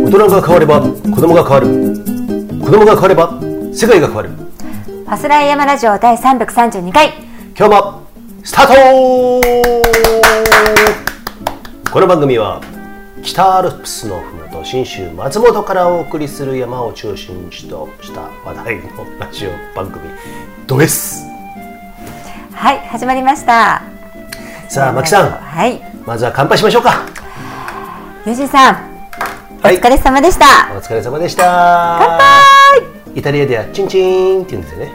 大人が変われば子供が変わる。子供が変われば世界が変わる。 パスライヤマラジオ第332回、 今日もスタート。この番組は北アルプスのふもと信州松本からお送りする山を中心とした話題のラジオ番組です。 はい、始まりました。 さあマキさん、 はい、 まずは乾杯しましょうか。 ユージさん、お疲れ様でした。 お疲れ様でした。 乾杯。 イタリアではチンチンって言うんですよね。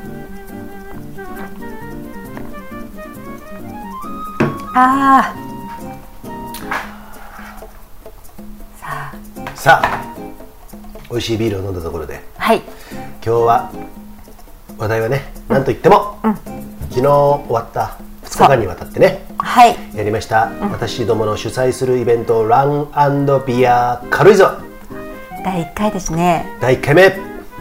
さあ美味しいビールを飲んだところで、 はい、 今日は話題はね、なんといっても、昨日終わった2日間にわたってね、 はい、 やりました、私どもの主催するイベントラン&ビア軽井沢第1回ですね。 第1回目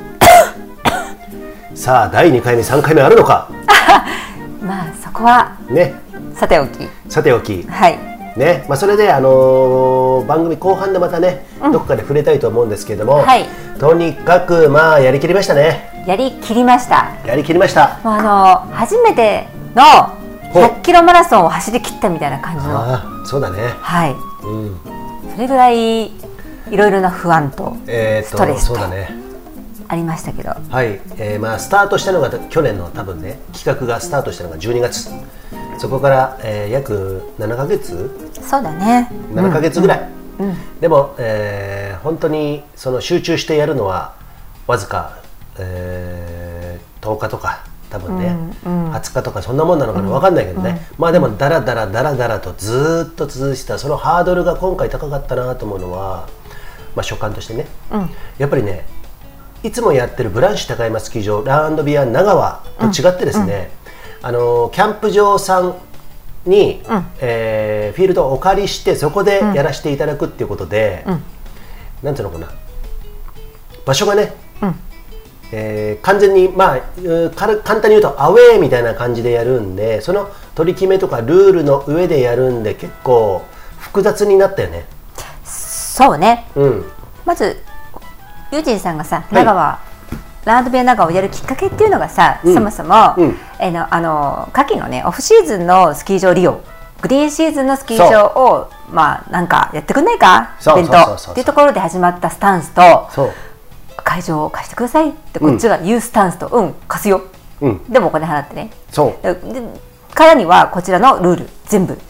さあ第2回目3回目あるのかまあそこはね、さておきはいね、それで、番組後半でまたね、どこかで触れたいと思うんですけれども、はい、とにかくやりきりましたね。 やりきりました。初めての100キロマラソンを走り切ったみたいな感じの。 そうだね。はい、 それぐらいいろいろな不安とストレスとありましたけど、 はい、スタートしたのが去年の多分ね、企画がスタートしたのが12月、そこから、約7ヶ月、そうだね、7ヶ月ぐらい、でも、本当にその集中してやるのはわずか、10日とか多分ね、20日とかそんなもんなのかな、分かんないけどね、でもだらだらとずっと続いてたそのハードルが今回高かったなと思うのは、所感としてね、やっぱりね、いつもやってるブランシュ高山スキー場ラン&ビア長川と違ってですね、キャンプ場さんに、フィールドをお借りしてそこでやらせていただくっていうことで、なんていうのかな、場所がね、完全に簡単に言うとアウェーみたいな感じでやるんで、その取り決めとかルールの上でやるんで結構複雑になったよね。 そうね、まずユージンさんがさ、長川ラン&ビア長川をやるきっかけっていうのがさ、そもそも、夏季のね、オフシーズンのスキー場利用、グリーンシーズンのスキー場をなんかやってくんないか、イベントっていうところで始まったスタンスと、会場を貸してくださいってこっちが言うスタンスと、貸すよ、でもお金払ってね、からにはこちらのルール全部、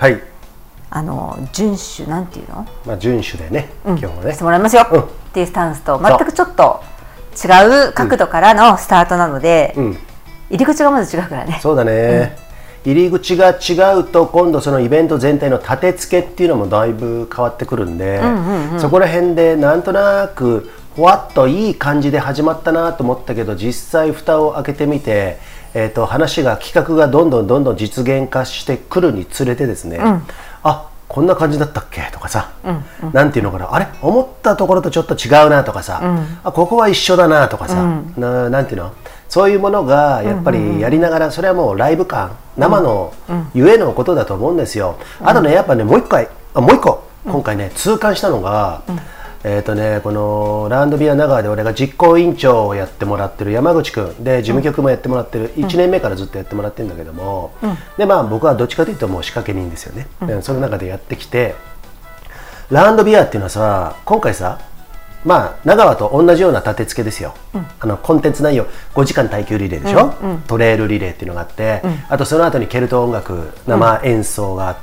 遵守なんていうの、 遵守でね、今日もねしてもらいますよっていうスタンスと全くちょっと違う角度からのスタートなので、入り口がまず違うからね。そうだね、 入り口が違うと今度そのイベント全体の立て付けっていうのもだいぶ変わってくるんで、そこら辺でなんとなくふわっといい感じで始まったなと思ったけど、実際蓋を開けてみて、話が企画がどんどん実現化してくるにつれてですね、こんな感じだったっけとかさ、なんていうのかな、あれ思ったところとちょっと違うなとかさ、ここは一緒だなとかさ、なんていうの、そういうものがやっぱりやりながら、それはもうライブ感、生のゆえのことだと思うんですよ。あとね、やっぱね、もう一個今回ね痛感したのが、このラン&ビア長川で俺が実行委員長をやってもらってる山口くんで、事務局もやってもらってる、1年目からずっとやってもらってるんだけども、で僕はどっちかというともう仕掛け人ですよね。その中でやってきて、ラン&ビアっていうのはさ、今回さ、長川と同じような立て付けですよ。コンテンツ内容5時間耐久リレーでしょ、トレイルリレーっていうのがあって、あとその後にケルト音楽生演奏があって、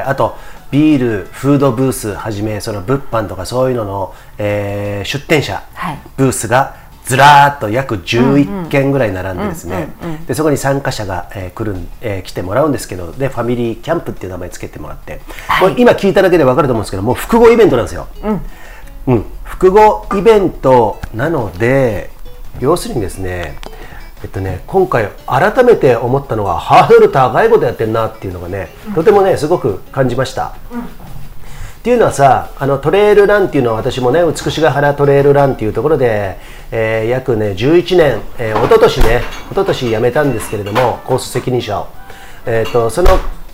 あとビールフードブースはじめ、その物販とかそういうのの、出店者、ブースがずらーっと約11件ぐらい並んでですね、でそこに参加者が、来てもらうんですけど、でファミリーキャンプっていう名前つけてもらって、これ今聞いただけで分かると思うんですけど、もう複合イベントなんですよ。複合イベントなので、要するにですね、今回改めて思ったのは、ハードル高いことやってるなっていうのがね、とてもねすごく感じました。っていうのはさ、トレイルランっていうのは私もね、美しが原トレイルランっていうところで、約ね11年、一昨年辞めたんですけれども、コース責任者を、その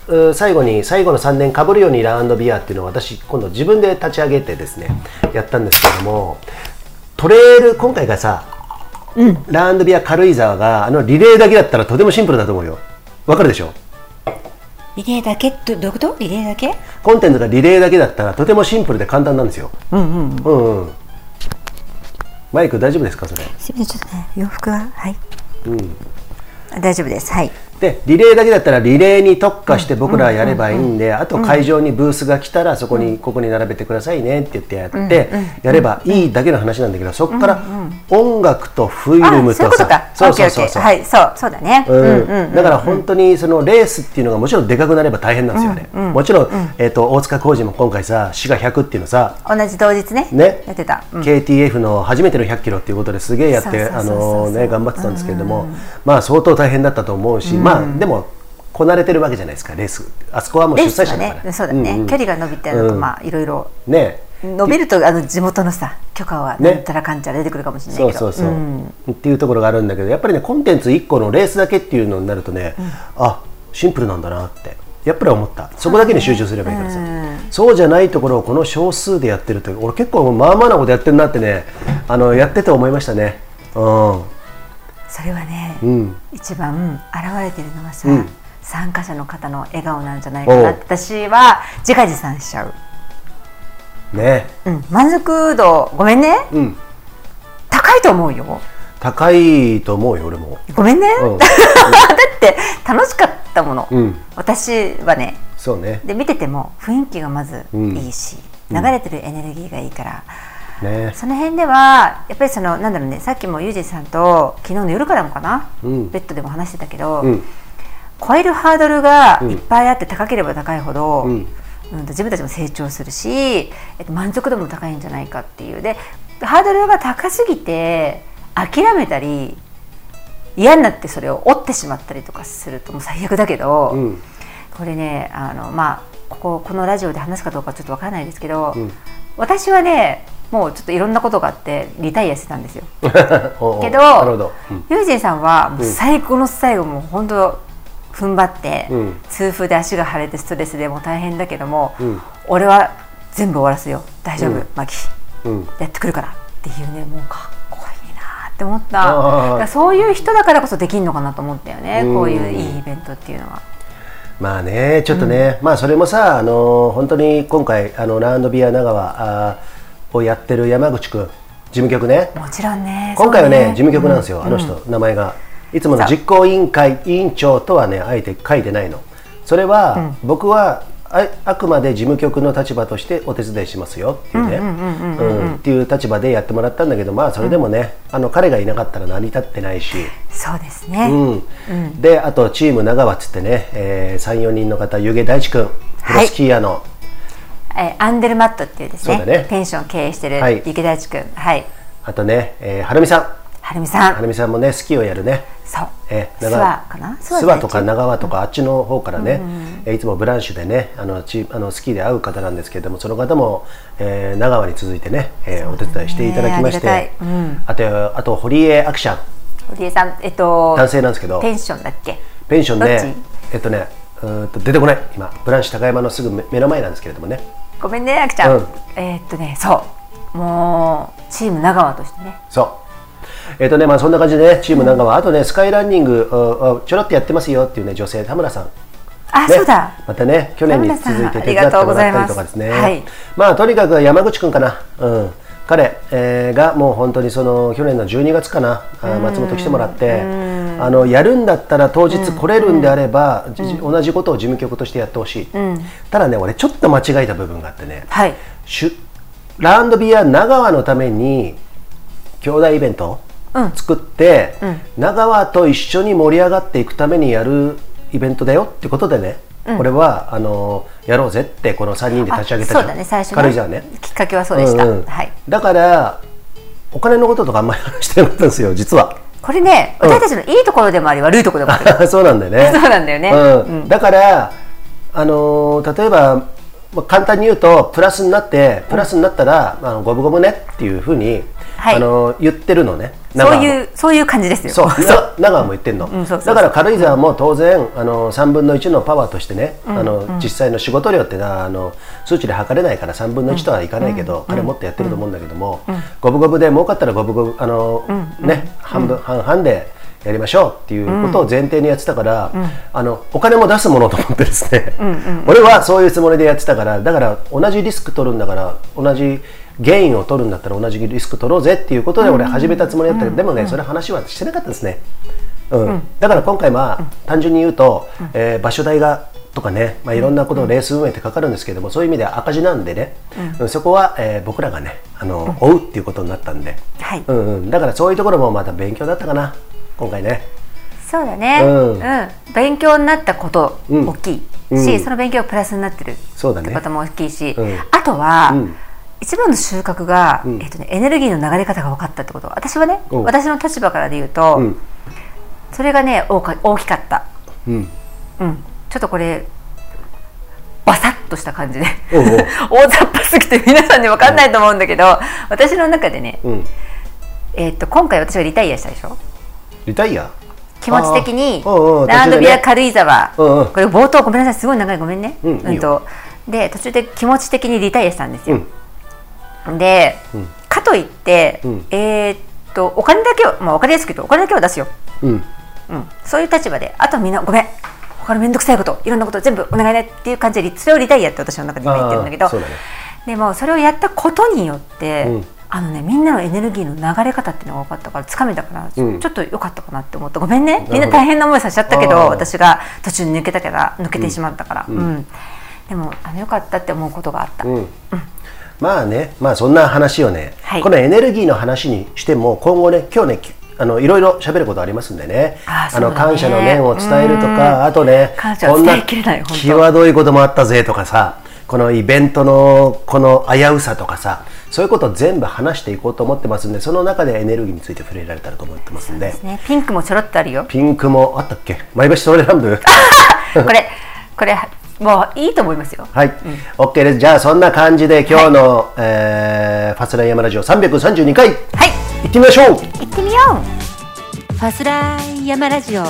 最後の3年かぶるようにラウンドビアっていうのを私今度自分で立ち上げてですねやったんですけども、トレイル今回がさ、ラウンドビア軽井沢がリレーだけだったらとてもシンプルだと思うよ。わかるでしょ。 リレーだけってどういうこと？リレーだけ？ コンテンツがリレーだけだったらとてもシンプルで簡単なんですよ。マイク大丈夫ですかそれ？ すみません、ちょっとね洋服ははい。大丈夫です。はい。 でリレーだけだったらリレーに特化して僕らやればいいんで、あと会場にブースが来たらそこにここに並べてくださいねって言ってやってやればいいだけの話なんだけど、そこから音楽とフィルムとさ、 そうはいそうだね。 だから本当にそのレースっていうのがもちろんでかくなれば大変なんですよね。もちろん大塚浩二も今回さ滋賀100っていうのさ同じ同日ねやってた KTF の初めての100キロっていうことですげえやって頑張ってたんですけれども、まあ相当大変だったと思うし、まあでもこなれてるわけじゃないですかレース。あそこはもう主催者だから。 そうだね。距離が伸びてるのとまあいろいろね伸びると地元のさ許可はなんたらかんちゃら出てくるかもしれないけど、 っていうところがあるんだけど、やっぱりねコンテンツ1個のレースだけっていうのになるとね、あシンプルなんだなってやっぱり思った。そこだけに集中すればいいからさ、そうじゃないところをこの少数でやってると俺結構まあまあなことやってるなってねやってて思いましたね。 それはね、一番現れてるのはさ、参加者の方の笑顔なんじゃないかなって私は自画自賛しちゃうね。満足度ごめんね、高いと思うよ。 高いと思うよ俺も。 ごめんね、だって楽しかったもの、私はね。 そうね。 で見てても雰囲気がまずいいし、流れてるエネルギーがいいから、その辺ではやっぱりなんだろうね、さっきもユージさんと昨日の夜からもかな、ベッドでも話してたけど、超えるハードルがいっぱいあって高ければ高いほど、自分たちも成長するし、満足度も高いんじゃないかっていう。でハードルが高すぎて諦めたり嫌になってそれを折ってしまったりとかするともう最悪だけど、これねまあこのラジオで話すかどうかちょっとわからないですけど、私はねもうちょっといろんなことがあってリタイアしてたんですよけど、ユージンさんはもう最後の最後もう本当踏ん張って、痛風で足が腫れてストレスでもう大変だけども、俺は全部終わらすよ大丈夫、マキ、やってくるからっていうね、もうかっこいいなって思った。そういう人だからこそできるのかなと思ったよね、こういういいイベントっていうのは。 まあねちょっとね、まあそれもさ本当に今回ラウンドビア長川をやってる山口くん事務局ね。 もちろんね。 今回はね事務局なんですよ、あの人名前が。いつもの実行委員会委員長とはねあえて書いてないの。それは、僕はあくまで事務局の立場としてお手伝いしますよっていうねっていう立場でやってもらったんだけど、まあそれでもね、彼がいなかったら成り立ってないし。 そうですね。 であとチーム長川っつってね、3、4人の方、湯気大地君プロスキーヤーの、 アンデルマットっていうですねペンション経営してる湯気大地君、 あとね、はるみさん。はるみさんもねスキーをやるね。 そう。諏訪かな。 諏訪とか長川とかあっちの方からね、いつもブランシュでねスキーで会う方なんですけれども、その方も長川に続いてねお手伝いしていただきまして、あと堀江アクシャン。 堀江さん男性なんですけど。 ペンションだっけ。 ペンションね出てこない今ブランシュ高山のすぐ目の前なんですけれどもね。 ごめんねアクちゃん。そうもうチーム長川としてね。 そうまあそんな感じでねチーム長川、あとねスカイランニングちょろっとやってますよっていうね女性田村さん。 そうだ。 またね去年に続いて手伝ってもらったりとかですね。まあとにかく山口くんかな。彼がもう本当に去年の12月かな松本来てもらってやるんだったら当日来れるんであれば同じことを事務局としてやってほしい。ただね俺ちょっと間違えた部分があってね、ラウンドビア長川のために兄弟イベント作って、長川と一緒に盛り上がっていくためにやるイベントだよってことでね、これはやろうぜってこの3人で立ち上げたじゃん。 そうだね、最初軽井沢ね。 きっかけはそうでした。 だからお金のこととかあんまり話してなかったんですよ実は。 これね、私たちのいいところでもあり悪いところでもある。 そうなんだよね。 そうなんだよね。 だから例えば簡単に言うとプラスになったら五分五分ねっていうふうにはい、 言ってるのね。 そういう感じですよ。 そう長川も言ってるの、だから軽井沢も当然3分の1のパワーとしてね、実際の仕事量って数値で測れないから3分の1とはいかないけど、彼もっとやってると思うんだけども、五分五分で儲かったら五分五分ね、半々でやりましょうっていうことを前提にやってたから、お金も出すものと思ってですね、俺はそういうつもりでやってたから、だから同じリスク取るんだから、同じゲインを取るんだったら同じリスク取ろうぜっていうことで俺始めたつもりだったけど、でもね、それ話はしてなかったですね。だから今回単純に言うと、場所代がとかね、いろんなことをレース運営ってかかるんですけども、そういう意味では赤字なんでね、そこは、僕らがね追うっていうことになったんで、だからそういうところもまた勉強だったかな今回ね。 そうだね、勉強になったこと大きいし、その勉強がプラスになってるってことも大きいし、あとは、一番の収穫が、エネルギーの流れ方が分かったってこと。私はね、私の立場からで言うと、それがね大きかった。ちょっとこれバサッとした感じで大雑把すぎて皆さんに分かんないと思うんだけど、私の中でね、今回私がリタイアしたでしょ。 リタイア気持ち的にランドビア軽井沢、これ冒頭ごめんなさい、すごい長い、ごめんね。で途中で気持ち的にリタイアしたんですよ。で、かといって、お金だけを、分かりやすく言うとお金だけは出すよ、そういう立場で、あとはみんなごめん、他の面倒くさいこと、いろんなこと全部お願いねっていう感じで、それをリタイアって私の中で今言ってるんだけど、でもそれをやったことによって、みんなのエネルギーの流れ方っていうのが分かったから、つかめたから、ちょっと良かったかなって思った。ごめんね、みんな大変な思いさせちゃったけど、私が途中に抜けてしまったから、でも良かったって思うことがあった。 まあね、そんな話をね、このエネルギーの話にしても今後ね、今日ねいろいろ喋ることありますんでね、感謝の念を伝えるとか、あとね、こんな際どいこともあったぜとかさ、このイベントのこの危うさとかさ、そういうことを全部話していこうと思ってますんで、その中でエネルギーについて触れられたらと思ってますんで。 ピンクもちょろっとあるよ。 ピンクもあったっけ、前橋ソーレランブこれもういいと思いますよ。 はい、OK です。じゃあそんな感じで今日の、ファスライヤマラジオ332回、行ってみましょう。 行ってみよう。ファスライヤマラジオ。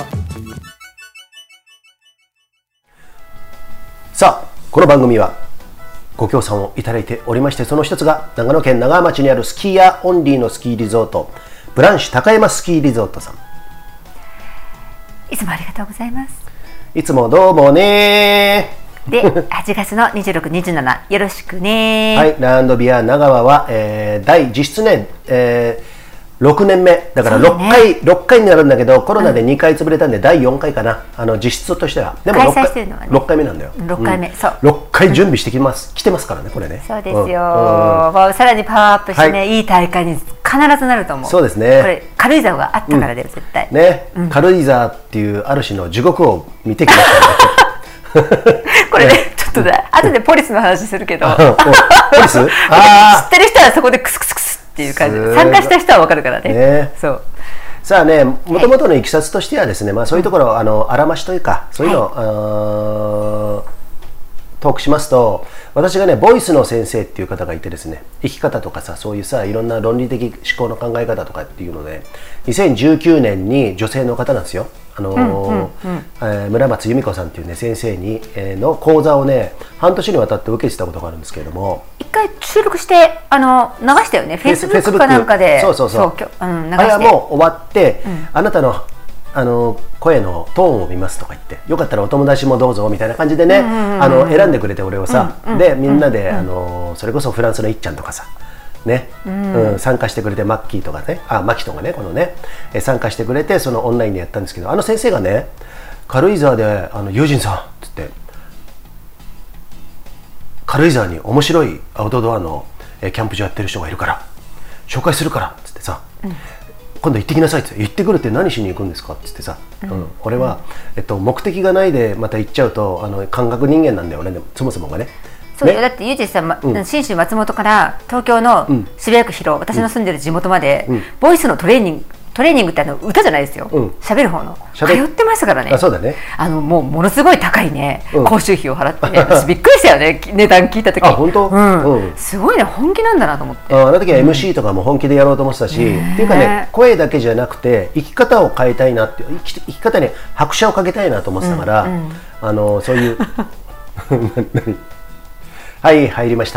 さあ、この番組はご協賛をいただいておりまして、その一つが長野県長浜町にあるスキーヤーオンリーのスキーリゾート、ブランシュ高山スキーリゾートさん、 いつもありがとうございます。 いつもどうもね。 で、8月の26、27よろしくね。 はい、ランドビア長川は、実質ね、6年目だから6回になるんだけど、コロナで2回潰れたんで第4回かな、実質としては。でも 6回目なんだよ。 6回目、そう。 6回準備して来てますからね、これね。 そうですよ。さらにパワーアップしてね、いい大会に必ずなると思う。 そうですね。 これ軽井沢があったからだよ、絶対。 ね、軽井沢っていうある種の地獄を見てきましたね。 これね、ちょっと後でポリスの話するけど、ポリス？知ってる人はそこでクスクスクスっていう感じで、参加した人は分かるからね。そう。 さあね、もともとのいきさつとしてはですね、そういうところあらましというか、そういうのをトークしますと、私がね、ボイスの先生っていう方がいてですね、生き方とかさ、そういうさ、いろんな論理的思考の考え方とかっていうので、2019年に女性の方なんですよ。村松由美子さんっていうね、先生に、の講座をね、半年にわたって受けてたことがあるんですけれども、 一回収録して流したよね、フェイスブックかなんかで。 そう、あれはもう終わって、あなたの声のトーンを見ますとか言って、よかったらお友達もどうぞみたいな感じでね、選んでくれて、俺をさ、でみんなでそれこそフランスのいっちゃんとかさね、参加してくれて、マッキーとかね、マキとかね、このね、参加してくれて、そのオンラインでやったんですけど、先生がね、軽井沢で友人さんっつって、軽井沢に面白いアウトドアのキャンプ場やってる人がいるから紹介するからっつってさ、今度行ってきなさいって言ってくるって、何しに行くんですかって言ってさ、俺は、目的がないでまた行っちゃうと感覚人間なんだよ、俺ね、そもそもがね。 そうよ、だってゆうじさん、信州松本から東京の渋谷区広尾、私の住んでる地元まで、ボイスのトレートレーニングって歌じゃないですよ、喋る方の通ってましたからね。 そうだね。 ものすごい高いね、講習費を払ってね、私びっくりしたよね、値段聞いた時。 本当？ すごいね、本気なんだなと思って。 あの時は MC とかも本気でやろうと思ってたし、っていうかね、声だけじゃなくて生き方を変えたいなって、生き方に拍車をかけたいなと思ってたから、そういうはい入りました。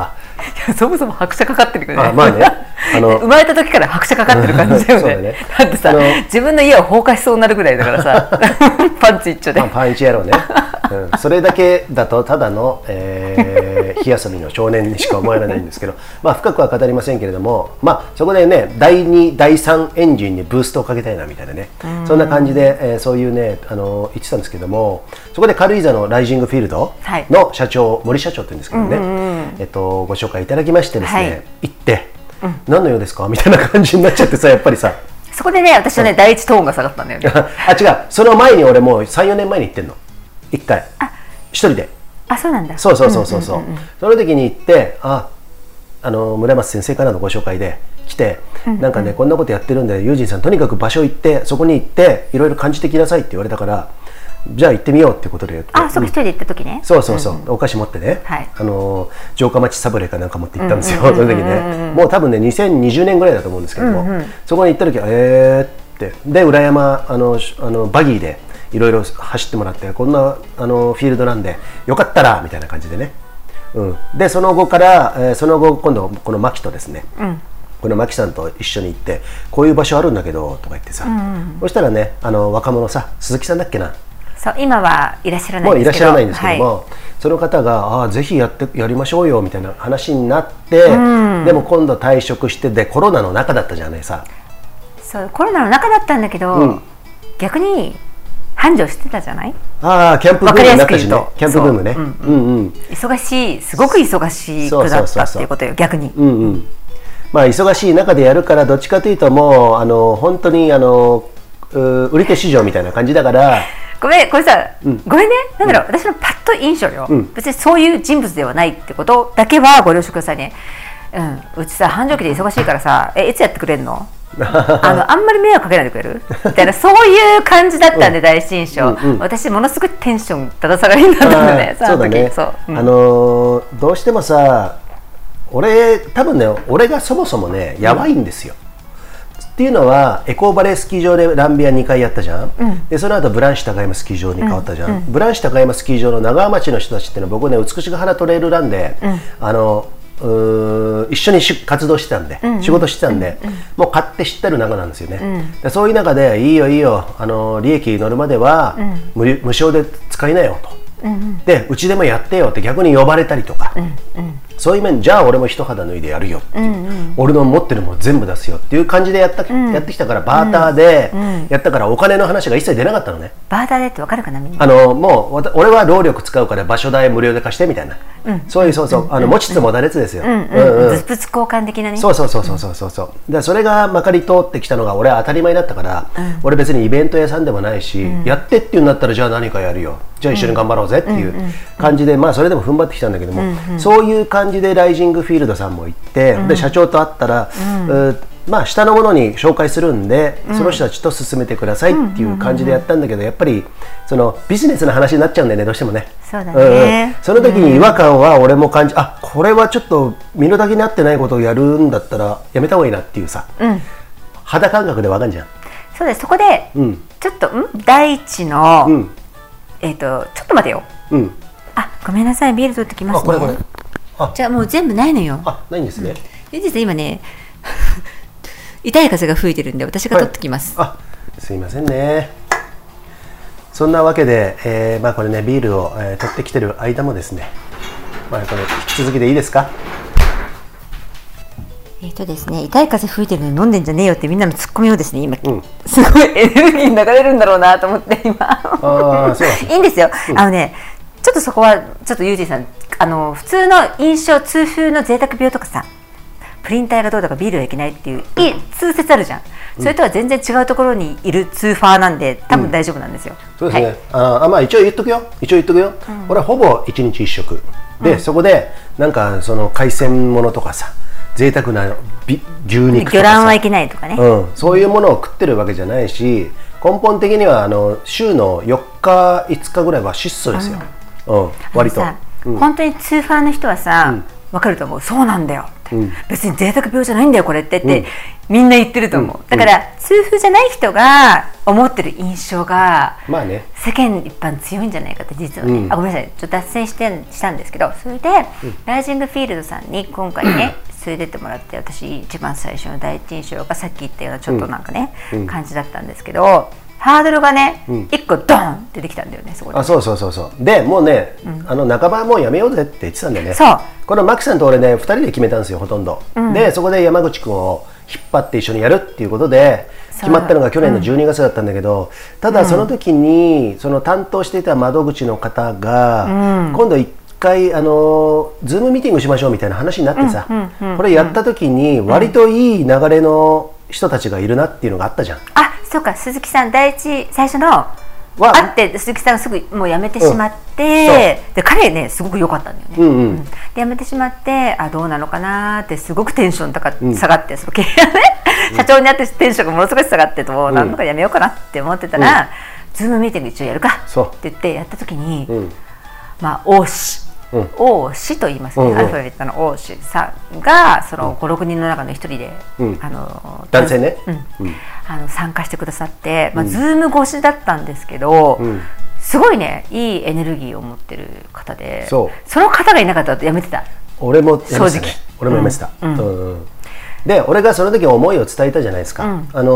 そもそも拍車かかってるけどね。 まあね、 生まれた時から拍車かかってる感じだよね。だってさ、自分の家を崩壊しそうになるぐらいだからさ、パンツ一丁で。 パン一野郎ね。それだけだとただの、火遊びの少年にしか思えないんですけど、深くは語りませんけれども、そこでね、第2、第3エンジンにブーストをかけたいなみたいなね、そんな感じで、そういうね、言ってたんですけども、そこで軽井沢のライジングフィールドの社長、森社長って言うんですけどね、ご紹介いただきましてですね、行って、何の用ですかみたいな感じになっちゃってさ、やっぱりさ。 そこでね、私のね、第一トーンが下がったんだよね。 違う、その前に俺もう3、4年前に行ってんの。1回。一人で。 そうなんだ。 そう。その時に行って、村松先生からのご紹介で来て、なんかね、こんなことやってるんで、ユージンさんとにかく場所行って、そこに行って、いろいろ感じてきなさいって言われたから、じゃあ行ってみようってことで。 そうか、一人で行った時ね。 そう、お菓子持ってね、城下町サブレーかなんか持って行ったんですよ、その時ね。もう多分ね、2020年ぐらいだと思うんですけども、そこに行った時は、ってで裏山バギーでいろいろ走ってもらって、こんなフィールドなんでよかったらみたいな感じでね、でその後から、今度この牧とですね、この牧さんと一緒に行って、こういう場所あるんだけどとか言ってさ、そしたらね、若者さ、鈴木さんだっけな、 今はいらっしゃらないんですけど、もういらっしゃらないんですけども、その方がぜひやりましょうよみたいな話になって、でも今度退職して、でコロナの中だったじゃないさ。 そうコロナの中だったんだけど、逆に繁盛してたじゃない。 キャンプブームになったしね。キャンプブームね。 忙しい、すごく忙しくなったっていうことよ、逆に。 忙しい中でやるから、どっちかというともう本当に売り手市場みたいな感じだから。 ごめん、これさ、ごめんね、なんだろう、私のパッと印象よ、別にそういう人物ではないってことだけはご了承くださいね。うちさ、繁盛期で忙しいからさ、いつやってくれるの？あんまり迷惑かけないでくれるみたいな、そういう感じだったんで、第一印象。私ものすごいテンションだだ下がりになったんだよね。 そうだね。どうしてもさ、多分ね、俺がそもそもね、やばいんですよ。っていうのは、エコーバレースキー場でランビア2回やったじゃん、でその後ブランシュ高山スキー場に変わったじゃん、ブランシュ高山スキー場の長浜町の人たちっていうのは、僕ね、美しが原トレイルランで、一緒に活動してたんで、仕事してたんで、もう買って知ってる仲なんですよね、でそういう中で、いいよ利益乗るまでは無償で使いなよと、でうちでもやってよって逆に呼ばれたりとか、そういう面、じゃあ俺も一肌脱いでやるよっていう、俺の持ってるもの全部出すよっていう感じでやってきたから、バーターでやったから、お金の話が一切出なかったのね。 バーターでって分かるかな、みんな。 もう俺は労力使うから場所代無料で貸してみたいな、そういう持ちつ持たれつですよ。 物々交換的なね。 そうでそれがまかり通ってきたのが俺は当たり前だったから、俺別にイベント屋さんでもないし、やってっていうんだったら、じゃあ何かやるよ、じゃあ一緒に頑張ろうぜっていう感じで、それでも踏ん張ってきたんだけども、そういう感じでライジングフィールドさんも行って、で社長と会ったら、下の者に紹介するんで、その人たちと進めてくださいっていう感じでやったんだけど、やっぱりそのビジネスの話になっちゃうんだよね、どうしてもね。 そうだね。 その時に違和感は俺も感じ、これはちょっと身の丈に合ってないことをやるんだったらやめた方がいいなっていうさ、肌感覚で分かんじゃん。 そうです。そこで、ちょっと第一の、ちょっと待てよ。ごめんなさい、ビール取ってきますね。これじゃあもう全部ないのよ。 ないんですね。 ゆうじさん今ね痛い風が吹いてるんで、私が取ってきます。 すいませんね。そんなわけで、これね、ビールを、取ってきてる間もですね、これ引き続きでいいですか。 ですね、痛い風吹いてるのに飲んでんじゃねえよってみんなのツッコミをですね、今、すごいエネルギー流れるんだろうなと思って今いいんですよ。ちょっとそこはちょっとユージさん、普通の印象、痛風の贅沢病とかさ、プリン体がどうとかビールはいけないっていう通説あるじゃん。それとは全然違うところにいるツーファーなんで、多分大丈夫なんですよ。 そうですね。一応言っとくよ。俺はほぼ1日1食で、そこでなんかその海鮮ものとかさ、 贅沢な牛肉とかさ、 魚卵はいけないとかね、 そういうものを食ってるわけじゃないし、根本的には週の4日5日ぐらいは質素ですよ、割と。 本当に痛風の人はさ、分かると思う。そうなんだよって、別に贅沢病じゃないんだよこれって、みんな言ってると思う。だから痛風じゃない人が思ってる印象が、 まあね、 世間一般強いんじゃないかって実はね、ごめんなさい、ちょっと脱線したんですけど、それで、ライジングフィールドさんに今回ね、連れてってもらって、私一番最初の第一印象がさっき言ったようなちょっとなんかね、感じだったんですけど、ハードルがね、1個ドンってできたんだよね、そこで。 そうでもうね、半ばもうやめようぜって言ってたんでね。 そう、 このマキさんと俺ね2人で決めたんですよ、ほとんど、でそこで山口君を引っ張って一緒にやるっていうことで決まったのが去年の12月だったんだけど、ただその時にその担当していた窓口の方が、今度1回ズームミーティングしましょうみたいな話になってさ、これやった時に割といい流れの人たちがいるなっていうのがあったじゃん。 あ、そうか、鈴木さん最初の会って鈴木さんがすぐもう辞めてしまって、で彼ねすごく良かったんだよね、で辞めてしまって、どうなのかなってすごくテンション下がって、その経営ね社長になってテンションがものすごい下がってと、なんとか辞めようかなって思ってたら、ズームミーティング一応やるかって言ってやった時に、王氏と言いますね、アルファベットの王氏さんがその5、6人の中の一人で、 男性ね、 参加してくださって、ズーム越しだったんですけど、すごいねいいエネルギーを持ってる方で、その方がいなかったらやめてた。 俺もやめてたね。俺もやめてた。で俺がその時思いを伝えたじゃないですか。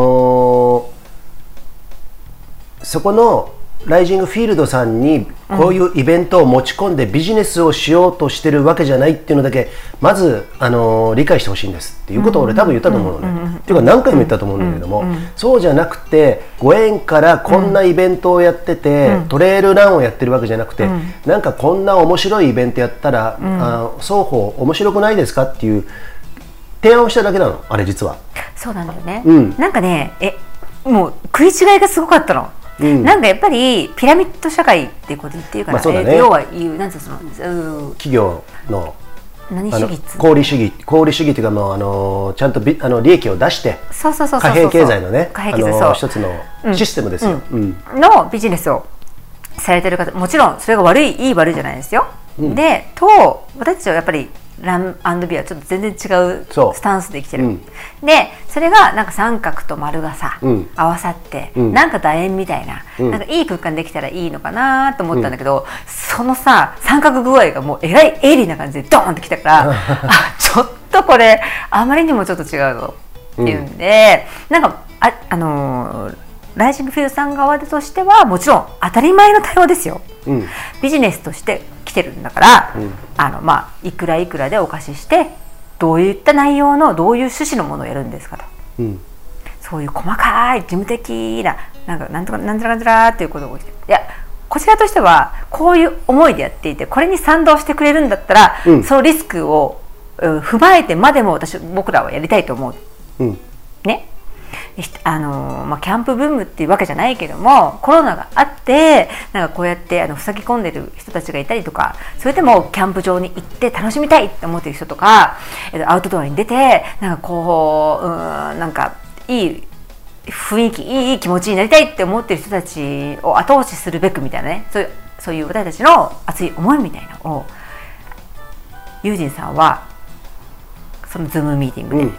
そこのライジングフィールドさんにこういうイベントを持ち込んでビジネスをしようとしてるわけじゃないっていうのだけまず理解してほしいんですっていうことを俺多分言ったと思うのね。っていうか何回も言ったと思うんだけども、そうじゃなくてご縁からこんなイベントをやってて、トレイルランをやってるわけじゃなくて、なんかこんな面白いイベントやったら、双方面白くないですかっていう提案をしただけなの、あれ実は。 そうなんだよね、なんかねもう食い違いがすごかったの。なんかやっぱりピラミッド社会っていうこと言ってるから、要はなんていうの、 企業の何主義功利主義というか、もうちゃんと利益を出して貨幣経済のね一つのシステムですよ、 のビジネスをされてる方、もちろんそれがいい悪いじゃないですよ、で私たちはやっぱりラン&ビはちょっと全然違うスタンスで生きてる、でそれがなんか三角と丸がさ、合わさって、なんか楕円みたいな、なんかいい空間できたらいいのかなと思ったんだけど、そのさ三角具合がもうえらい鋭利な感じでドーンってきたからちょっとこれあまりにもちょっと違うぞっていうんで、なんかライジングフィールドさん側としてはもちろん当たり前の対応ですよ、ビジネスとして来てるんだから、いくらいくらでお貸ししてどういった内容のどういう趣旨のものをやるんですかと、そういう細かい事務的ななんとかなんちゃらなんちゃらっていうことを、いやこちらとしてはこういう思いでやっていて、これに賛同してくれるんだったら、そのリスクを踏まえてまでも僕らはやりたいと思う、ね。キャンプブームっていうわけじゃないけども、コロナがあってなんかこうやって塞ぎ込んでる人たちがいたりとか、それでもキャンプ場に行って楽しみたいって思ってる人とか、アウトドアに出てなんかこうなんかいい雰囲気いい気持ちになりたいって思ってる人たちを後押しするべくみたいなね、そういう私たちの熱い思いみたいなのをユージンさんはそのズームミーティングで語って、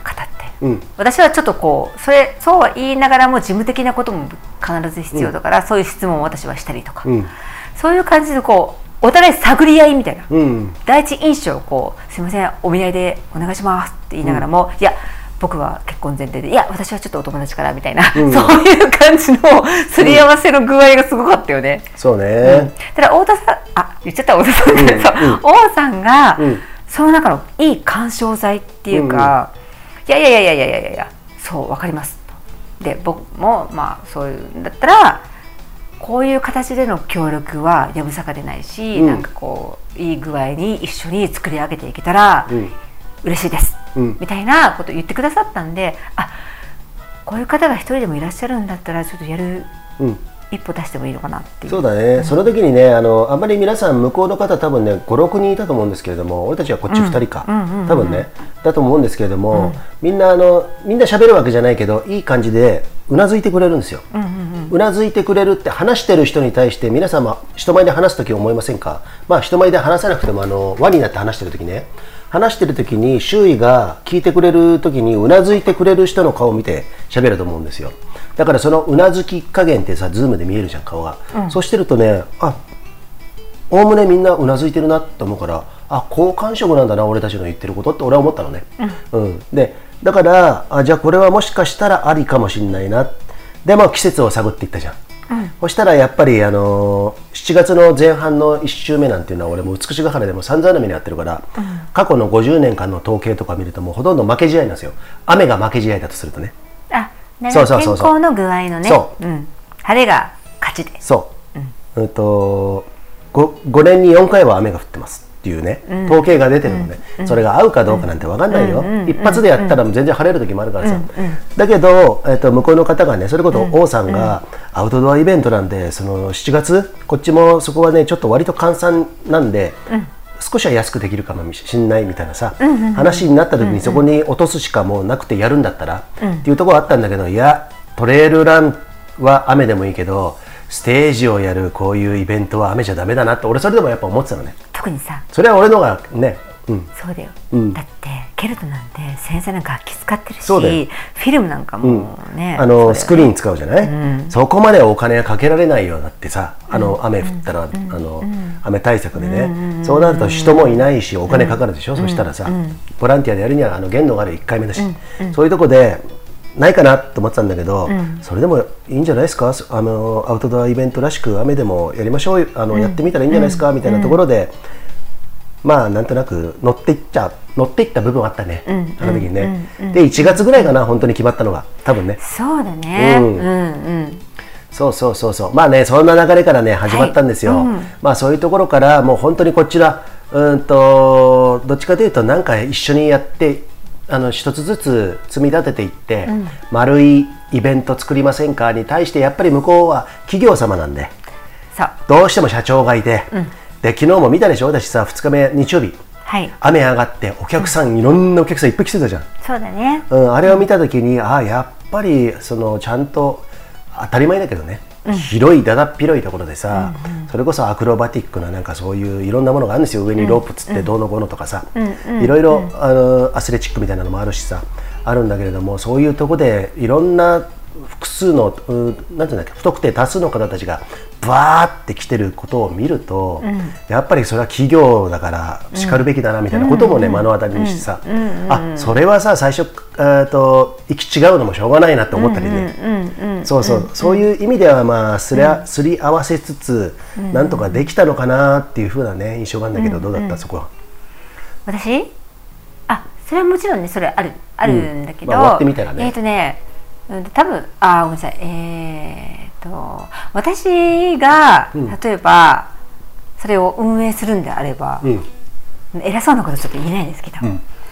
私はちょっとこうそうは言いながらも事務的なことも必ず必要だから、そういう質問を私はしたりとか、そういう感じでこうお互い探り合いみたいな、第一印象をこうすいませんお見合いでお願いしますって言いながらも、いや僕は結婚前提で、いや私はちょっとお友達からみたいな、そういう感じのすり合わせの具合がすごかったよね。 そうね。 ただ太田さん言っちゃった太田さん、王さんが、その中のいい緩衝材っていうか、いやそう分かりますと。で僕もそういうんだったらこういう形での協力はやぶさかでないし、なんかこういい具合に一緒に作り上げていけたら嬉しいです、みたいなことを言ってくださったんで、こういう方が一人でもいらっしゃるんだったらちょっとやる、一歩出してもいいのかなっていう。 そうだね、その時にねあんまり皆さん向こうの方多分ね 5,6 人いたと思うんですけれども、俺たちはこっち2人か、多分ねだと思うんですけれども、みんな喋るわけじゃないけどいい感じでうなずいてくれるんですよ。うなずいてくれるって話してる人に対して皆様人前で話すとき思いませんか？まあ人前で話さなくても輪になって話してるときね、話してるときに周囲が聞いてくれるときにうなずいてくれる人の顔を見て喋ると思うんですよ。だからそのうなずき加減ってさ、ズームで見えるじゃん顔が、そうしてるとね、おおむねみんなうなずいてるなと思うから、好感触なんだな俺たちの言ってることって俺は思ったのね。でだからじゃあこれはもしかしたらありかもしれないな。で季節を探っていったじゃん。そしたらやっぱり7月の前半の1週目なんていうのは俺も美しが原でも散々な目に遭ってるから、過去の50年間の統計とか見るともうほとんど負け試合なんですよ。雨が負け試合だとするとね。 天候の具合のね、晴れが勝ちで、 5年に4回は雨が降ってますっていうね、統計が出てるので、それが合うかどうかなんて分かんないよ。一発でやったら全然晴れる時もあるからさ。だけど、向こうの方がね、それこそ王さんがアウトドアイベントなんで、その7月こっちもそこはねちょっと割と換算なんで、少しは安くできるかもしんないみたいなさ、話になった時にそこに落とすしかもうなくてやるんだったら、っていうところがあったんだけど、いやトレイルランは雨でもいいけどステージをやるこういうイベントは雨じゃダメだなって俺それでもやっぱ思ってたのね。 特にさ、 それは俺のがね、 そうだよ、だってケルトなんて繊細な楽器使ってるし、フィルムなんかもね、 スクリーン使うじゃない、そこまでお金はかけられないようになってさ、雨降ったら雨対策でね、そうなると人もいないしお金かかるでしょ。そしたらさ、ボランティアでやるには限度がある1回目だし、そういうとこでないかなと思ってたんだけど、それでもいいんじゃないですか、アウトドアイベントらしく雨でもやりましょう、やってみたらいいんじゃないですかみたいなところで、なんとなく乗っていった部分あったね、あの時にね。で1月ぐらいかな、本当に決まったのが多分ね。 そうだね、 そうそんな流れからね始まったんですよ。そういうところからもう本当にこちらどっちかというとなんか一緒にやって一つずつ積み立てていって、丸いイベント作りませんかに対してやっぱり向こうは企業様なんで、どうしても社長がいて、で昨日も見たでしょ、私さ2日目日曜日、雨上がってお客さん、いろんなお客さんいっぱい来てたじゃん。 そうだね、 あれを見た時にやっぱりちゃんと当たり前だけどね、広いだだっ広いところでさ、それこそアクロバティックななんかそういういろんなものがあるんですよ。上にロープつってどうのこうのとかさ、いろいろアスレチックみたいなのもあるしさ、あるんだけれども、そういうとこでいろんな複数のなんていうんだっけ、不特定多数の方たちがバーって来てることを見ると、やっぱりそれは企業だからしかるべきだなみたいなこともね目の当たりにしてさ、それはさ最初行き違うのもしょうがないなって思ったりね、そういう意味ではすり合わせつつなんとかできたのかなっていう風なね印象があるんだけど、どうだった、そこは。 私それはもちろんね、それあるんだけど、 終わってみたらね、 多分ごめんなさい、私が例えばそれを運営するんであれば、偉そうなことちょっと言えないんですけど、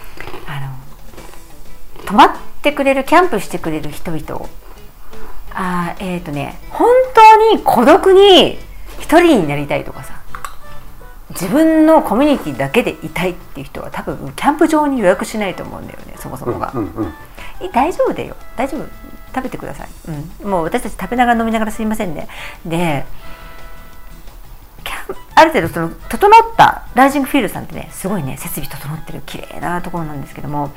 泊まってくれる、キャンプしてくれる人々を本当に孤独に一人になりたいとかさ、自分のコミュニティだけでいたいっていう人は多分キャンプ場に予約しないと思うんだよね、そもそもが。大丈夫だよ、大丈夫、食べてください、もう私たち食べながら飲みながらすいませんね。である程度その整ったライジングフィールドさんってね、すごいね設備整ってる綺麗なところなんですけども、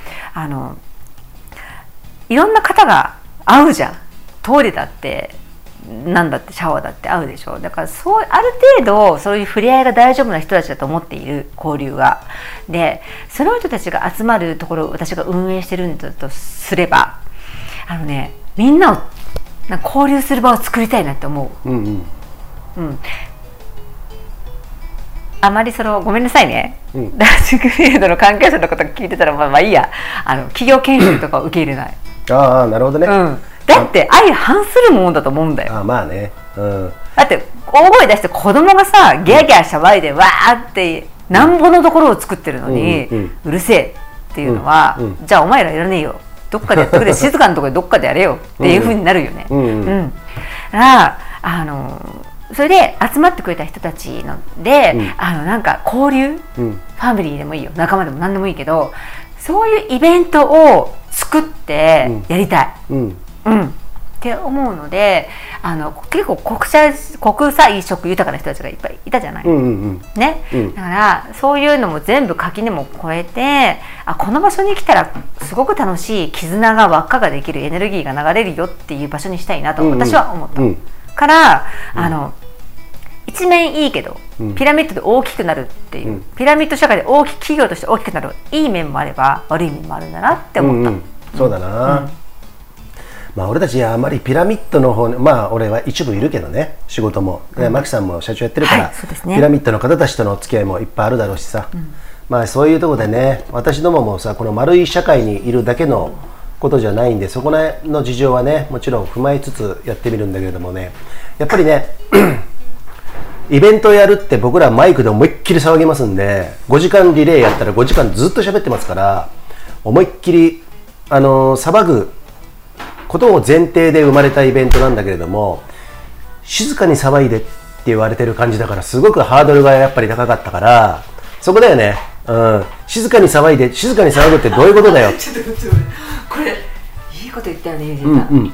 いろんな方が会うじゃん。トイレだってなんだってシャワーだって合うでしょ。だからある程度そういう触れ合いが大丈夫な人たちだと思っている、交流が。でその人たちが集まるところを私が運営してるんだとすれば、みんなを交流する場を作りたいなって思う。あまりごめんなさいね、ラージングフィールドの関係者のこと聞いてたらまあいいや、企業研修とか受け入れない。 なるほどね。 だって相反するものだと思うんだよ。 まあね、 だって大声出して子供がさギャーギャー騒いでわーってなんぼのところを作ってるのに、うるせえっていうのは、じゃあお前らいらねえよ、どっかでやってくれ静かなところでどっかでやれよっていう風になるよね。だからそれで集まってくれた人たちので、なんか交流、ファミリーでもいいよ、仲間でも何でもいいけど、 そういうイベントを作ってやりたい、って思うので、結構国際色豊かな人たちがいっぱいいたじゃない、ね、だからそういうのも全部垣根も越えて、この場所に来たらすごく楽しい絆が輪っかができる、エネルギーが流れるよっていう場所にしたいなと私は思った、から、一面いいけどピラミッドで大きくなるっていう、ピラミッド社会で企業として大きくなるいい面もあれば悪い面もあるんだなって思った、 そうだな、まあ俺たちあまりピラミッドの方に、まあ俺は一部いるけどね、仕事も、マキさんも社長やってるから、ピラミッドの方たちとのお付き合いもいっぱいあるだろうしさ、まあそういうところでね、私どももさ、この丸い社会にいるだけのことじゃないんで、そこの事情はね、もちろん踏まえつつやってみるんだけれどもね、やっぱりねイベントをやるって僕らマイクで思いっきり騒ぎますんで、5時間リレーやったら5時間ずっと喋ってますから、思いっきり騒ぐことを前提で生まれたイベントなんだけれども、静かに騒いでって言われてる感じだから、すごくハードルがやっぱり高かったから、そこだよね、静かに騒いで、静かに騒ぐってどういうことだよちょっとこれいいこと言ったよね、ユージ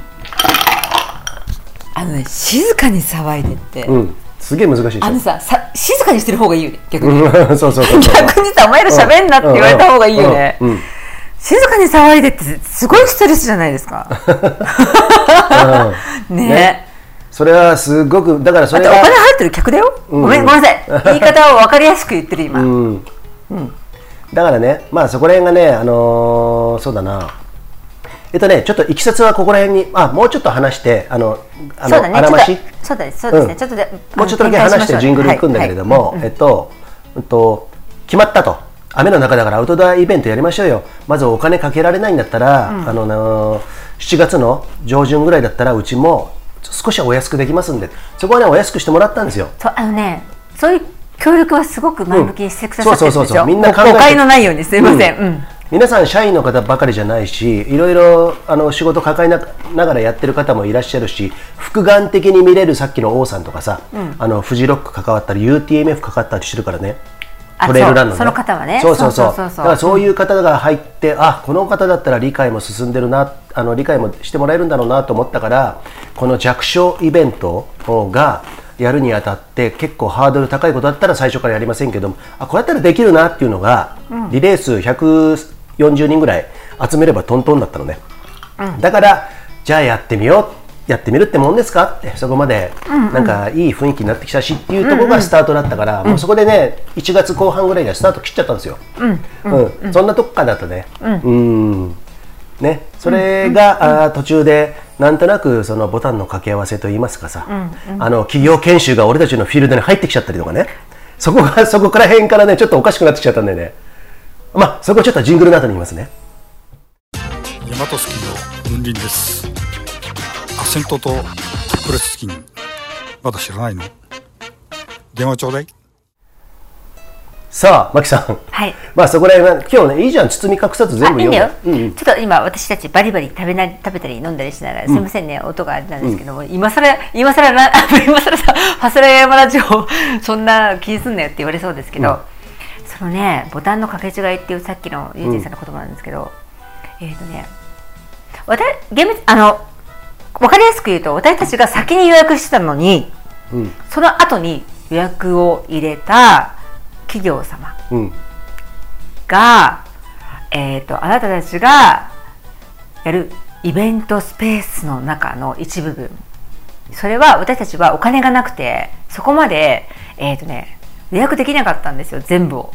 さん、静かに騒いでって、 すげえ難しいでしょ。 静かにしてる方がいいよね、逆にそう逆にさ、お前ら喋んなって言われた方がいいよね、静かに騒いでってすごいストレスじゃないですかね。 それはすごく、だからそれがお金入ってる客だよ、ごめんなさい、言い方を分かりやすく言ってる今、 だからね、まあそこら辺がね、そうだな、ちょっといきさつはここら辺にもうちょっと話して、あらまし、 そうですね、ちょっともうちょっとだけ話してジングルいくんだけれども、決まったと、雨の中だからアウトドアイベントやりましょうよ、まずお金かけられないんだったら、7月の上旬ぐらいだったらうちも少しはお安くできますんで、そこはねお安くしてもらったんですよ。 そういう協力はすごく前向きにしてくださってるんですよ。 みんな考えて、 誤解のないようにすいません、 皆さん社員の方ばかりじゃないし、いろいろ仕事抱えながらやってる方もいらっしゃるし、複眼的に見れるさっきの王さんとかさ、フジロック関わったり UTMF 関わったりしてるからね、トレイルランのね、 その方はね、 だからそういう方が入って、この方だったら理解も進んでるな、理解もしてもらえるんだろうなと思ったから、この弱小イベントがやるにあたって結構ハードル高いことだったら最初からやりませんけども、こうやったらできるなっていうのが、リレー数140人ぐらい集めればトントンだったのね、だからじゃあやってみよう、やってみるってもんですかって、そこまでなんかいい雰囲気になってきたしっていうところがスタートだったから、もうそこでね1月後半ぐらいにはスタート切っちゃったんですよ、そんなとこからだったね、それが途中でなんとなくそのボタンの掛け合わせといいますかさ、企業研修が俺たちのフィールドに入ってきちゃったりとかね、そこから辺からねちょっとおかしくなってきちゃったんでね、まあそこちょっとジングルの後に言いますね。 大和スキーの雲林です。アセントとプレススキーまだ知らないの？電話ちょうだい。 さあマキさん、まあそこら辺は今日ねいいじゃん、包み隠さず全部読む。 いいんだよ、ちょっと今私たちバリバリ食べたり飲んだりしながら、すみませんね音があれなんですけども、今更さファスラヤマラジオそんな気にすんなよって言われそうですけど、そのねボタンの掛け違いっていうさっきのユージンさんの言葉なんですけど、分かりやすく言うと、私たちが先に予約してたのに、その後に予約を入れた企業様が、あなたたちがやるイベントスペースの中の一部分、それは私たちはお金がなくてそこまで、予約できなかったんですよ、全部を。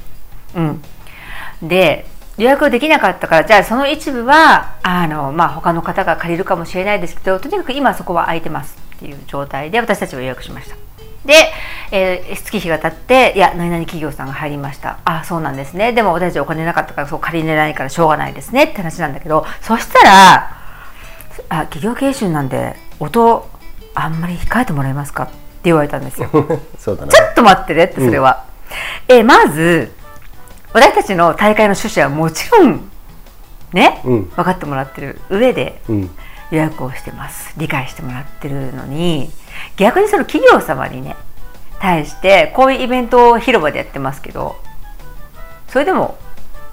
で予約できなかったから、じゃあその一部は他の方が借りるかもしれないですけど、とにかく今そこは空いてますっていう状態で私たちは予約しました。で、月日が経って、いや何々企業さんが入りました、そうなんですね、でも私たちお金なかったからそう借りれないからしょうがないですねって話なんだけど、そしたら企業研修なんで音あんまり控えてもらえますかって言われたんですよそうだな、 ちょっと待ってねって、それは、まず私たちの大会の趣旨はもちろんね、分かってもらってる上で予約をしてます、理解してもらってるのに、逆にその企業様にね対してこういうイベントを広場でやってますけど、それでも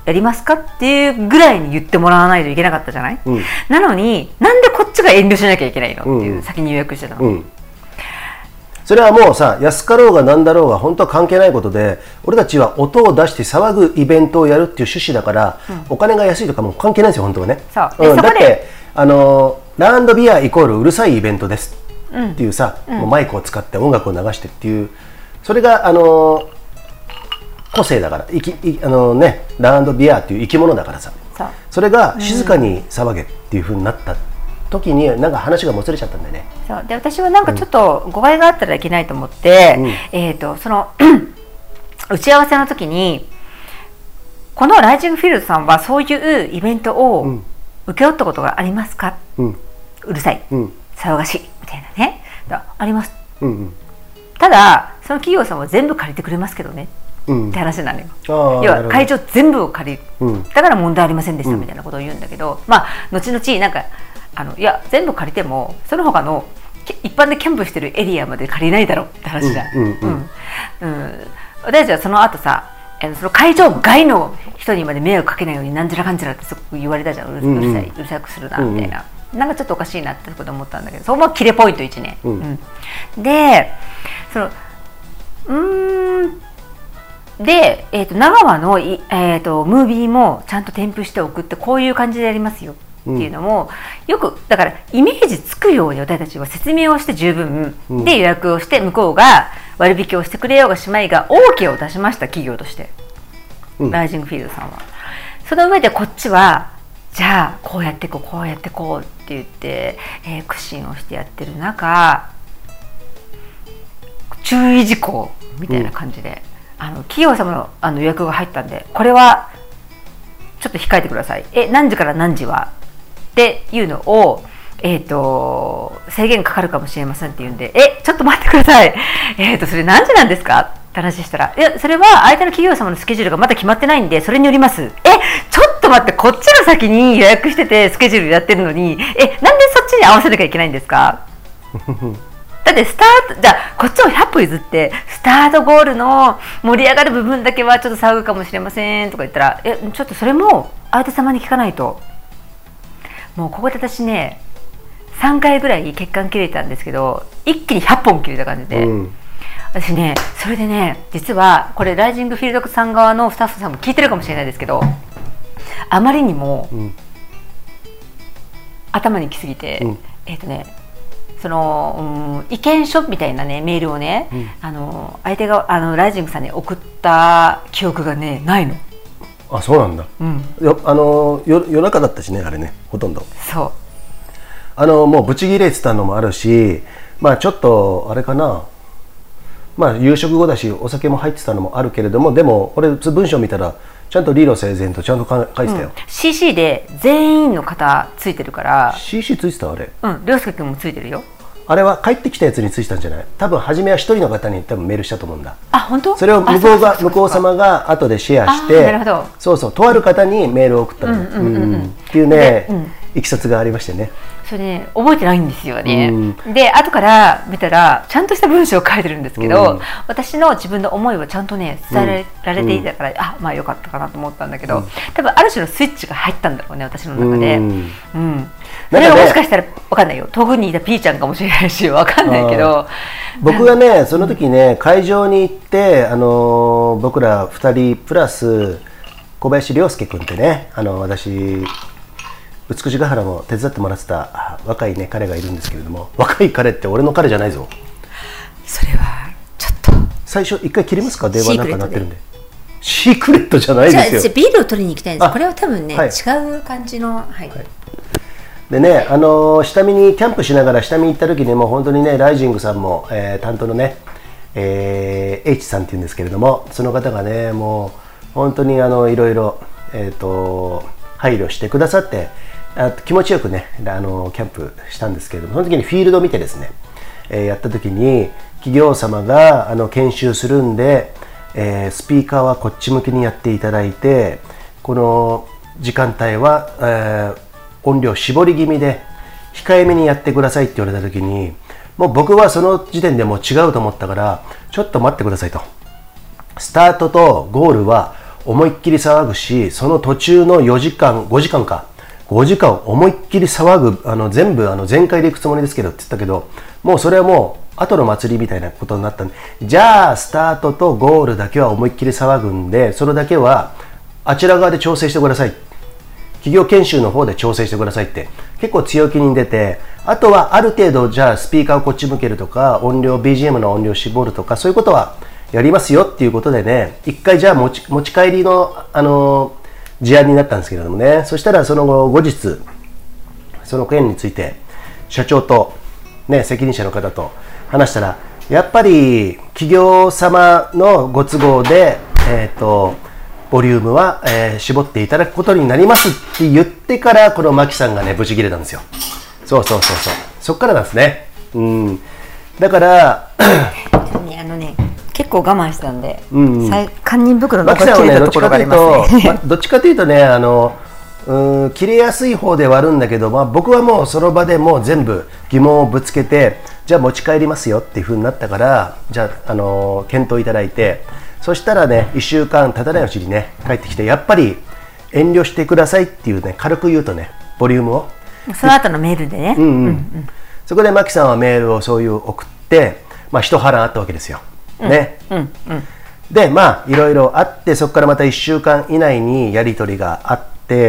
やりますかっていうぐらいに言ってもらわないといけなかったじゃない、なのになんでこっちが遠慮しなきゃいけないのっていう、先に予約してたの、 それはもうさ、安かろうがなんだろうが本当は関係ないことで、俺たちは音を出して騒ぐイベントをやるっていう趣旨だから、お金が安いとかも関係ないんですよ本当はね。だってランビアイコールうるさいイベントですっていうさ、もうマイクを使って音楽を流してっていう、それが個性だから、ランビアっていう生き物だからさ、それが静かに騒げっていう風になった時になんか話がもつれちゃったんだよね。 そうで、私はなんかちょっと誤解があったらいけないと思って、その打ち合わせの時にこのライジングフィールドさんはそういうイベントを請け負ったことがありますか、うるさい、騒がしいみたいなね、あります、ただその企業さんは全部借りてくれますけどねって話なのよ。要は会場全部を借りる、だから問題ありませんでしたみたいなことを言うんだけど、まあ後々なんかいや全部借りてもその他の一般でキャンプしてるエリアまで借りないだろうって話じゃん。私たちはその後さ、その会場外の人にまで迷惑かけないようになんちゃらかんちゃらってすごく言われたじゃん。うるさくするなみたいな、なんかちょっとおかしいなってこと思ったんだけど、そこはキレポイント1ね、でそので、長川の、ムービーもちゃんと添付して送ってこういう感じでやりますよっていうのも、よくだからイメージつくように私たちは説明をして十分、で予約をして向こうが割引をしてくれようがしまいが OK を出しました、企業として、ライジングフィールドさんは。その上でこっちはじゃあこうやってこうこうやってこうって言って、苦心をしてやってる中、注意事項みたいな感じで、企業様の予約が入ったんでこれはちょっと控えてください、何時から何時はっていうのを、制限かかるかもしれませんって言うんで、ちょっと待ってください、それ何時なんですかって話したら、いやそれは相手の企業様のスケジュールがまだ決まってないんでそれによります。ちょっと待って、こっちが先に予約しててスケジュールやってるのになんでそっちに合わせなきゃいけないんですかだってじゃあこっちを100歩譲ってスタートゴールの盛り上がる部分だけはちょっと騒ぐかもしれませんとか言ったら、ちょっとそれも相手様に聞かないと。もうここで私ね3回ぐらい血管切れたんですけど、一気に100本切れた感じで、私ねそれでね、実はこれライジングフィールドさん側のスタッフさんも聞いてるかもしれないですけど、あまりにも、頭にきすぎて、その意見書みたいなねメールをね、相手がライジングさんに送った記憶がねないの。 あ、そうなんだ。夜中だったしね、あれね、ほとんど。 そう。 もうブチギレてたのもあるし、まあちょっとあれかな。まあ夕食後だしお酒も入ってたのもあるけれども、でも俺文章見たらちゃんと理路整然とちゃんと書いてたよ。 CC で全員の方ついてるから。 CC ついてたあれ。 涼介君もついてるよ。 あれは帰ってきたやつについてたんじゃない？多分初めは一人の方に多分メールしたと思うんだ。 あ、本当？ それを向こう様が後でシェアして、 なるほど。 そうそう、とある方にメールを送ったのっていうね、いきさつがありましてね。 それね覚えてないんですよね。で後から見たらちゃんとした文章を書いてるんですけど、私の自分の思いはちゃんとね伝えられていたから、まあよかったかなと思ったんだけど、多分ある種のスイッチが入ったんだろうね、私の中で。それはもしかしたら分かんないよ、遠くにいたピーちゃんかもしれないし分かんないけど、 僕がねその時ね会場に行って、僕ら2人プラス小林涼介君ってね、私美しが原も手伝ってもらってた若いね彼がいるんですけれども、若い彼って俺の彼じゃないぞ。 それはちょっと最初一回切りますか、電話なんか鳴ってるんで。シークレットじゃないですよ。 じゃあビールを取りに行きたいんです。これは多分ね、違う感じの、 でね、下見にキャンプしながら下見に行った時にもう本当にねライジングさんも、担当のね、H さんっていうんですけれども、その方がねもう本当にいろいろ配慮してくださって、気持ちよくねキャンプしたんですけれども、その時にフィールドを見てですね、やった時に企業様が研修するんで、スピーカーはこっち向きにやっていただいて、この時間帯は、音量絞り気味で控えめにやってくださいって言われた時に、もう僕はその時点でもう違うと思ったから、ちょっと待ってくださいと、スタートとゴールは思いっきり騒ぐし、その途中の5時間思いっきり騒ぐ、全部全開で行くつもりですけどって言ったけど、もうそれはもう後の祭りみたいなことになったんで、じゃあスタートとゴールだけは思いっきり騒ぐんで、それだけはあちら側で調整してください、企業研修の方で調整してくださいって結構強気に出て、あとはある程度じゃあスピーカーをこっち向けるとか、音量 BGM の音量絞るとか、そういうことはやりますよっていうことでね、一回じゃあ持ち帰りの事案になったんですけれどもね。そしたらその後日その件について社長とね、責任者の方と話したら、やっぱり企業様のご都合でボリュームは、絞っていただくことになりますって言ってから、このマキさんがねブチ切れたんですよ。そっからなんですね。だから結構我慢したんで、堪忍袋のマキさんはね、どっちかというとね、切れやすい方ではあるんだけど、僕はもうその場でもう全部疑問をぶつけて、じゃあ持ち帰りますよっていう風になったから、じゃあ、検討いただいて、そしたらね、1週間経たないうちにね帰ってきて、やっぱり遠慮してくださいっていうね、軽く言うとね、ボリュームをその後のメールでね、 そこでマキさんはメールをそういう送って、一波乱あったわけですよね。でいろいろあって、そこからまた1週間以内にやり取りがあって、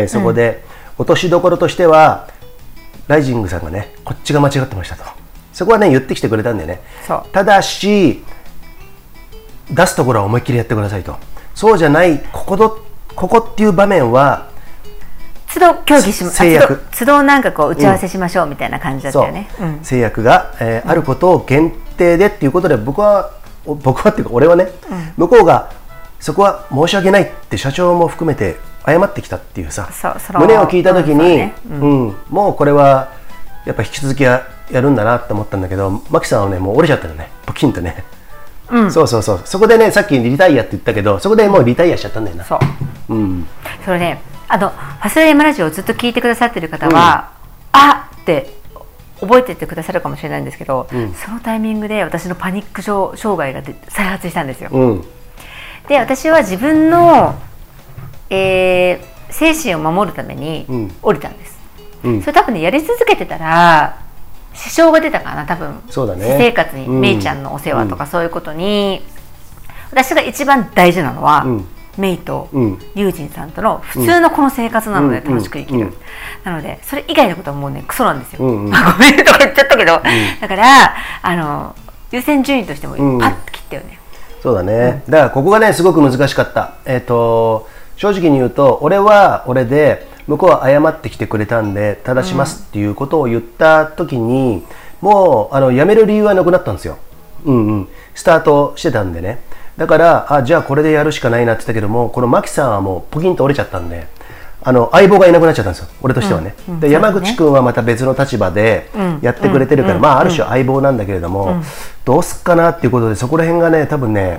そこで落としどころとしては、ライジングさんがね、こっちが間違ってましたと、そこはね言ってきてくれたんだよね。ただし出すところは思いっきりやってくださいと、そうじゃないここっていう場面は都度協議します、都度なんかこう打ち合わせしましょうみたいな感じだったよね。 制約が、あることを限定でっていうことで、僕はっていうか俺はね、向こうがそこは申し訳ないって社長も含めて謝ってきたっていうさ、胸を聞いた時に、もうこれはやっぱ引き続きやるんだなって思ったんだけど、マキさんはねもう折れちゃったよね、ポキンとね。そこでね、さっきリタイアって言ったけど、そこでもうリタイアしちゃったんだよな。 それね、ファスレ山ラジオをずっと聞いてくださってる方は、あって覚えててくださるかもしれないんですけど、そのタイミングで私のパニック障害が再発したんですよ。で、私は自分の、精神を守るために降りたんです。それ多分ね、やり続けてたら支障が出たかな、多分。 そうだね、 私生活に、メイちゃんのお世話とかそういうことに、私が一番大事なのは、メイとリュウジンさんとの普通のこの生活なので、楽しく生きる、なのでそれ以外のことはもうねクソなんですよ。ごめんとか言っちゃったけど、だから優先順位としてもパッと切ったよね。 そうだね、だからここがねすごく難しかった。正直に言うと、俺は俺で向こうは謝ってきてくれたんで正しますっていうことを言った時に、もう辞める理由はなくなったんですよ。スタートしてたんでね。だからじゃあこれでやるしかないなって言ったけども、このマキさんはもうポキンと折れちゃったんで、相棒がいなくなっちゃったんですよ、俺としてはね。で、山口君はまた別の立場でやってくれてるから、ある種相棒なんだけれども、どうすっかなっていうことで、そこら辺がね多分ね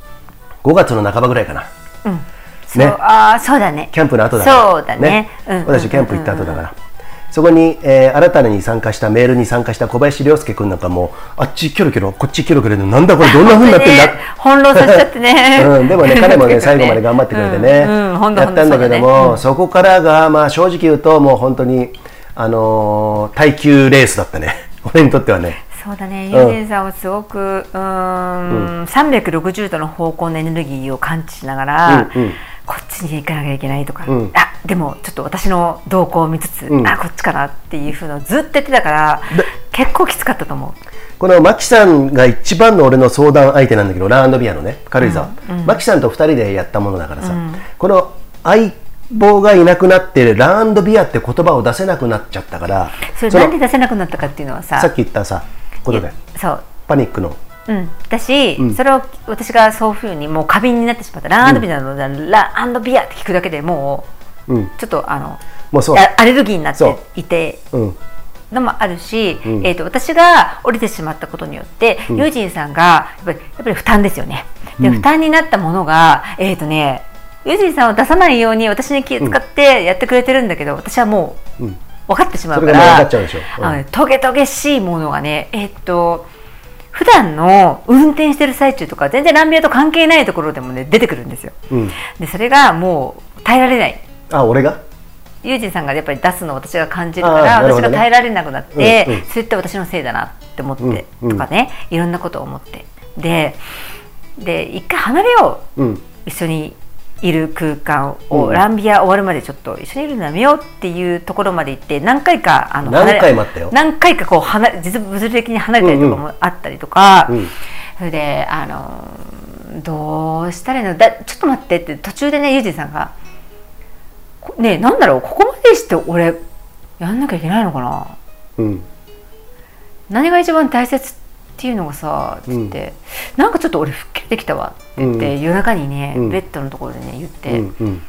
5月の半ばぐらいかな。 そうだね、 キャンプの後だから。 そうだね、 私キャンプ行った後だから。そこに、新たに参加したメールに参加した小林亮介君なんかも、あっちキョロキョロこっちキョロキョロで、なんだこれどんな風になってんだ翻弄させちゃってね。 でもね、彼もね最後まで頑張ってくれてね、やったんだけども、そこからが正直言うともう本当に耐久レースだったね、俺にとってはね。 そうだね、ユージンさんはすごく360度の方向のエネルギーを感知しながら、こっちに行かなきゃいけないとか、でもちょっと私の動向を見つつ、こっちかなっていう風のをずっと言ってたから、結構きつかったと思う。 このマキさんが一番の俺の相談相手なんだけど、ラービアのね、軽井沢、マキさんと2人でやったものだからさ、この相棒がいなくなってラービアって言葉を出せなくなっちゃったから。 それなんで出せなくなったかっていうのはさっき言ったさことで、パニックの。 だし、それを私がそういうふうにもう過敏になってしまった、ラービアのラービアって聞くだけでもう、ちょっともうアレルギーになっていてのもあるし、私が降りてしまったことによって、ユージンさんがやっぱり負担ですよね。で、負担になったものがユージンさんを出さないように私に気を使ってやってくれてるんだけど、私はもう分かってしまうから、トゲトゲしいものがね、 普段の運転してる最中とか全然ランビアと関係ないところでもね出てくるんですよ、でそれがもう耐えられない。 俺がユージンさんがやっぱり出すのを私が感じるから、私が耐えられなくなって、それって私のせいだなって思って、とかね、いろんなことを思って、で一回離れよう、一緒にいる空間を、ランビア終わるまでちょっと一緒にいるのやめようっていうところまで行って、何回か何回もあったよ。 何回かこう実物理的に離れたりとかもあったりとか、それでどうしたらいいの、ちょっと待ってって途中でねユージンさんがねえ、なんだろう、ここまでして俺やんなきゃいけないのかな、何が一番大切っていうのがさつって、なんかちょっと俺吹っ切れてきたわって言って、夜中にね、ベッドのところでね言って、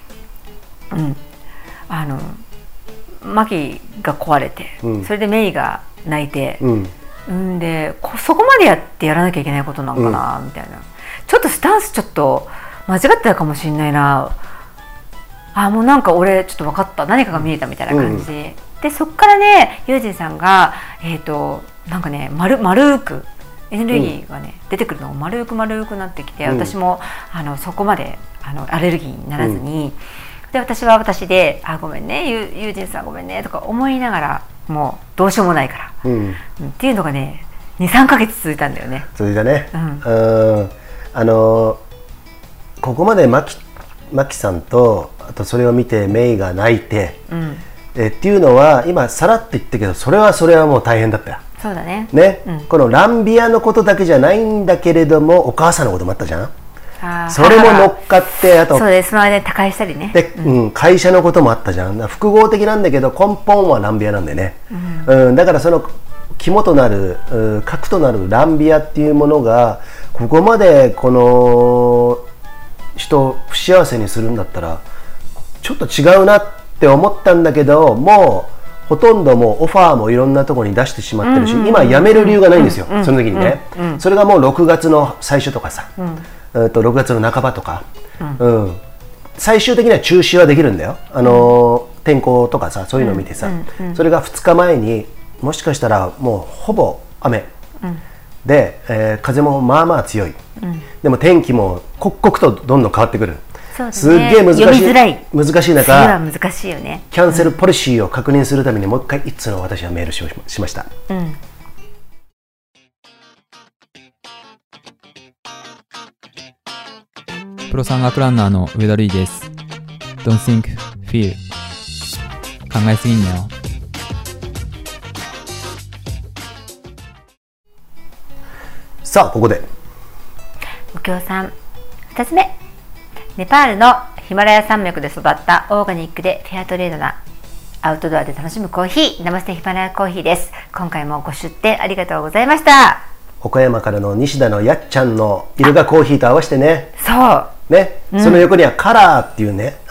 マキが壊れて、それでメイが泣いて、でそこまでやってやらなきゃいけないことなんかな、みたいな、ちょっとスタンスちょっと間違ってたかもしれないな、もうなんか俺ちょっと分かった、何かが見えたみたいな感じで、でそっからねユージンさんがなんかね丸くエネルギーがね、出てくるのが丸くなってきて、私もそこまでアレルギーにならずに、で私は私でごめんねユージンさんごめんねとか思いながら、もうどうしようもないから、っていうのがね 2,3 ヶ月続いたんだよね。 続いたね。ここまでマキさんと、あとそれを見てメイが泣いて、っていうのは今さらって言ったけど、それはもう大変だったよ。 そうだね。 このランビアのことだけじゃないんだけれども、お母さんのこともあったじゃん。それも乗っかって、あとそうです、その間に他界したりね。 で、会社のこともあったじゃん。複合的なんだけど根本はランビアなんでね。だからその肝となる核となるランビアっていうものがここまでこの人を不幸せにするんだったらちょっと違うなって思ったんだけど、もうほとんどもうオファーもいろんなところに出してしまってるし、今辞める理由がないんですよ、その時にね。それがもう6月の最初とかさ、6月の半ばとか、最終的には中止はできるんだよ、天候とかさ、そういうのを見てさ、それが2日前にもしかしたらもうほぼ雨、で、風もまあまあ強い、でも天気も刻々とどんどん変わってくる。すっげえ難しい中、 難しいよね。 キャンセルポリシーを確認するためにもう一回一通の私はメールしました。 プロ山岳ランナーの上田瑠衣です。 Don't think, feel 考えすぎんなよ。 さあここでお経さん2つ目、ネパールのヒマラヤ山脈で育ったオーガニックでフェアトレードなアウトドアで楽しむコーヒー、ナマステヒマラヤコーヒーです。今回もご出店ありがとうございました。 岡山からの西田のやっちゃんのイルガコーヒーと合わせてね、 そうね、その横にはカラーっていうね、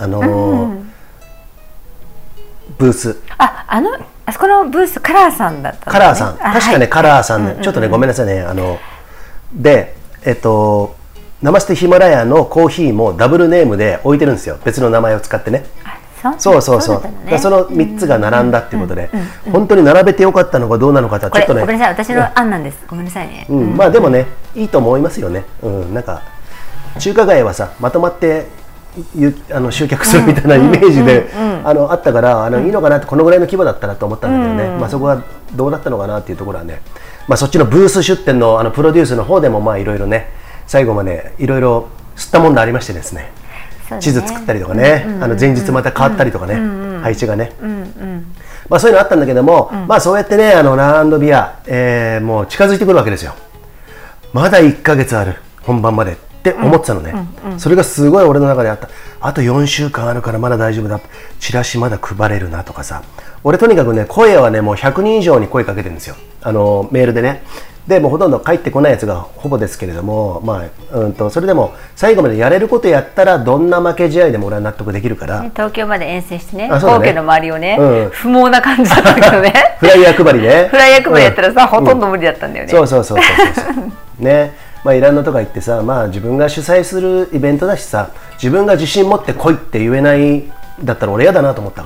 ブース、あそこのブースカラーさんだったんだね。 カラーさん、確かね、カラーさんね、ちょっとねごめんなさいね、でナマステヒマラヤのコーヒーもダブルネームで置いてるんですよ、別の名前を使ってね。そう、その3つが並んだっていうことで、本当に並べてよかったのかどうなのかちょっとね、 ごめんなさい、私の案なんです、ごめんなさいね。 まあでもね、いいと思いますよね。なんか中華街はさ、まとまって集客するみたいなイメージであったから、いいのかなって、このぐらいの規模だったらと思ったんだけどね、まあそこはどうだったのかなっていうところはね、まあそっちのブース出店のプロデュースの方でもまあいろいろね、最後までいろいろ吸ったもんでありましてですね、地図作ったりとかね、前日また変わったりとかね、配置がね、まあそういうのあったんだけども、まあそうやってね、ランビア、もう近づいてくるわけですよ。まだ1ヶ月ある本番までって思ってたのね。それがすごい俺の中であった。あと4週間あるからまだ大丈夫だ、チラシまだ配れるなとかさ、俺とにかくね、声はねもう100人以上に声かけてるんですよ、メールでね。でもうほとんど帰ってこないやつがほぼですけれども、まあそれでも最後までやれることやったらどんな負け試合でも俺は納得できるから、 東京まで遠征してね、皇居の周りをね、不毛な感じだったけどねフライヤー配りね、 フライヤー配りやったらさ、ほとんど無理だったんだよね。 そうね、まあイランのとか行ってさ、まあ自分が主催するイベントだしさ、自分が自信持って来いって言えないだったら俺嫌だなと思ったから、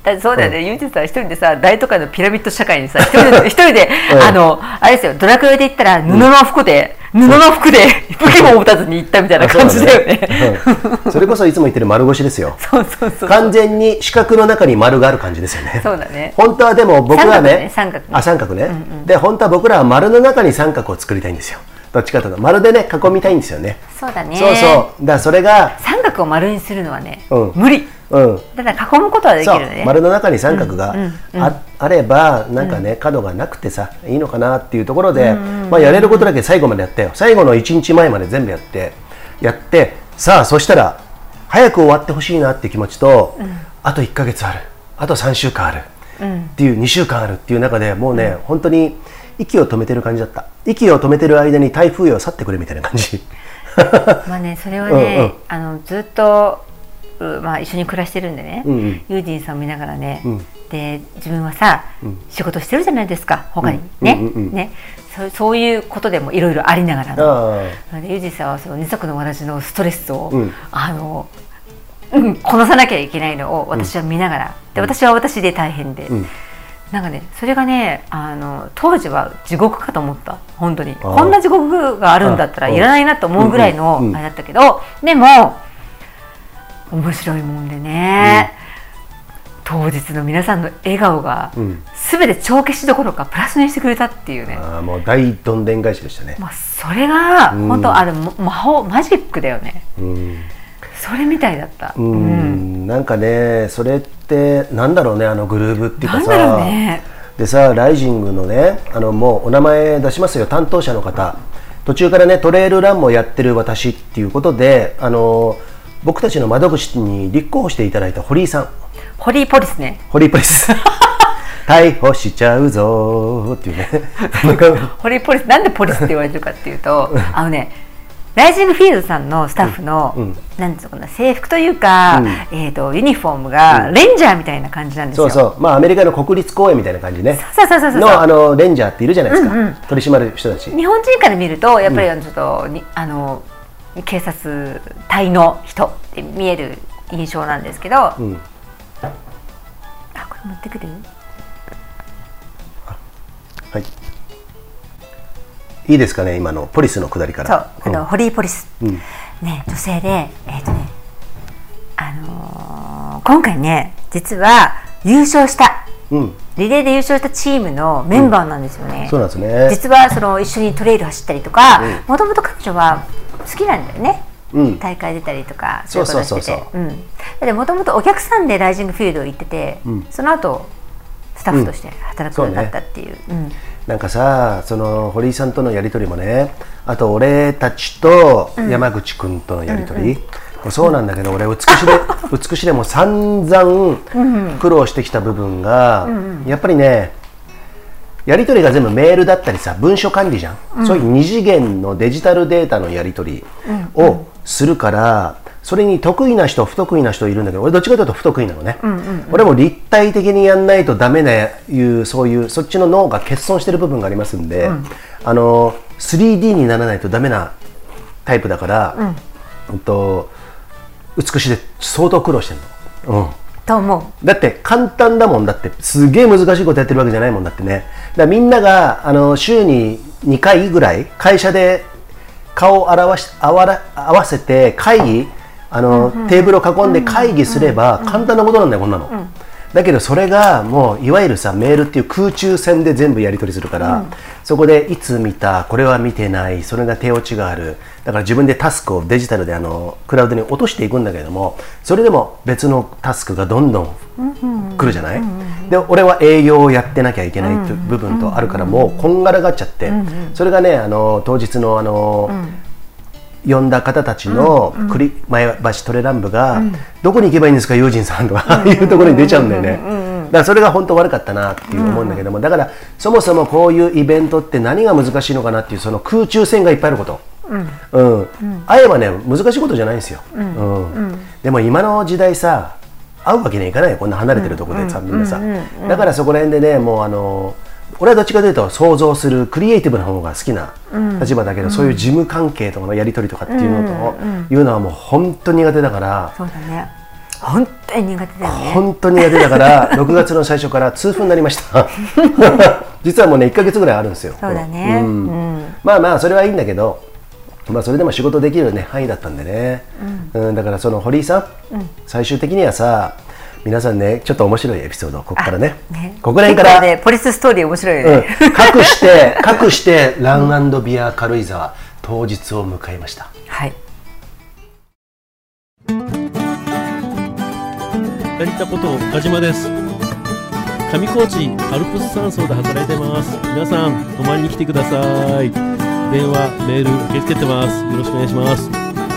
だそうだよね、ユージさん一人でさ大都会のピラミッド社会にさ一人であれですよ、ドラクエで言ったら布の服で武器も持たずに行ったみたいな感じだよね。 それこそいつも言ってる丸腰ですよ。 そう完全に四角の中に丸がある感じですよね。 そうだね。 本当はでも僕はね、 三角ね、で本当は僕らは丸の中に三角を作りたいんですよ。どっちかというと丸でね囲みたいんですよね。 そうだね。 そうだからそれが三角を丸にするのはね、無理。だから囲むことはできるね。 丸の中に三角があればなんかね角がなくてさいいのかなっていうところで、やれることだけ最後までやったよ。最後の1日前まで全部やってさあそしたら早く終わってほしいなっていう気持ちと、あと1ヶ月ある、あと3週間あるっていう2週間あるっていう中でもうね、本当に息を止めてる感じだった。息を止めてる間に台風よ去ってくれみたいな感じ。 まあね、それはね、ずっと一緒に暮らしてるんでね、ユージンさんを見ながらね、で自分はさ、仕事してるじゃないですか他にね、そういうことでもいろいろありながらの、ユージンさんはその二足のわらじのストレスを、こなさなきゃいけないのを私は見ながら、で私は私で大変で。なんかね、それがね、当時は地獄かと思った。本当にこんな地獄があるんだったらいらないなと思うぐらいのあれだったけど、でも面白いもんでね、当日の皆さんの笑顔が全て帳消しどころかプラスにしてくれたっていうね。 もう大どんでん返しでしたね。 それが本当あれマジックだよね。それみたいだった。 なんかね、それってなんだろうね、グルーブっていうかさ、 なんだろうね。 でさ、ライジングのね、もうお名前出しますよ、担当者の方。途中からねトレイルランもやってる私っていうことで、僕たちの窓口に立候補していただいた堀井さん。 堀井ポリスね。 堀井ポリス。逮捕しちゃうぞーっていうね。 堀井ポリス、なんでポリスって言われてるかっていうと、ライジングフィールドさんのスタッフの、なんていうのかな、制服というか、ユニフォームがレンジャーみたいな感じなんですよ。 アメリカの国立公園みたいな感じね。のレンジャーっているじゃないですか。取り締まる人たち。日本人から見るとやっぱりちょっと警察隊の人って見える印象なんですけど、これ持ってくる？ はい。いいですかね、今のポリスの下りから。 そう、堀井ポリス、ね、女性で、今回ね実は優勝した、リレーで優勝したチームのメンバーなんですよね。 そうなんですね。 実は一緒にトレイル走ったりとか、もともと彼女は好きなんだよね。大会出たりとかそういうことしてて、もともとお客さんでライジングフィールド行ってて、その後スタッフとして働くようになったっていう。 なんかさ、その堀井さんとのやり取りもね、あと俺たちと山口君とのやり取り、そうなんだけど、俺美しでも散々苦労してきた部分が、やっぱりね、やり取りが全部メールだったりさ、文書管理じゃん、そういう二次元のデジタルデータのやり取りをするから、それに得意な人不得意な人いるんだけど、俺どっちかというと不得意なのね。俺も立体的にやんないとダメなそういうそっちの脳が欠損してる部分がありますんで、3D にならないとダメなタイプだから、美しで相当苦労してるの。 と思う。 だって簡単だもん。だってすげえ難しいことやってるわけじゃないもんだってね。だからみんなが週に2回ぐらい会社で顔を合わせて会議、テーブルを囲んで会議すれば簡単なことなんだよ、こんなの。だけどそれがもういわゆるさ、メールっていう空中戦で全部やり取りするから、そこでいつ見た、これは見てない、それが手落ちがある。だから自分でタスクをデジタルでクラウドに落としていくんだけれども、それでも別のタスクがどんどん来るじゃない。で俺は営業をやってなきゃいけないという部分とあるから、もうこんがらがっちゃって、それがね当日の呼んだ方たちの前橋トレラン部が、どこに行けばいいんですか、ユージンさんとかいうところに出ちゃうんだよね。だからそれが本当悪かったなっていう思うんだけども、だからそもそもこういうイベントって何が難しいのかなっていう、その空中戦がいっぱいあること、会えばね難しいことじゃないんですよ。でも今の時代さ、会うわけにはいかないよ、こんな離れてるところでさ、みんなさ。だからそこら辺でね、もう俺はどっちかというと想像するクリエイティブな方が好きな立場だけど、そういう事務関係とかのやり取りとかっていうのはもう本当に苦手だから。 そうだね。 本当に苦手だよね。 本当に苦手だから6月の最初から痛風になりました実はもうね1ヶ月ぐらいあるんですよ。 そうだね、 まあまあそれはいいんだけど、まあそれでも仕事できる、ね、範囲だったんでね、だからその堀井さん、最終的にはさ皆さんねちょっと面白いエピソードここからね、ここら辺から、 ね、ポリスストーリー面白いよね、 隠してラン&ビア軽井沢当日を迎えました。 はい。 やりたこと岡島です。上高地アルプス山荘で働いてます。皆さん泊まりに来てください。電話メール受け付けてます。よろしくお願いします。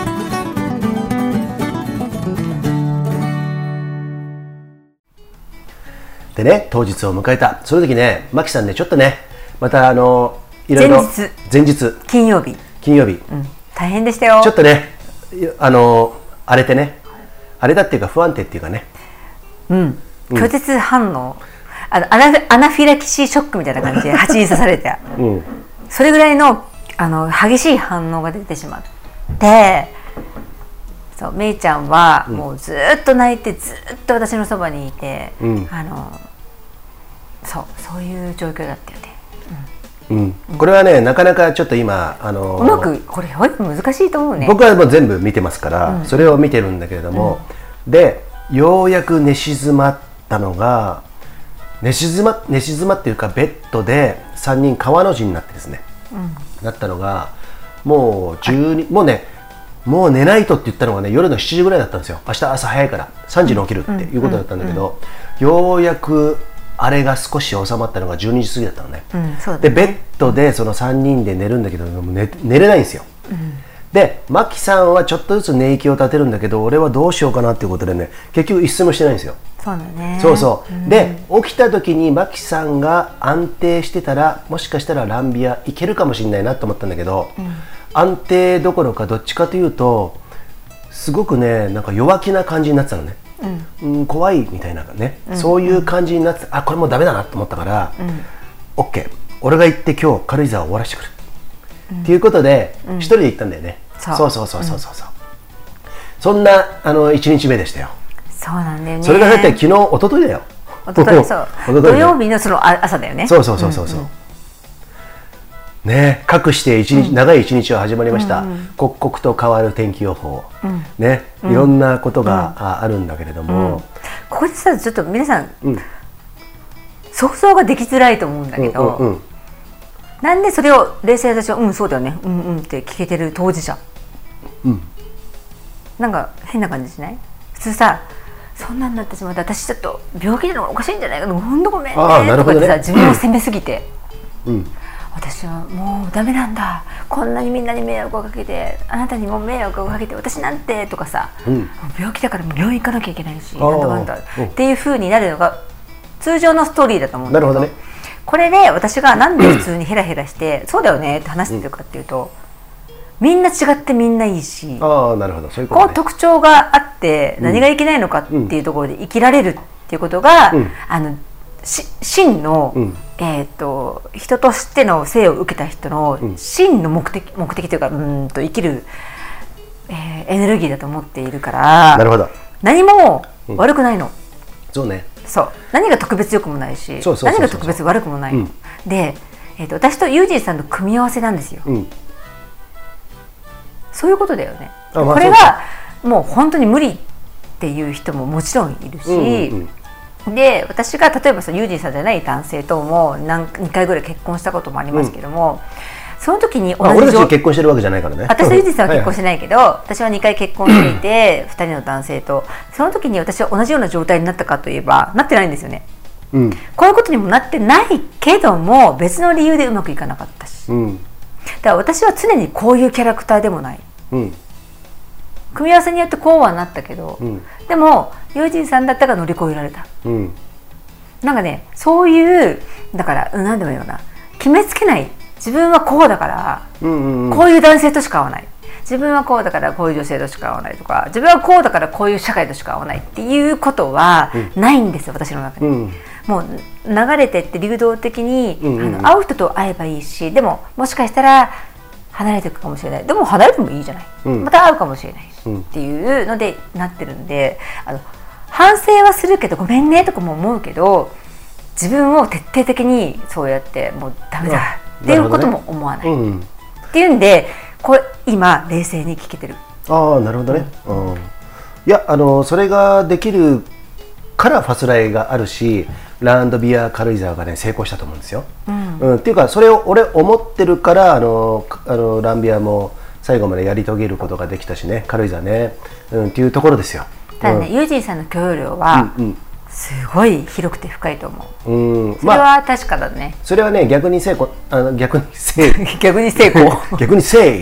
でね、当日を迎えたその時ね、マキさんねちょっとねまたいろいろ前日金曜日、大変でしたよ。 ちょっとね荒れてね、荒れたっていうか不安定っていうかね、 拒絶反応、アナフィラキシーショックみたいな感じで蜂に刺されて、それぐらいの激しい反応が出てしまって、そうめいちゃんはもうずっと泣いてずっと私のそばにいて、そういう状況だったよね。 これはねなかなかちょっと今うまくこれ難しいと思うね。 僕はもう全部見てますから、それを見てるんだけれども、でようやく寝静まったのが寝静まっていうかベッドで3人川の字になってですね、なったのがもう12、もう寝ないとって言ったのがね夜の7時ぐらいだったんですよ。明日朝早いから3時に起きるっていうことだったんだけど、ようやくあれが少し収まったのが12時過ぎだったのね。でベッドでその3人で寝るんだけど寝れないんですよ。でマキさんはちょっとずつ寝息を立てるんだけど、俺はどうしようかなっていうことでね結局一睡もしてないんですよ。 そうだね。 で起きた時にマキさんが安定してたらもしかしたらランビアいけるかもしれないなと思ったんだけど、安定どころかどっちかというとすごくねなんか弱気な感じになってたのね。怖いみたいなね、そういう感じになって、これもうダメだなと思ったから、OK 俺が行って今日軽井沢を終わらせてくる、っていうことで一人で行ったんだよね。そうそんな1日目でしたよ。 そうなんだよね。 それがだって昨日一昨日だよ。 土曜日のその朝だよね。そうね、かくして長い一日は始まりました。刻々と変わる天気予報、ね、いろんなことがあるんだけれども、 ここでさちょっと皆さん、想像ができづらいと思うんだけど、なんでそれを冷静に私はそうだよねって聞けてる当事者、なんか変な感じしない？普通さそんなんなってしまって私ちょっと病気なのがおかしいんじゃないか、ほんとごめんねとかってさ自分を責めすぎて。私はもうダメなんだ、こんなにみんなに迷惑をかけてあなたにも迷惑をかけて私なんてとかさ、病気だから病院行かなきゃいけないしなんとかなんだっていう風になるのが通常のストーリーだと思うんだけど、これで私がなんで普通にヘラヘラしてそうだよねって話してるかっていうと、みんな違ってみんないいし、こう特徴があって何がいけないのかっていうところで生きられるっていうことが、真の、人としての生を受けた人の真の目的というか生きる、エネルギーだと思っているから、何も悪くないの。そう何が特別良くもないし何が特別悪くもないの、で、私とユージンさんの組み合わせなんですよ、そういうことだよね。これがもう本当に無理っていう人ももちろんいるし、で私が例えばユージンさんじゃない男性とも2回ぐらい結婚したこともありますけども、その時に俺たち結婚してるわけじゃないからね。 私とユージンさんは結婚してないけど、私は2回結婚していて2人の男性と、その時に私は同じような状態になったかといえばなってないんですよね。こういうことにもなってないけども別の理由でうまくいかなかったし、だから私は常にこういうキャラクターでもない、組み合わせによってこうはなったけど、でもユージンさんだったら乗り越えられた、なんかねそういうだから何でもいいような決めつけない、自分はこうだから、こういう男性としか会わない、自分はこうだからこういう女性としか会わないとか、自分はこうだからこういう社会としか会わないっていうことはないんですよ、私の中に。もう流れてって流動的に、会う人と会えばいいし、でももしかしたら離れていくかもしれない、でも離れてもいいじゃない、また会うかもしれないし、っていうのでなってるんで、 反省はするけどごめんねとかも思うけど、自分を徹底的にそうやってもうダメだっていうことも思わない、っていうんでこれ今冷静に聞けてる。 ああなるほどね、いやそれができるからファスライがあるし、ランドビア軽井沢がね成功したと思うんですよ、っていうかそれを俺思ってるからランビアも最後までやり遂げることができたしね、軽井沢ね、っていうところですよ。 ただね、ユージンさんの許容量はすごい広くて深いと思う。それは確かだね。 それはね逆に成功逆に成逆に成功逆に成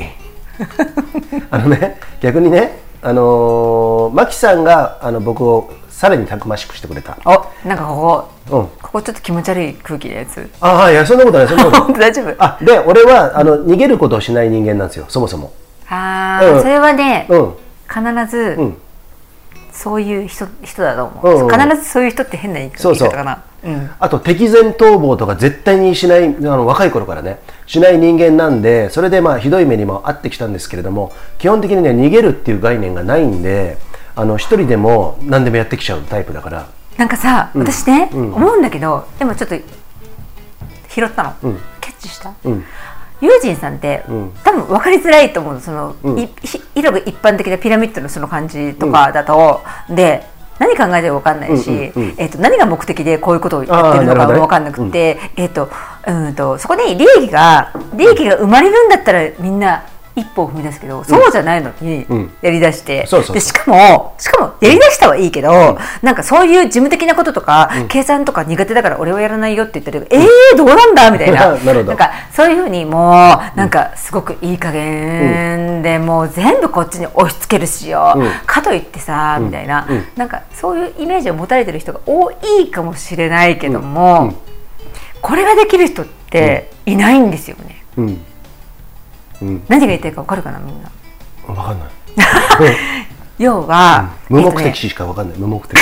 逆にねマキさんが僕をさらにたくましくしてくれた。 なんかここちょっと気持ち悪い空気のやつ。 いやそんなことないそんなこと本当大丈夫。 で俺は逃げることをしない人間なんですよそもそも。 それはね、必ず、そういう人だと思う、必ずそういう人って変な言い方かな。 あと敵前逃亡とか絶対にしない、若い頃からねしない人間なんで、それでひどい目にも遭ってきたんですけれども、基本的にね逃げるっていう概念がないんで、一人でも何でもやってきちゃうタイプだから。 なんかさ、私ね、思うんだけど、でもちょっと拾ったの、キャッチした、ユージンさんって、多分分かりづらいと思う。色が一般的なピラミッドのその感じとかだと、で何考えてるか分かんないし、何が目的でこういうことをやってるのかも分かんなくて、そこに利益が生まれるんだったらみんな一歩を踏み出すけど、そうじゃないのにやりだして、でしかもやりだしたはいいけど、なんかそういう事務的なこととか、計算とか苦手だから俺はやらないよって言ったら、どうなんだみたいななんかそういうふうにもうなんかすごくいい加減で、もう全部こっちに押し付けるしよ、かといってさみたいな、なんかそういうイメージを持たれてる人が多いかもしれないけども、これができる人っていないんですよね。何が言ってるか分かるかな、みんな。 分かんない要は、 無目的しか分かんない。無目的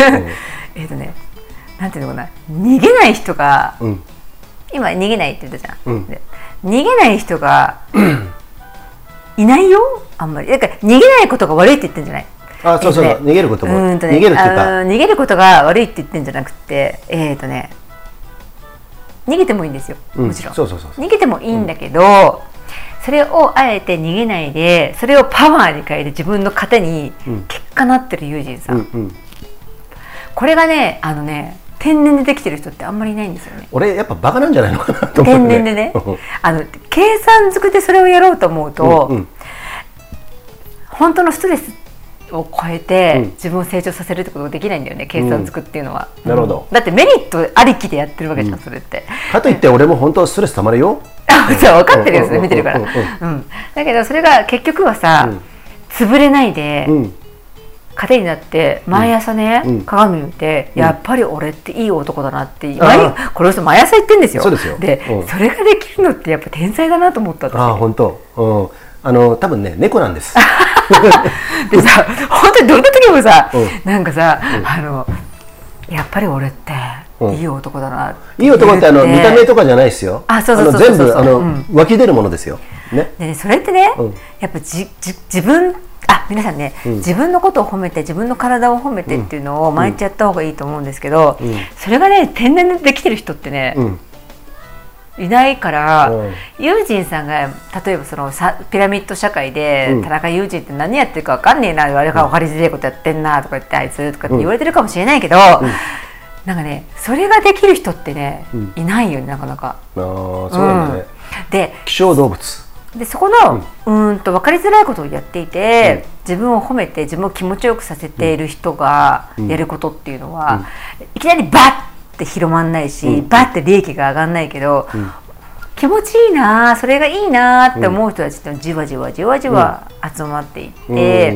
なんていうのかな、逃げない人が、今逃げないって言ったじゃん、逃げない人がいないよ、あんまり。だから逃げないことが悪いって言ってるんじゃない。 逃げることも逃げるっていうか、 逃げることが悪いって言ってるんじゃなくて、逃げてもいいんですよ、もちろん。逃げてもいいんだけど、それをあえて逃げないで、それをパワーに変えて自分の糧に結果なってるユージンさん、これがね、天然でできてる人ってあんまりいないんですよね。 俺やっぱバカなんじゃないのかなと思って、 天然でね計算づくでそれをやろうと思うと、本当のストレスを超えて自分を成長させるってことができないんだよね、計算づくっていうのは。 なるほど。 だってメリットありきでやってるわけじゃん、それって。 かといって俺も本当はストレスたまるよ。 そう分かってるよ、それ見てるから。だけどそれが結局はさ、潰れないで糧になって、毎朝ね、鏡見て、やっぱり俺っていい男だなって、この人毎朝言ってんですよ。でそれができるのってやっぱ天才だなと思った。 本当。多分ね、猫なんです。 でさ、本当にどんな時もさ、なんかさ、やっぱり俺っていい男だな。 いい男って見た目とかじゃないですよ。全部湧き出るものですよ。 でそれってね、やっぱ自分、皆さんね、自分のことを褒めて、自分の体を褒めてっていうのを毎日やった方がいいと思うんですけど、それがね、天然でできてる人ってね、いないから、ユージンさんが例えばそのピラミッド社会で、田中ユージンって何やってるか分かんねえな、あれが分かりづらいことやってんなとか言って、あいつとかって言われてるかもしれないけど、なんかね、それができる人ってね、いないよね、なかなか。 そうなんだね。 で、 希少動物で、そこの分かりづらいことをやっていて、自分を褒めて自分を気持ちよくさせている人がやることっていうのは、いきなりバッって広まんないし、バッて利益が上がんないけど、気持ちいいな、それがいいなって思う人たちってじわじわ集まっていって、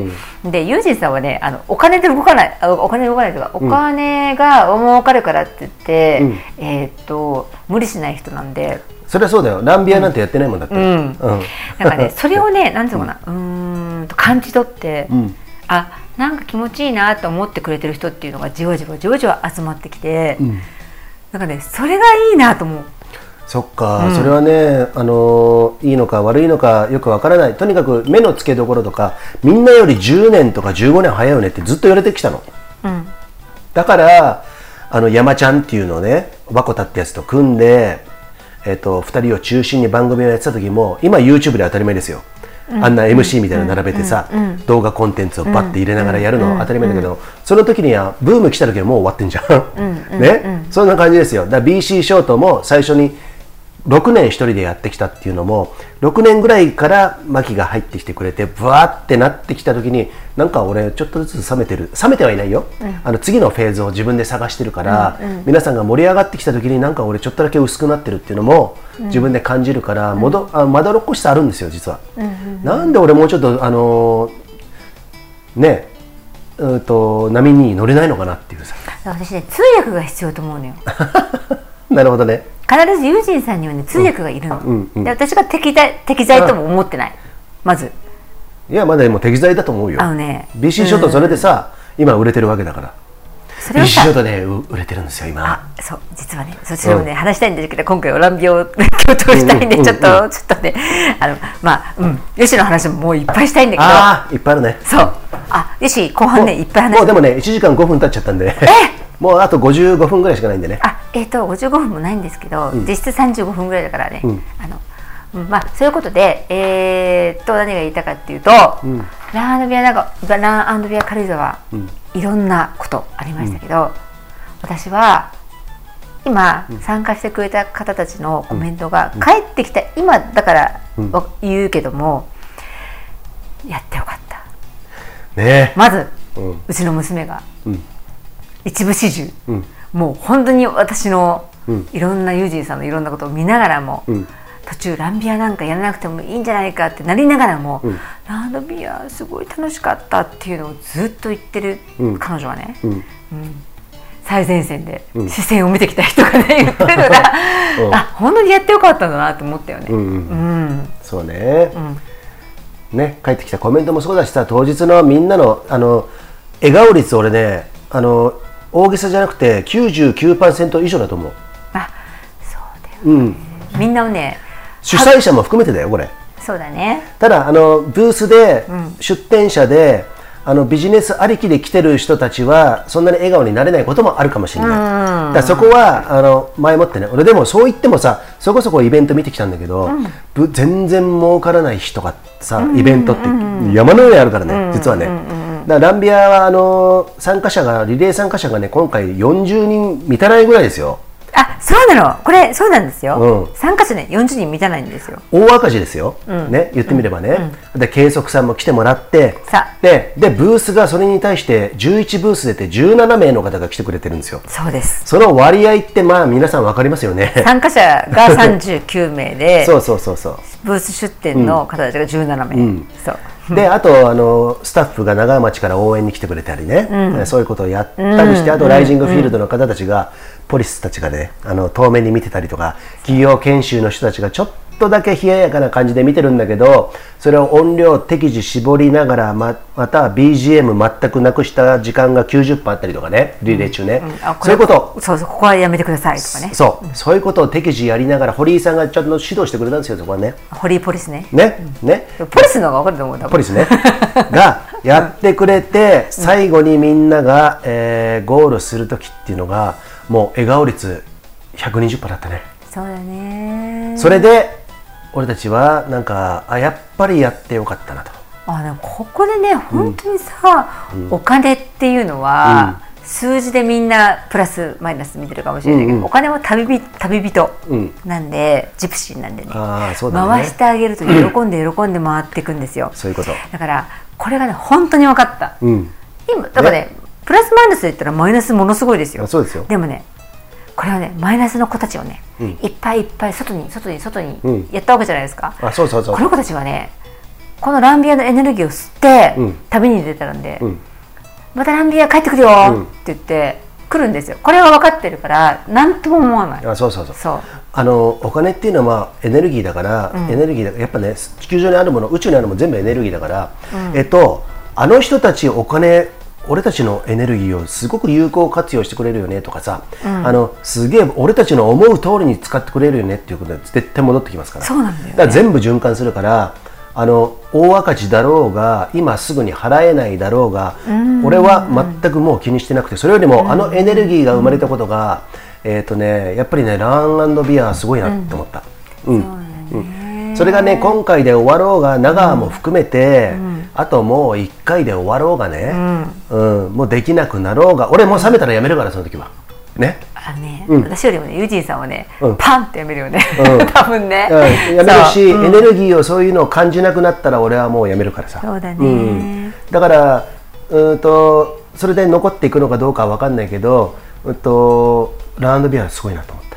でユージンさんはね、お金で動かない、お金というか、お金が儲かるからって言って、無理しない人なんで。 それはそうだよ、ランビアなんてやってないもんだって。 だからね、それをね、なんていうのかな、感じ取って、なんか気持ちいいなと思ってくれてる人っていうのがじわじわ集まってきて、なんかね、それがいいなと思う。 そっか、それはね、いいのか悪いのかよくわからない。とにかく目の付けどころとか、みんなより10年とか15年早いよねってずっと言われてきたの。 だから山ちゃんっていうのをね、和子田ってやつと組んで、2人を中心に番組をやってた時も、今 YouTube で当たり前ですよ。あんな MC みたいなの並べてさ、動画コンテンツをバッて入れながらやるのは当たり前だけど、その時にはブーム来た時はもう終わってんじゃん。ね、そんな感じですよ。だから BC ショートも最初に6年一人でやってきたっていうのも、6年ぐらいからマキが入ってきてくれて、ブワーってなってきた時に、なんか俺ちょっとずつ冷めてはいないよ、次のフェーズを自分で探してるから、皆さんが盛り上がってきた時に、なんか俺ちょっとだけ薄くなってるっていうのも自分で感じるから、まどろっこしさあるんですよ実は。なんで俺もうちょっとね、波に乗れないのかなっていうさ。 私ね、通訳が必要と思うのよ。 なるほどね。 必ずユージンさんにはね、通訳がいるの。で、私が適材とも思ってない。まず。 いや、まだでも適材だと思うよ。BC ショートそれでさ、今売れてるわけだから。BC ショートで売れてるんですよ今。 そう、実はね、そちらをね、話したいんですけど、今回オランビアを共闘したいんで、ちょっとね、ヨシの話ももういっぱいしたいんだけど。 いっぱいあるね。 そう。ヨシ後半ね、いっぱい話して。 もうでもね、1時間5分経っちゃったんで。もうあと55分ぐらいしかないんでね。 55分もないんですけど、実質35分ぐらいだからね。そういうことで、何が言いたかっていうと、ランビア軽井沢、いろんなことありましたけど、私は今参加してくれた方たちのコメントが帰ってきた今だから言うけども、やってよかった。まずうちの娘が一部始終、もう本当に私のいろんなユージンさんのいろんなことを見ながらも、途中ランビアなんかやらなくてもいいんじゃないかってなりながらも、ランビアすごい楽しかったっていうのをずっと言ってる彼女はね、最前線で視線を見てきた人がね言ってるのが、本当にやってよかったんだなと思ったよね。 そうね。ね、帰ってきたコメントもそうだしさ、当日のみんなの笑顔率、俺ね、大げさじゃなくて 99% 以上だと思う。 そうだよね。みんなをね、 主催者も含めてだよこれ。 そうだね。 ただブースで、出店者でビジネスありきで来てる人たちはそんなに笑顔になれないこともあるかもしれない。だからそこは前もってね、俺でもそう言ってもさ、そこそこイベント見てきたんだけど、全然儲からない人がさ、イベントって山の上にあるからね、実はね。だからランビアはリレー参加者がね、今回40人満たないぐらいですよ。 そうなの。これそうなんですよ。参加者ね、40人満たないんですよ。 大赤字ですよ。ね、言ってみればね。で、計測さんも来てもらって、でブースがそれに対して11ブース出て17名の方が来てくれてるんですよ。 そうです。 その割合って皆さん分かりますよね。 参加者が39名で、 そう。 ブース出店の方たちが17名。 で、あとスタッフが長町から応援に来てくれたりね、そういうことをやったりして、あとライジングフィールドの方たちが、ポリスたちがね、遠目に見てたりとか、企業研修の人たちがちょっとだけ冷ややかな感じで見てるんだけど、それを音量適時絞りながら、また BGM 全くなくした時間が 90% あったりとかね、リレー中ね、そういうこと、 ここはやめてくださいとかね、 そういうことを適時やりながら、堀井さんがちゃんと指導してくれたんですよ、そこはね。 堀井ポリスね。 ポリスの方が分かると思う。 ポリスねがやってくれて、最後にみんなが、ゴールする時っていうのが、もう笑顔率 120% だったね。 そうだね。 それで俺たちはなんかやっぱりやってよかったなと。 でもここでね、本当にさ、お金っていうのは、数字でみんなプラスマイナス見てるかもしれないけど、お金は旅人なんで、ジプシーなんでね、回してあげると喜んで回っていくんですよ。 そういうことだから、これがね本当に分かった。今だからね、プラスマイナスで言ったらマイナスものすごいですよ。 そうですよ。 でもね、これはね、マイナスの子たちをね、いっぱい外にやったわけじゃないですか。 そう。 この子たちはね、このランビアのエネルギーを吸って旅に出てたんで、またランビア帰ってくるよって言って来るんですよ。これは分かってるから何とも思わない。 そうお金っていうのはエネルギーだから、やっぱね、地球上にあるもの、宇宙にあるもの全部エネルギーだから、あの人たち俺たちのエネルギーをすごく有効活用してくれるよねとかさ、すげえ俺たちの思う通りに使ってくれるよねっていうことで絶対戻ってきますから。 そうなんだよね。 だから全部循環するから、 大赤字だろうが今すぐに払えないだろうが、俺は全くもう気にしてなくて、それよりもエネルギーが生まれたことが、やっぱりねラン&ビアすごいなって思った。それがね今回で終わろうが長川も含めて、あともう1回で終わろうがね、もうできなくなろうが、俺もう冷めたらやめるからその時はね。 私よりもねユージンさんはね、パンってやめるよね、多分ね、 やめるし、エネルギーをそういうのを感じなくなったら俺はもうやめるからさ。 そうだね、 だからそれで残っていくのかどうかは分かんないけど、ランドビアはすごいなと思った。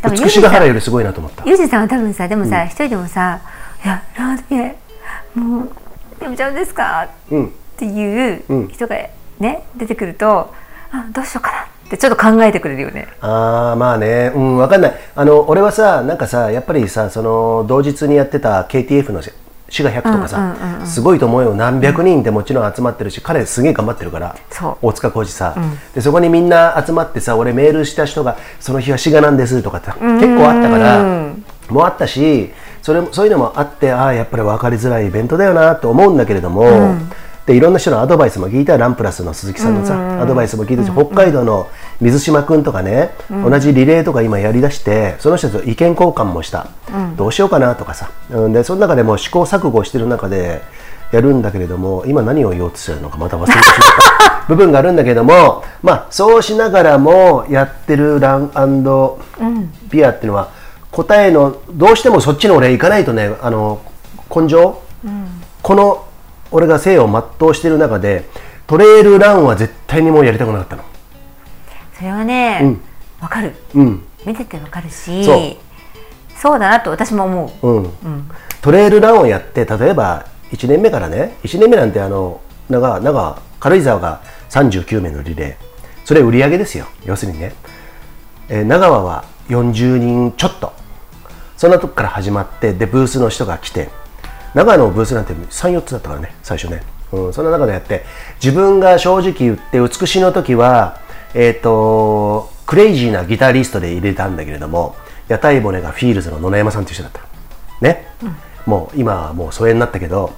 美しが原よりすごいなと思った。 ユージンさんは多分さ、でもさ、一人でもさ、いやランドビアもうやめちゃうんですかっていう人がね出てくると、どうしようかなってちょっと考えてくれるよね。 まあね、分かんない。俺はさ、なんかさ、やっぱりさ、同日にやってた KTF の滋賀100とかさ、すごいと思うよ。何百人ってもちろん集まってるし、彼すげえ頑張ってるから、大塚浩二さ、でそこにみんな集まってさ、俺メールした人がその日は滋賀なんですとかって結構あったから、もうあったし、そういうのもあって、やっぱり分かりづらいイベントだよなと思うんだけれども、でいろんな人のアドバイスも聞いた、ランプラスの鈴木さんのさ、アドバイスも聞いたし、北海道の水島君とかね、同じリレーとか今やりだして、その人と意見交換もした、どうしようかなとかさ、でその中でも試行錯誤してる中でやるんだけれども、今何を言おうとしてるのかまた忘れてしまった部分があるんだけども、そうしながらもやってるラン&ビアっていうのは、答えのどうしてもそっちの俺行かないとね、根性、この俺が生を全うしている中でトレイルランは絶対にもうやりたくなかったの。 それはね、分かる、見てて分かるし、そうだなと私も思う、 トレイルランをやって、例えば1年目からね、1年目なんて軽井沢が39名のリレー、それ売り上げですよ。要するにね、長川は40人ちょっと、そんなとこから始まって、でブースの人が来て、長野のブースなんて 3,4 つだったからね最初ね、そんな中でやって、自分が正直言って美しの時はクレイジーなギタリストで入れたんだけれども、屋台骨がフィールズの野々山さんという人だったね、もう今はもう疎遠になったけど、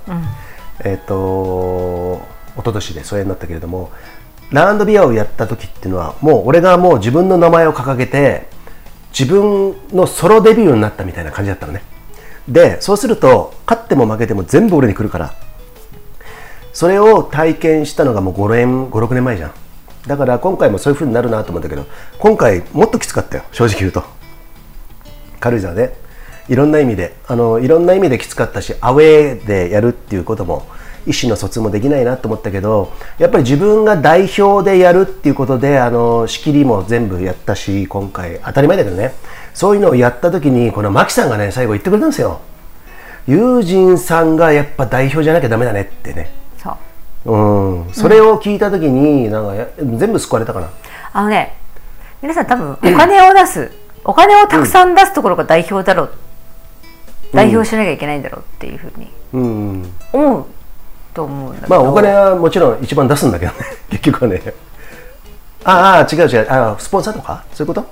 一昨年で疎遠になったけれども、ランドビアをやった時っていうのは、もう俺がもう自分の名前を掲げて自分のソロデビューになったみたいな感じだったのね。でそうすると勝っても負けても全部俺に来るから、それを体験したのがもう5、6年前じゃん。だから今回もそういう風になるなと思うんだけど、今回もっときつかったよ正直言うと。軽井沢でいろんな意味できつかったし、アウェーでやるっていうことも意思の疎通もできないなと思ったけど、やっぱり自分が代表でやるっていうことで仕切りも全部やったし、今回当たり前だけどね、そういうのをやった時にこのマキさんがね最後言ってくれたんですよ。ユージンさんがやっぱ代表じゃなきゃダメだねってね。それを聞いた時になんか全部救われたかな。 皆さん多分お金を出すお金をたくさん出すところが代表だろう、代表しなきゃいけないんだろうっていうふうに思うと思うんだけど、 お金はもちろん一番出すんだけどね結局はね。違うスポンサーとかそういうこと？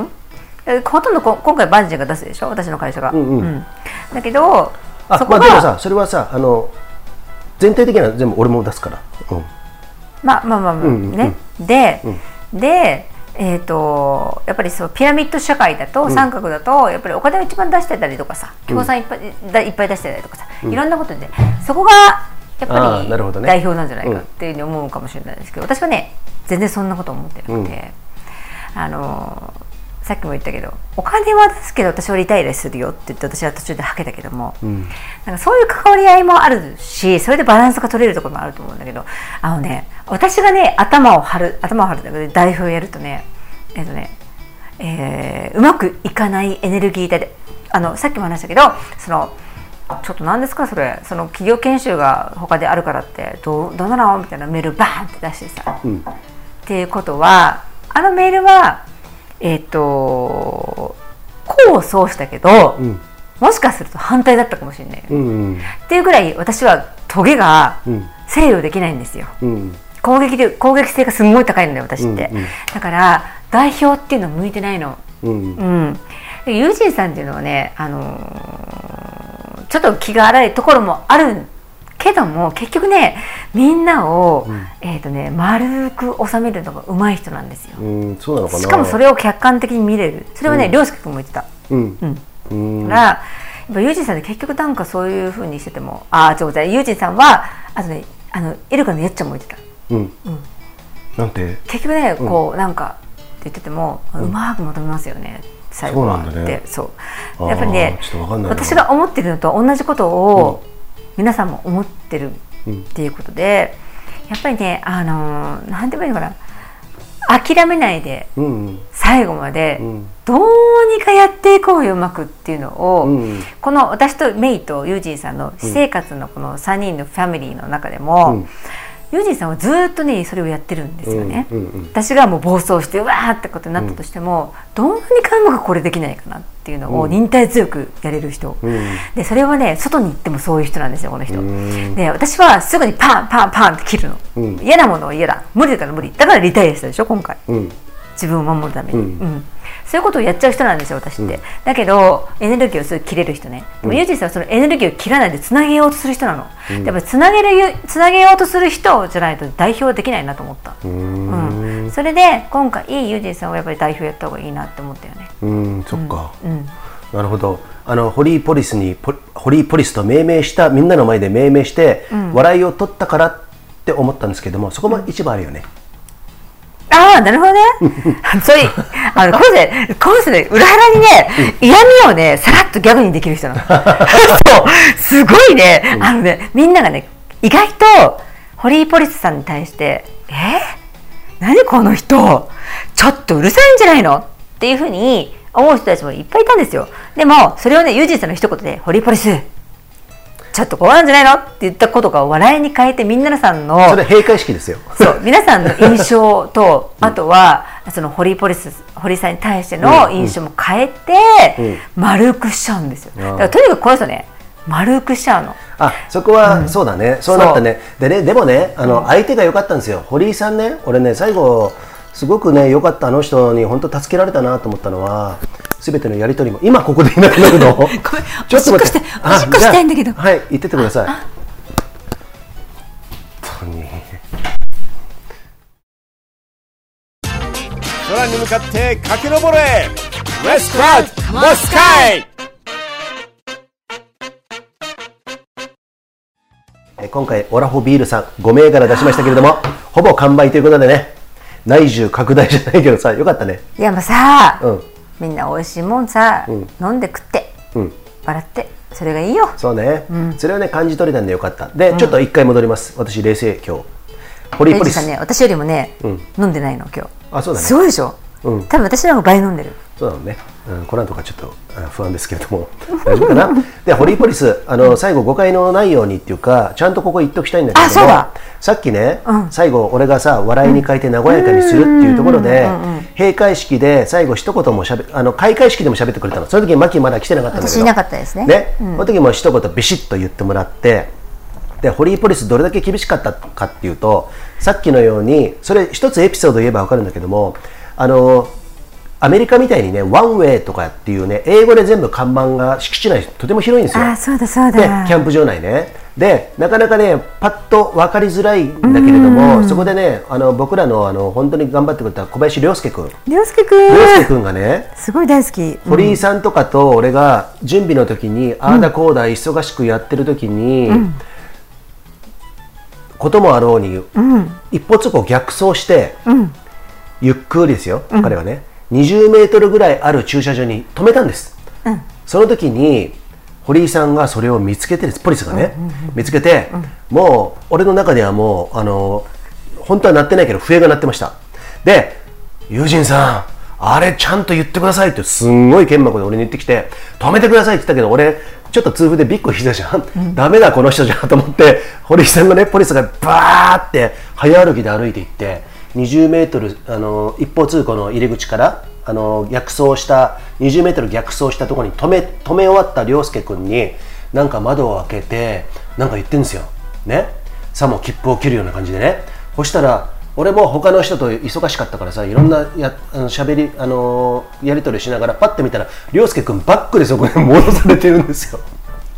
ほとんど今回バンジーが出すでしょ、私の会社が。だけどそこがでもさ、それはさ全体的には全部俺も出すから。 ね。でやっぱりそうピラミッド社会だと、三角だとやっぱりお金を一番出してたりとかさ、協賛いっぱい出してたりとかさ、いろんなことでそこがやっぱり代表なんじゃないかっていうふうに思うかもしれないですけど、私はね全然そんなこと思ってなくて、さっきも言ったけどお金は出すけど私はリタイアするよって言って私は途中ではけたけども、なんかそういう関わり合いもあるし、それでバランスが取れるところもあると思うんだけど、私がね頭を張るだけで代表をやるとね、うまくいかないエネルギーでさっきも話したけど、ちょっと何ですかそれ、企業研修が他であるからってどうなのみたいなメールバーンって出してさ、っていうことはメールは功を奏したけど、もしかすると反対だったかもしれない、っていうぐらい私はトゲが制御できないんですよ、攻撃性がすごい高いので私って、だから代表っていうのは向いてないの。ユージンさんっていうのはね、 ちょっと気が荒いところもあるけども、結局ねみんなを、丸く収めるのが上手い人なんですよ。 そうなのかな。 しかもそれを客観的に見れる。それはね、涼介君も言ってた。だからやっぱユージンさんって結局なんかそういう風にしてても、ユージンさんはあとねエルカのやっちゃんも言ってた。なんて結局ねこうなんかって言っててもうまくまとめますよね。最後はってそうやっぱりね私が思ってるのと同じことを皆さんも思ってるっていうことで、やっぱりねなんて言えばいいのかな、諦めないで最後までどうにかやっていこうようまくっていうのを、この私とメイとユージンさんの私生活のこの3人のファミリーの中でも、ユージンさんはずっとねそれをやってるんですよね。私がもう暴走してうわーってことになったとしても、どうにかうまくこれできないかなっていうのを忍耐強くやれる人、でそれはね外に行ってもそういう人なんですよこの人。で私はすぐにパンパンパンって切るの、嫌なものは嫌だ、無理だから無理だからリタイアしたでしょ今回、自分を守るために、そういうことをやっちゃう人なんですよ私って、だけどエネルギーをすぐ切れる人ね。でもユージンさんはそのエネルギーを切らないでつなげようとする人なの。やっぱりつなげようとする人じゃないと代表できないなと思った。それで今回ユージンさんはやっぱり代表やった方がいいなって思ったよね。 そっか、なるほど。ホリーポリスと命名した、みんなの前で命名して、笑いを取ったからって思ったんですけども、そこも一番あるよね。 なるほどね。そういうこの人ね裏腹にね、嫌味をねさらっとギャグにできる人なの。そうすごいね、みんながね意外とホリーポリスさんに対して何この人ちょっとうるさいんじゃないのっていうふうに思う人たちもいっぱいいたんですよ。でもそれをねユージンさんの一言でホリーポリスちょっとこうなんじゃないのって言ったことが笑いに変えて、皆さんのそれ閉会式ですよ。 そう皆さんの印象とあとはその堀さんに対しての印象も変えて丸くしちゃうんですよ。だからとにかくこの人ね丸くしちゃうの。 そこはそうだね、そうなったね。でね、でもね相手が良かったんですよ。堀井さんね、俺ね最後すごくね良かった。あの人に本当助けられたなと思ったのは、全てのやり取りも今ここでいなくなるのちょっと待って、おしっこしたいんだけど。 はい、言っててください。 空に向かって駆け上れ、レスクラウドモスカイ。 今回オラホビールさん5銘柄出しましたけれども、ほぼ完売ということでね、内需拡大じゃないけどさ、よかったね。 いやもうさ、みんな美味しいもんさ、飲んで食って、笑って、それがいいよ。 そうね、それをね感じ取れたんでよかった。で、ちょっと一回戻ります。私冷静今日。ホリーポリスさんね、私よりもね、飲んでないの今日。 そうだね。 すごいでしょ。多分私の方が倍飲んでる。 そうだね。この後がちょっと不安ですけれども大丈夫かな。でホリーポリス最後誤解のないようにっていうか、ちゃんとここ言っておきたいんだけれども、さっきね、最後俺がさ笑いに変えて和やかにするっていうところで、閉会式で最後一言も開会式でも喋ってくれたの。その時マキまだ来てなかったんだけど、 私いなかったですね。 ね、その時も一言ビシッと言ってもらって、でホリーポリスどれだけ厳しかったかっていうと、さっきのようにそれ一つエピソード言えば分かるんだけども、アメリカみたいにね、ワンウェイとかっていうね、英語で全部看板が敷地内とても広いんですよ。 そうだそうだ。 で、キャンプ場内ね。で、なかなかね、パッと分かりづらいんだけれども、そこでね、僕らの本当に頑張ってくれた小林涼介君がね、 すごい大好き。 堀井さんとかと俺が準備の時に、ああだこうだ忙しくやってる時に、こともあろうに、一歩通行逆走して、ゆっくりですよ、彼はね。20メートルぐらいある駐車場に止めたんです、その時に堀井さんがそれを見つけてです、ポリスがね、見つけて、もう俺の中ではもう本当は鳴ってないけど笛が鳴ってました。で、友人さんあれちゃんと言ってくださいってすんごい剣幕で俺に言ってきて、止めてくださいって言ったけど、俺ちょっと痛風でビッコ引いたじゃん、ダメだこの人じゃんと思って、堀井さんがね、ポリスがバーって早歩きで歩いていって20メートル一方通行の入り口から逆走した20メートル逆走したところに止め終わった涼介君になんか窓を開けてなんか言ってんですよね。さも切符を切るような感じでね。そしたら俺も他の人と忙しかったからさ、いろんな喋りやり取りしながらパッて見たら涼介君バックでそこに戻されてるんですよ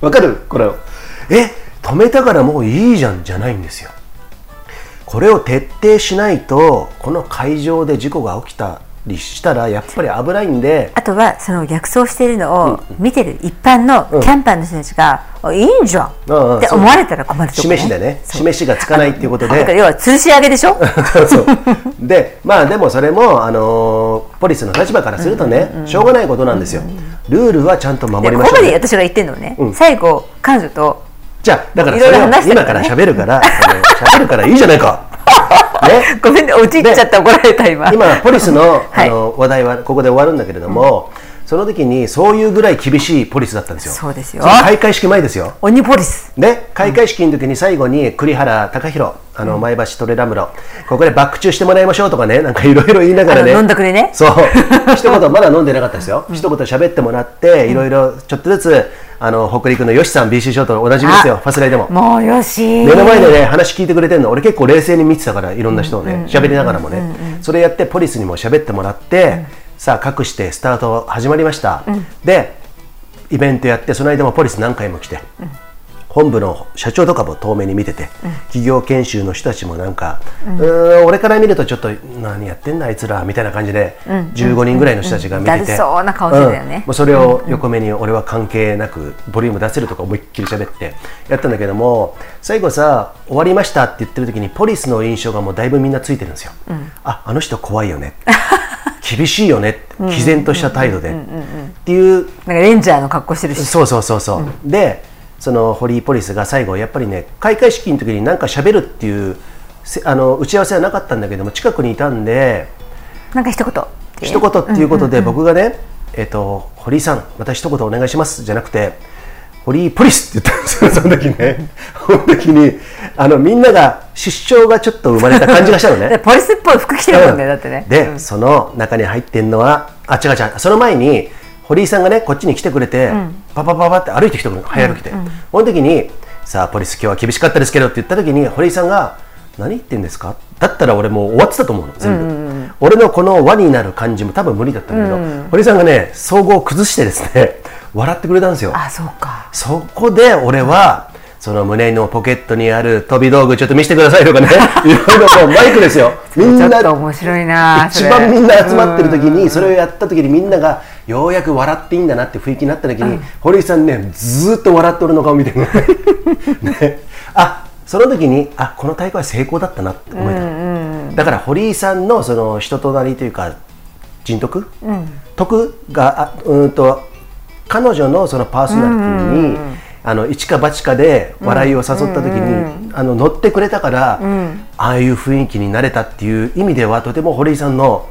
わかる？これを止めたからもういいじゃんじゃないんですよ。これを徹底しないとこの会場で事故が起きたりしたらやっぱり危ないんで、 あとはその逆走しているのを見てる一般のキャンパーの人たちが、いいんじゃんって思われたら困るとこね。 示しでね、示しがつかないっていうことで、 だから要は吊るし上げでしょそうで、でもそれも、ポリスの立場からするとね、しょうがないことなんですよ。ルールはちゃんと守りましょう、ね。 ここまで私が言ってるのね、最後彼女とじゃあだからそれを今から喋るから喋るからいいじゃないかね、 ごめんね、落ちっちゃった、怒られた今ポリスの、話題はここで終わるんだけれども、その時にそういうぐらい厳しいポリスだったんですよ。 そうですよ。 開会式前ですよ。 鬼ポリスね、開会式の時に最後に栗原貴弘、前橋トレラムロ、ここでバック中してもらいましょうとかね、なんかいろいろ言いながらね、 飲んだくれね、 そう一言まだ飲んでなかったですよ。一言喋ってもらっていろいろちょっとずつ北陸のよしさん BC ショートのおなじみですよ。ファスライでももうよし目の前でね話聞いてくれてるの。俺結構冷静に見てたから、いろんな人をね喋りながらもね、それやってポリスにも喋ってもらって、さあ隠してスタート始まりました、でイベントやって、その間もポリス何回も来て、本部の社長とかも遠目に見てて、企業研修の人たちもなんか、俺から見るとちょっと何やってんだあいつらみたいな感じで、15人ぐらいの人たちが見てて、 だるそうな顔してたよね。 もうそれを横目に俺は関係なくボリューム出せるとか思いっきり喋ってやったんだけども、最後さ終わりましたって言ってる時にポリスの印象がもうだいぶみんなついてるんですよ。あの人怖いよね厳しいよね、毅然とした態度でっていう、 なんかレンジャーの格好してるし、 そう、でその堀井ポリスが最後やっぱりね、開会式の時に何か喋るっていう打ち合わせはなかったんだけども、近くにいたんでなんか一言っていうことで、僕がね、堀井さんまた一言お願いしますじゃなくて、堀井ポリスって言ったんですよ。その時ねその時にみんなが失笑がちょっと生まれた感じがしたのねポリスっぽい服着てるもんね、だってね。 で、その中に入ってんのは違うその前に堀井さんがねこっちに来てくれて、パパパパって歩いてきてくるの、早歩きで、その時にさあポリス今日は厳しかったですけどって言った時に、堀井さんが何言ってんですか、だったら俺もう終わってたと思うの全部、俺のこの輪になる感じも多分無理だったんだけど、堀井さんがね総合を崩してですね笑ってくれたんですよ。 そうか。そこで俺はその胸のポケットにある飛び道具ちょっと見せてくださいとかねいろいろもうマイクですよ。みんなちょっと面白いな。 一番みんな集まってる時にそれをやった時に、みんながようやく笑っていいんだなって雰囲気になった時に、堀井さんねずーっと笑って俺の顔見てるねその時にこの大会は成功だったなって思えた、だから堀井さんのその人となりというか人徳、徳が彼女のそのパーソナリティに一か八かで笑いを誘った時に乗ってくれたから、ああいう雰囲気になれたっていう意味では、とても堀井さんの、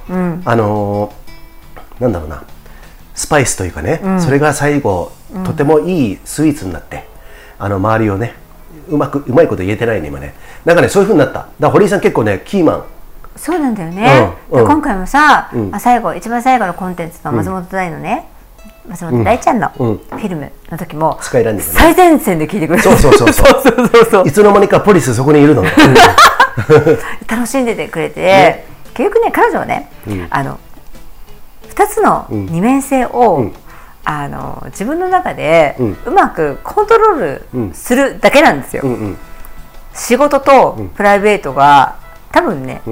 なんだろうな、スパイスというかね、それが最後とてもいいスイーツになって、周りをねうまいこと言えてないね今ね、なんかねそういう風になった。だから堀井さん結構ねキーマン。 そうなんだよね、今回もさ、一番最後のコンテンツの松本大のね、松本大ちゃんのフィルムの時も、 スカイランディングね、 最前線で聞いてくれて、 そういつの間にかポリスそこにいるの楽しんでてくれて、結局ね彼女はね、2つの二面性を、自分の中でうまくコントロールするだけなんですよ、仕事とプライベートが多分ね、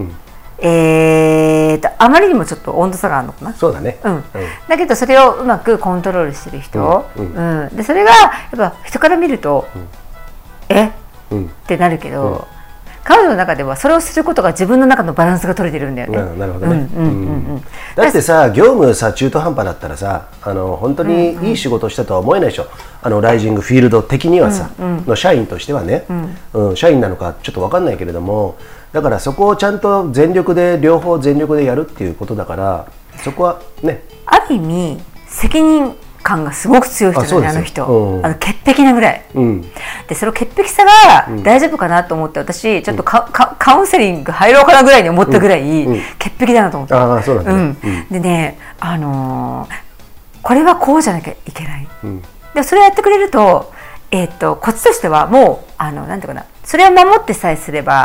あまりにもちょっと温度差があるのかな。 そうだね、 だけどそれをうまくコントロールしてる人、でそれがやっぱ人から見ると、ってなるけど、彼女の中ではそれをすることが自分の中のバランスが取れてるんだよね。 なるほどね。だってさ、業務さ中途半端だったらさ、本当にいい仕事をしたとは思えないでしょ。ライジングフィールド的にはさ、の社員としてはね、社員なのかちょっと分かんないけれども、だからそこをちゃんと両方全力でやるっていうことだから、そこはね、 ある意味責任感がすごく強い人だね、あの人、潔癖なぐらい、でその潔癖さが大丈夫かなと思って、私ちょっとカウンセリング入ろうかなぐらいに思ったぐらい潔癖だなと思って、 そうなんだね、でね、これはこうじゃなきゃいけない、でそれをやってくれると、こっちとしてはもうなんていうかな、それを守ってさえすれば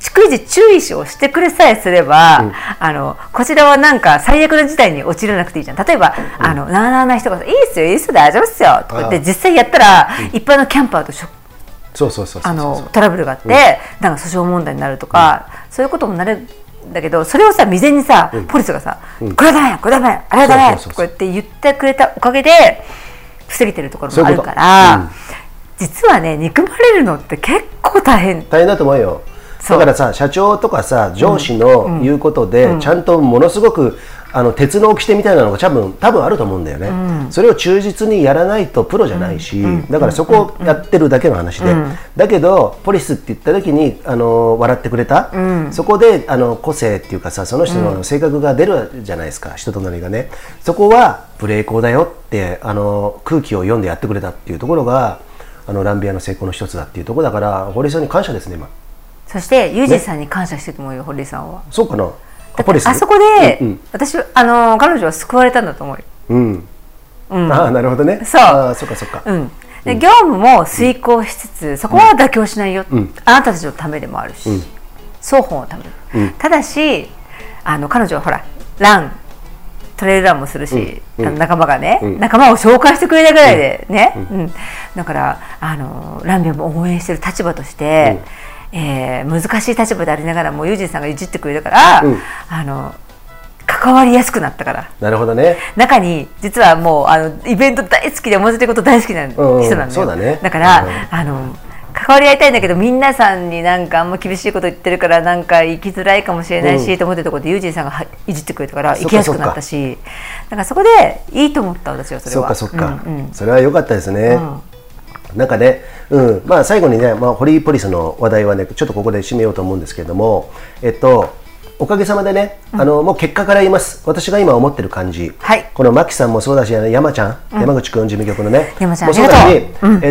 逐一注意をしてくれさえすれば、こちらはなんか最悪な事態に陥らなくていいじゃん。例えば、なあ人がいいっすよいいっすよ大丈夫っすよとかって実際やったら、一般のキャンパーとトラブルがあって、なんか訴訟問題になるとか、そういうこともなるんだけど、それをさ未然にさ、ポリスがさ、これだめこれだめあれだめとかって言ってくれたおかげで防げてるところもあるから、実はね憎まれるのって結構大変だと思うよ。だからさ、社長とかさ上司の言うことで、ちゃんとものすごく鉄の掟みたいなのが多分あると思うんだよね、それを忠実にやらないとプロじゃないし、だからそこをやってるだけの話で、だけどポリスって言った時に笑ってくれた、そこで個性っていうかさ、その人の性格が出るじゃないですか、人となりがね。そこはブレイコーだよって空気を読んでやってくれたっていうところがランビアの成功の一つだっていうところだから、堀井さんに感謝ですね今。 そしてユージさんに感謝してると思うよ、堀井さんは。 そうかな。 あそこで、私彼女は救われたんだと思うよ。 ああなるほどね。そっか。 で業務も遂行しつつ、そこは妥協しないよ、あなたたちのためでもあるし、双方のためで、ただし彼女はほらトレイルランもするし、仲間がね、仲間を紹介してくれたぐらいでね、だからランビアも応援してる立場として、難しい立場でありながらもユージンさんがいじってくれたから、関わりやすくなったから。 なるほどね。 中に実はもうイベント大好きでお祭りこと大好きな人なんだよ。 そうだね。 だから、関わり合いたいんだけど、皆さんになんかあんま厳しいこと言ってるからなんか行きづらいかもしれないし、と思ってるところでユージンさんがいじってくれたから行きやすくなったし、だからそこでいいと思った、私はそれは。 そっか、それは良かったですね。なんかね、最後にね、ホリーポリスの話題はね、ちょっとここで締めようと思うんですけれども、おかげさまでね、もう結果から言います。私が今思ってる感じ。このマキさんもそうだし、山ちゃん、山口くん事務局のね、 山ちゃんもそうだし、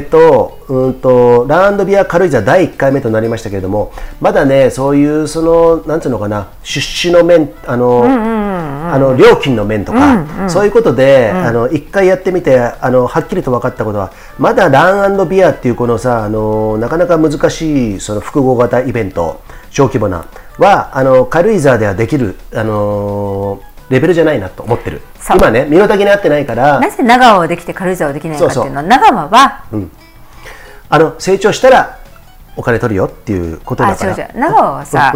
ランビア軽井沢第1回目となりましたけれども、まだね、そういうなんていうのかな、出資の面、料金の面とか、そういうことで、1回やってみてはっきりと分かったことは、まだラン&ビアっていうこのさ、なかなか難しいその複合型イベント、小規模なは軽井沢ではできるレベルじゃないなと思ってる。今ね身の丈に合ってないから。 なぜ長川はできて軽井沢はできないかっていうのは、長川は、 成長したらお金取るよっていうことだから。 長川はさ、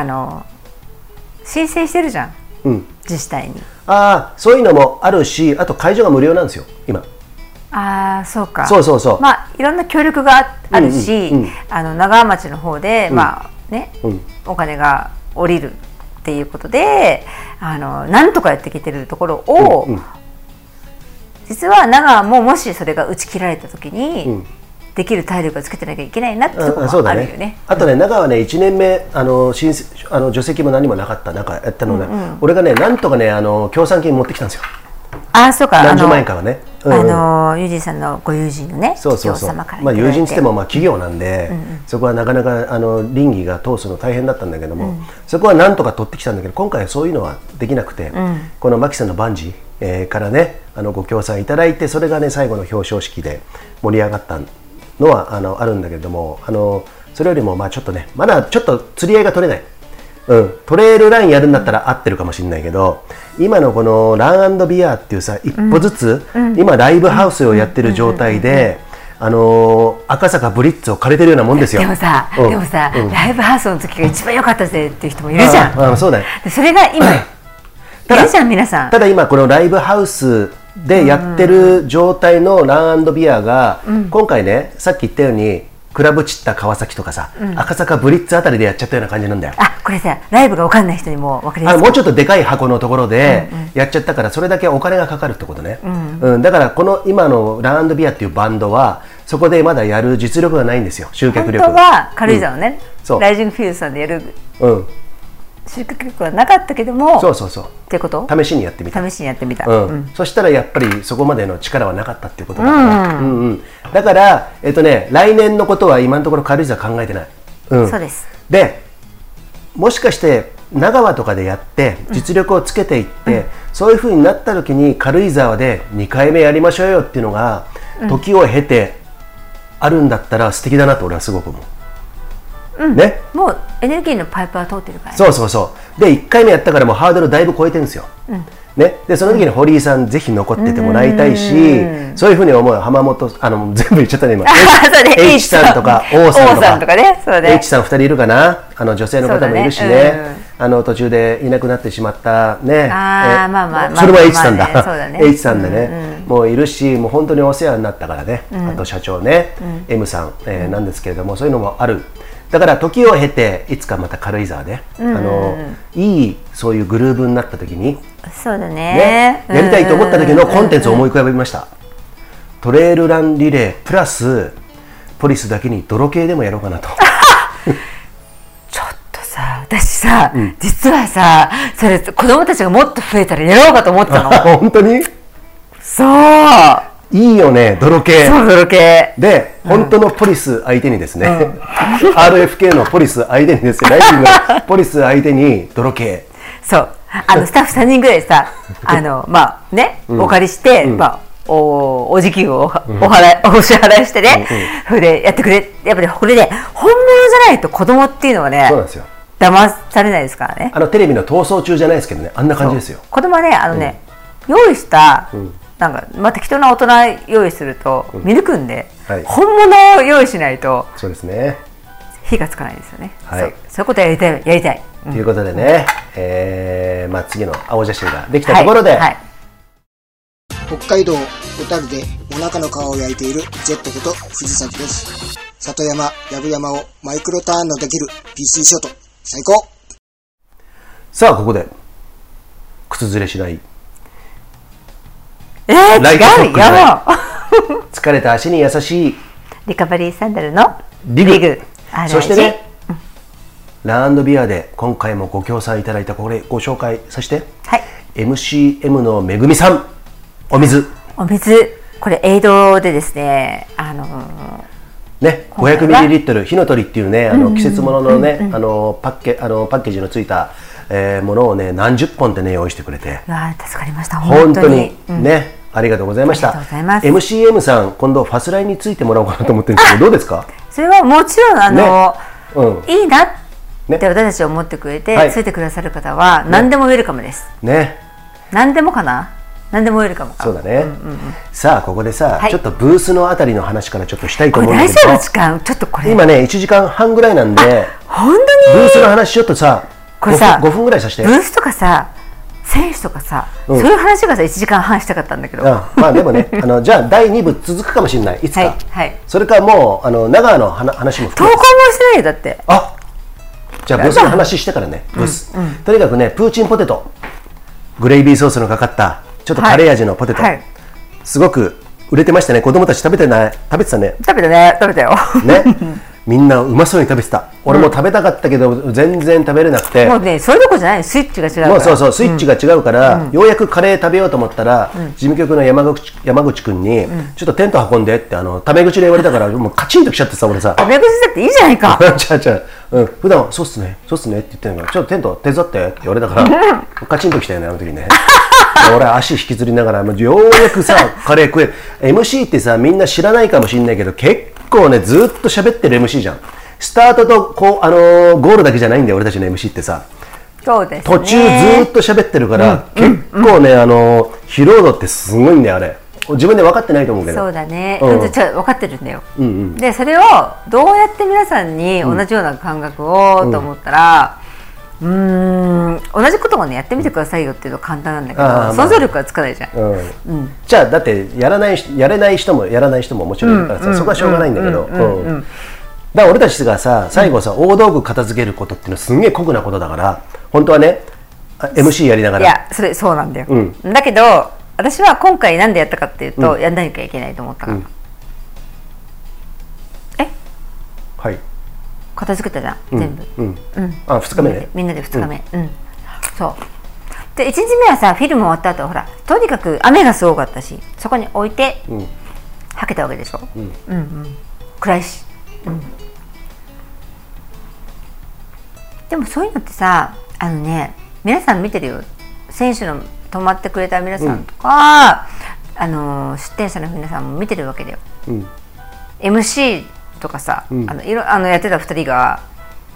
申請してるじゃん、自治体に。 そういうのもあるし、あと会場が無料なんですよ今。 そうか。 そういろんな協力があるし、長川町の方でお金が下りるっていうことでなんとかやってきてるところを、実は長川ももしそれが打ち切られた時に、できる体力をつけてなきゃいけないなってところもあるよね。 あとね、長川はね1年目除籍も何もなかった中やったのね、俺がねなんとかね協賛金持ってきたんですよ。 そうか。 何十万円かはね。 ユージさんのご友人のね、 そう友人しても企業なんで、そこはなかなか倫理が通すの大変だったんだけども、そこはなんとか取ってきたんだけど、今回はそういうのはできなくて、このマキさんのバンジー、からねご協賛いただいて、それがね最後の表彰式で盛り上がったのはあるんだけれども、それよりもちょっとねまだちょっと釣り合いが取れない。トレイルランやるんだったら合ってるかもしれないけど、今のこのラン&ビアっていうさ、一歩ずつ、今ライブハウスをやってる状態で、赤坂ブリッツを借りてるようなもんですよ。 でもさ、ライブハウスの時が一番良かったぜっていう人もいるじゃん。 そうだよ。 それが今いるじゃん皆さん。 ただ今このライブハウスでやってる状態のラン&ビアが、今回ねさっき言ったようにクラブチッタ川崎とかさ、赤坂ブリッツあたりでやっちゃったような感じなんだよ。 これさ、ライブが分かんない人にも分かりやすい。 もうちょっとでかい箱のところでやっちゃったから、それだけお金がかかるってことね。だからこの今のラン&ビアっていうバンドはそこでまだやる実力がないんですよ、集客力。 本当は軽井沢のね、ライジングフィールドさんでやる集客力はなかったけども、ってこと試しにやってみた。そしたらやっぱりそこまでの力はなかったっていうことだから、だから来年のことは今のところ軽井沢考えてない。 そうです。 でもしかして長川とかでやって実力をつけていって、そういう風になった時に軽井沢で2回目やりましょうよっていうのが時を経てあるんだったら素敵だなと俺はすごく思う。ね。 もうエネルギーのパイプは通ってるからね。 そうそうそうで1回目やったからもうハードルだいぶ超えてるんですよ、ね、でその時に堀井さんぜひ残っててもらいたいし、そういうふうに思う浜本全部言っちゃったね今H さんとか O さんとかね、そうね、 H さん2人いるかな、女性の方もいるしね、途中でいなくなってしまったね、それは H さんだ、H さんでね、もういるし、もう本当にお世話になったからね、あと社長ね、M さん、なんですけれども、そういうのもある。だから時を経ていつかまた軽井沢で、いいそういうグルーブになった時に、 そうだね、 やりたいと思った時のコンテンツを思い浮かべました。トレイルランリレープラスポリスだけに泥系でもやろうかなと。 ちょっとさ、私さ、実はさ、それ子供たちがもっと増えたらやろうかと思ったの。 本当に？ そう。 いいよね、泥系。 そう、泥系。 で、本当のポリス相手にですね、RFK のポリス相手にですね、ライジングのポリス相手に泥系。 そう、スタッフ3人ぐらいさ、お借りして、お時給をお支払いしてね、それでやってくれ。やっぱりこれで本物じゃないと子供っていうのはね、 そうなんですよ。 騙されないですからね。 テレビの逃走中じゃないですけどね、あんな感じですよ。 子供はね、用意したなんか適当な大人用意すると見抜くんで、本物を用意しないとそうですね、 火がつかないですよね。 はい、 そういうことやりたい。 ということでね、次の青写真ができたところで、 北海道小樽でお腹の皮を焼いているジェットこと藤崎です。里山、藪山をマイクロターンのできる PC ショット最高。 さあここで靴ずれしない違うよ。 疲れた足に優しいリカバリーサンダルのリグ。そしてね、ランドビアで今回もご協賛いただいたこれご紹介させて、MCM のめぐみさん、お水、 これエイドでですね、 500ml 火の鳥っていうね、季節もののね、パッケージのついたものをね、何十本ってね用意してくれて、 助かりました。 本当にね、ありがとうございました。MCM さん、今度ファスラインについてもらおうかなと思ってるんですけど、どうですか？ それはもちろんいいなって私たち思ってくれて、ついてくださる方は何でもウェルカムです。ね。何でもかな？何でもウェルカムか。 そうだね。さあここでさ、ちょっとブースのあたりの話からちょっとしたいと思うんだけど。 大丈夫？時間ちょっとこれ。 今ね1時間半ぐらいなんで。 本当に？ ブースの話ちょっとさ、 これさ、 5分ぐらいさせて。 ブースとかさ、選手とかさ、そういう話がさ1時間半したかったんだけど。 まあでもね、じゃあ第2部続くかもしれない、いつか。それからもう長川の話も含めて。 投稿もしてないよだって。 じゃあブースの話してからね、ブース。とにかくね、プーチンポテト、グレイビーソースのかかったちょっとカレー味のポテト、すごく売れてましたね。子供たち食べてたね。食べたよね。みんなうまそうに食べてた。俺も食べたかったけど全然食べれなくて、 もうね、それどころじゃない、スイッチが違うから。 もうそうスイッチが違うから、ようやくカレー食べようと思ったら、事務局の山口君にちょっとテント運んでってタメ口で言われたから、もうカチンときちゃってさ、俺さ、 タメ口だっていいじゃないか。 普段そうっすねって言ってるから、ちょっとテント手伝ってって言われたからカチンときたよね、あの時ね。俺足引きずりながらようやくさカレー食える。 MC ってさ、みんな知らないかもしれないけど結構ねずっと喋ってる MC じゃん。スタートとゴールだけじゃないんだよ、俺たちの MC ってさ。 そうですね、 途中ずっと喋ってるから、結構ね疲労度ってすごいんだよ、あれ。自分で分かってないと思うけど。 そうだね、分かってるんだよ。でそれをどうやって皆さんに同じような感覚をと思ったら、同じこともねやってみてくださいよっていうのは簡単なんだけど、想像力はつかないじゃん。 じゃあだってやれない人もやらない人ももちろんいるからさ、そこはしょうがないんだけど、だから俺たちがさ最後さ、大道具片付けることっていうのはすんげえ酷なことだから、本当はね MC やりながら、 いやそうなんだよ。だけど私は今回なんでやったかっていうと、やんなきゃいけないと思ったから。 はい。 片付けたじゃん、全部。 2日目ね。 みんなで2日目。そう。で1日目はさ、フィルム終わった後ほら、とにかく雨がすごかったし、そこに置いてはけたわけでしょ。暗いし。でもそういうのってさ、皆さん見てるよ。選手の泊まってくれた皆さんとか、出店者の皆さんも見てるわけだよ。MC とかさ、やってた2人が、いや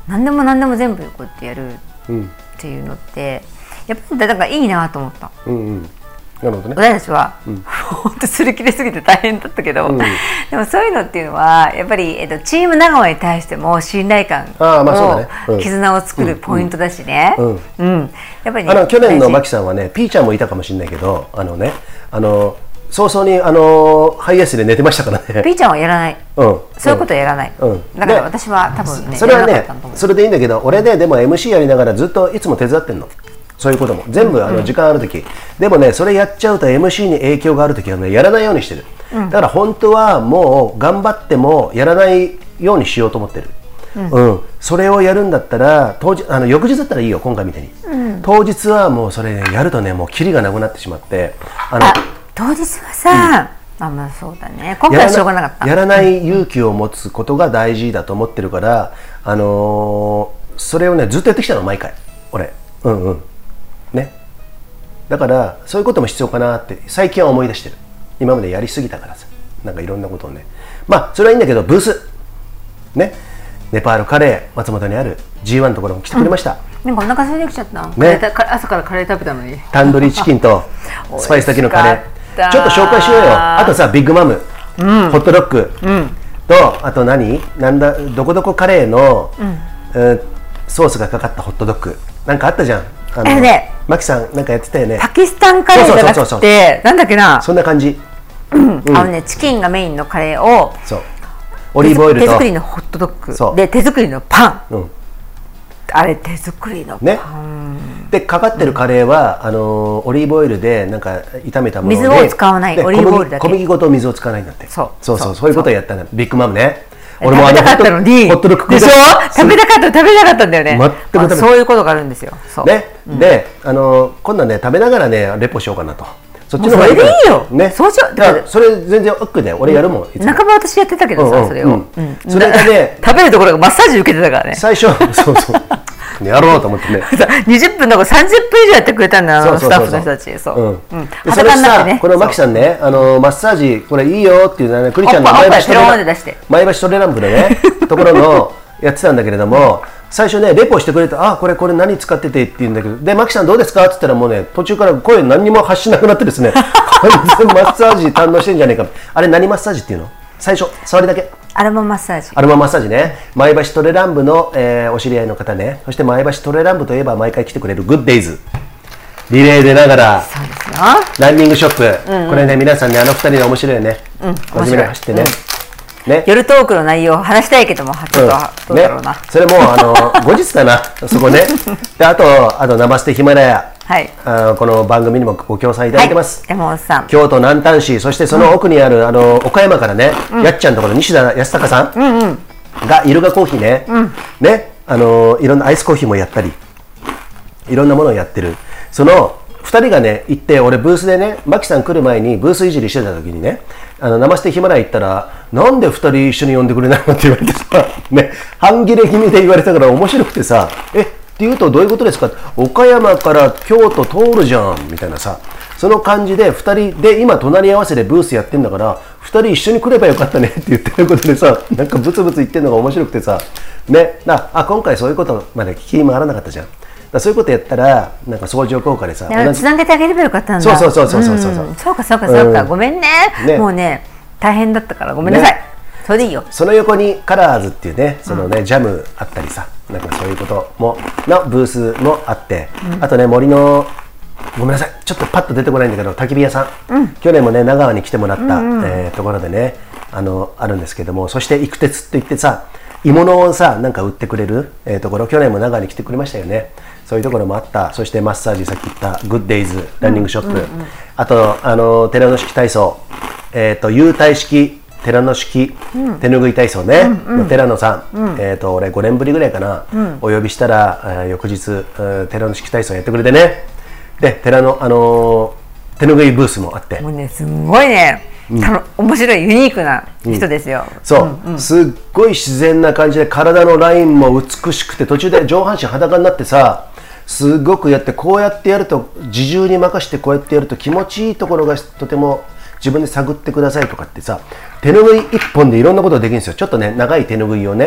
何でも全部こうやってやるっていうのって、やっぱりなんかいいなと思った。 なるほどね、 私たちは、本当擦り切れすぎて大変だったけど、でもそういうのっていうのはやっぱり、チーム長尾に対しても信頼感を、絆を作るポイントだしね。やっぱりね、 去年のマキさんはね、ピーちゃんもいたかもしれないけど、早々にハイエースで寝てましたからね。 ピーちゃんはやらない、そういうことはやらない、だから私は多分ね、 それはね、それでいいんだけど、俺ね、でも MC やりながらずっといつも手伝ってんの。そういうことも全部時間あるとき、でもね、それやっちゃうと MC に影響があるときはね、やらないようにしてる。だから本当はもう頑張ってもやらないようにしようと思ってる。それをやるんだったら翌日だったらいいよ、今回みたいに。当日はもうそれ、ね、やるとね、もうキリがなくなってしまって、 当日はさ、まあそうだね、今回はしょうがなかった。 やらない勇気を持つことが大事だと思ってるから、それをねずっとやってきたの、毎回俺。ね、だからそういうことも必要かなって最近は思い出してる。今までやりすぎたからさ、なんかいろんなことをね、まあそれはいいんだけど、ブースね、ネパールカレー松本にある G1 のところも来てくれました。 なんかお腹空いてきちゃった、ね、朝からカレー食べたのに、 タンドリーチキンとスパイス炊きのカレーちょっと紹介しようよ。あとさ、ビッグマム、ホットドッグ、とあとなんだどこどこカレーの、ソースがかかったホットドッグなんかあったじゃん。マキさんなんかやってたよね。 パキスタンカレーじゃなくて、なんだっけな、 そんな感じ。 チキンがメインのカレーを、 オリーブオイルと手作りのホットドッグで手作りのパン、あれ手作りのパン、ね、 でかかってるカレーはオリーブオイルでなんか炒めたもので水を使わない、オリーブオイルだけ、 小麦ごと水を使わないんだって。そういうことをやったの、ビッグマムね。 俺も食べたかったのに、 ホットドッグでしょ、食べたかったんだよね。そういうことがあるんですよ。 ね、で今度はね、食べながらねレポしようかなと。そっちの方がいい。それでいいよね。 そうしよう。それ全然OKで、俺やるもん。 半ば私やってたけどさ、それを。 それでね、 食べるところがマッサージ受けてたからね。 最初そうやろうと思ってね。 20分だから30分以上やってくれたんだよ、スタッフの人たち。それさ、これマキさんね、マッサージこれいいよっていうね、クリちゃんの前橋トレランプのねところのやってたんだけれども、最初ねレポしてくれて、これ何使っててって言うんだけど、でマキさんどうですかって言ったら、もうね途中から声何にも発しなくなってですね、完全マッサージ堪能してんじゃねえか。あれ何マッサージっていうの？最初触りだけ。 アロママッサージ。 アロママッサージね。前橋トレラン部の、お知り合いの方ね。そして前橋トレラン部といえば毎回来てくれるグッデイズ。リレーでながら、 そうですよ、 ランニングショップ。これね、皆さんね、2人で面白いよね。真面目に走ってね。 夜トークの内容を話したいけども、ちょっとどうだろうな。 それも後日だな、そこね。で、あとナマステヒマラヤ。この番組にもご協賛いただいてます。京都南丹市、そしてその奥にある岡山からね、やっちゃんのところ西田康隆さんがイルガコーヒーね、いろんなアイスコーヒーもやったり、いろんなものをやってる。その2人がね行って、俺ブースでね、マキさん来る前にブースいじりしてた時にね、ナマステヒマラヤ行ったら、なんで2人一緒に呼んでくれないのって言われてさ、ね、半切れ気味で言われたから面白くてさ、っていうとどういうことですか、岡山から京都通るじゃんみたいなさ、その感じで2人で今隣り合わせでブースやってんだから、2人一緒に来ればよかったねって言ってることでさ、なんかブツブツ言ってるのが面白くてさ、ね、今回そういうことまで聞き回らなかったじゃん。そういうことやったらなんか相乗効果でさ、 つなげてあげればよかったんだ。そうか、ごめんね、もうね大変だったからごめんなさい、それでいいよ。 その横にカラーズっていうね、そのねジャムあったりさ、なんかそういうことものブースもあって、あとね森の、ごめんなさいちょっとパッと出てこないんだけど、焚き火屋さん、去年もね長川に来てもらったところでねあるんですけども、そして育鉄って言ってさ、鋳物をさなんか売ってくれるところ、去年も長川に来てくれましたよね。そういうところもあった。そしてマッサージ、さっき言ったグッデイズランニングショップ、あと寺の式体操、優待式寺の式、手ぬぐい体操ね、寺野さん、俺5年ぶりぐらいかな、お呼びしたら、翌日寺の式体操やってくれてね。で寺の手ぬぐいブースもあって、 もうねすんごいね、面白いユニークな人ですよ。 すっごい自然な感じで、体のラインも美しくて、途中で上半身裸になってさ、すごくやって、こうやってやると自重に任せてこうやってやると気持ちいいところがとても自分で探ってくださいとかってさ、手ぬぐい1本でいろんなことができるんですよ。ちょっとね長い手ぬぐいをね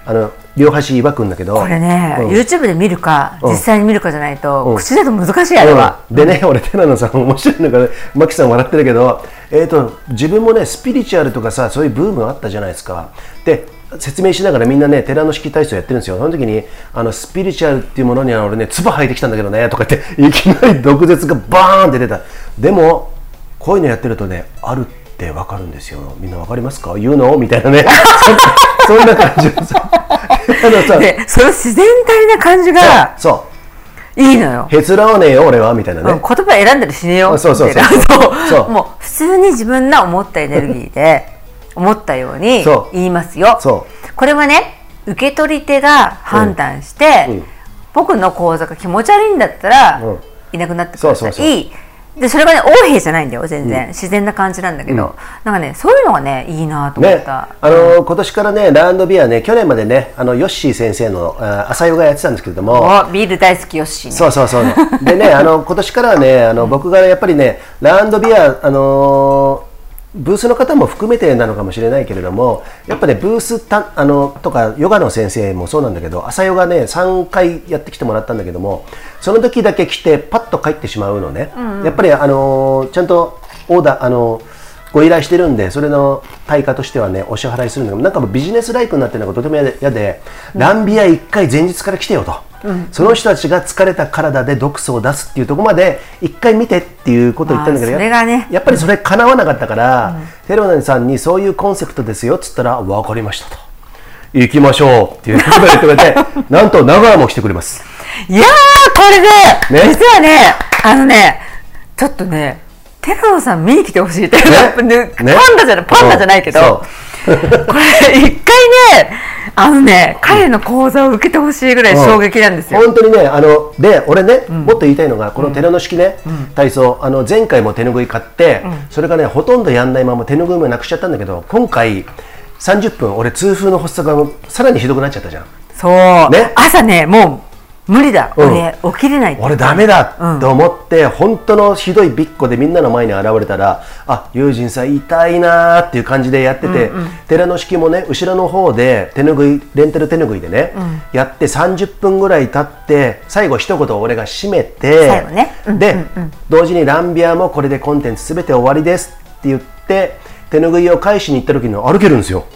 両端曰くんだけど、 これね、YouTube で見るか実際に見るかじゃないと、口だと難しいあれは。 でね、俺寺野さん面白いのが、マキさん笑ってるけど、自分もねスピリチュアルとかさ、そういうブームあったじゃないですか。で説明しながらみんなね寺の式体操やってるんですよ。その時にスピリチュアルっていうものには俺ね唾吐いてきたんだけどねとか言っていきなり毒舌がバーンって出た。でもこういうのやってるとね、あるって分かるんですよ。みんな分かりますか？言うのみたいなねそんな感じでさでその自然体な感じがそういいのよ。 へつらわねえよ俺はみたいなね、 言葉選んだりしねえよみたいな。そうもう普通に自分の思ったエネルギーで思ったように言いますよ。これはね、受け取り手が判断して、僕の口座が気持ち悪いんだったら、いなくなってください。でそれがね横柄じゃないんだよ、全然、自然な感じなんだけど、なんかねそういうのがねいいなと思った、 今年からねラビアね、去年までねヨッシー先生の朝ヨガやってたんですけれども、 ビール大好きヨッシーね。 そうでね今年からはね僕がやっぱりねラビアブースの方も含めてなのかもしれないけれども、やっぱねブースとかヨガの先生もそうなんだけど、朝ヨガね3回やってきてもらったんだけども、その時だけ来てパッと帰ってしまうのね、やっぱりちゃんとオーダーご依頼してるんで、それの対価としてはねお支払いするんだけど、なんかビジネスライクになってるのがとても嫌で、ランビア1回前日から来てよと、その人たちが疲れた体で毒素を出すっていうところまで1回見てっていうことを言ったんだけど、 それがねやっぱりそれ叶わなかったから、テロナさんにそういうコンセプトですよっつったら、分かりましたと、行きましょうっていうことを言ってくれてなんと名古屋も来てくれます。 いやーこれで、実はねちょっとねテロさん見に来てほしいって、パンダじゃないけど、これ一回ね彼の講座を受けてほしいぐらい衝撃なんですよ。 本当にねで俺ね、もっと言いたいのがこの寺の式ね、体操前回も手拭い買って、それがねほとんどやんないまま手拭いもなくしちゃったんだけど、今回30分俺痛風の発作がさらにひどくなっちゃったじゃん。 そうね、朝ねもう無理だ、俺起きれないって、 俺ダメだと思って、本当のひどいびっこでみんなの前に現れたら、友人さん痛いなーっていう感じでやってて、寺の式もね後ろの方で手拭いレンタル手拭いでね、やって30分ぐらい経って最後一言俺が締めて、で同時にランビアもこれでコンテンツすべて終わりですって言って手拭いを返しに行った時に歩けるんですよ。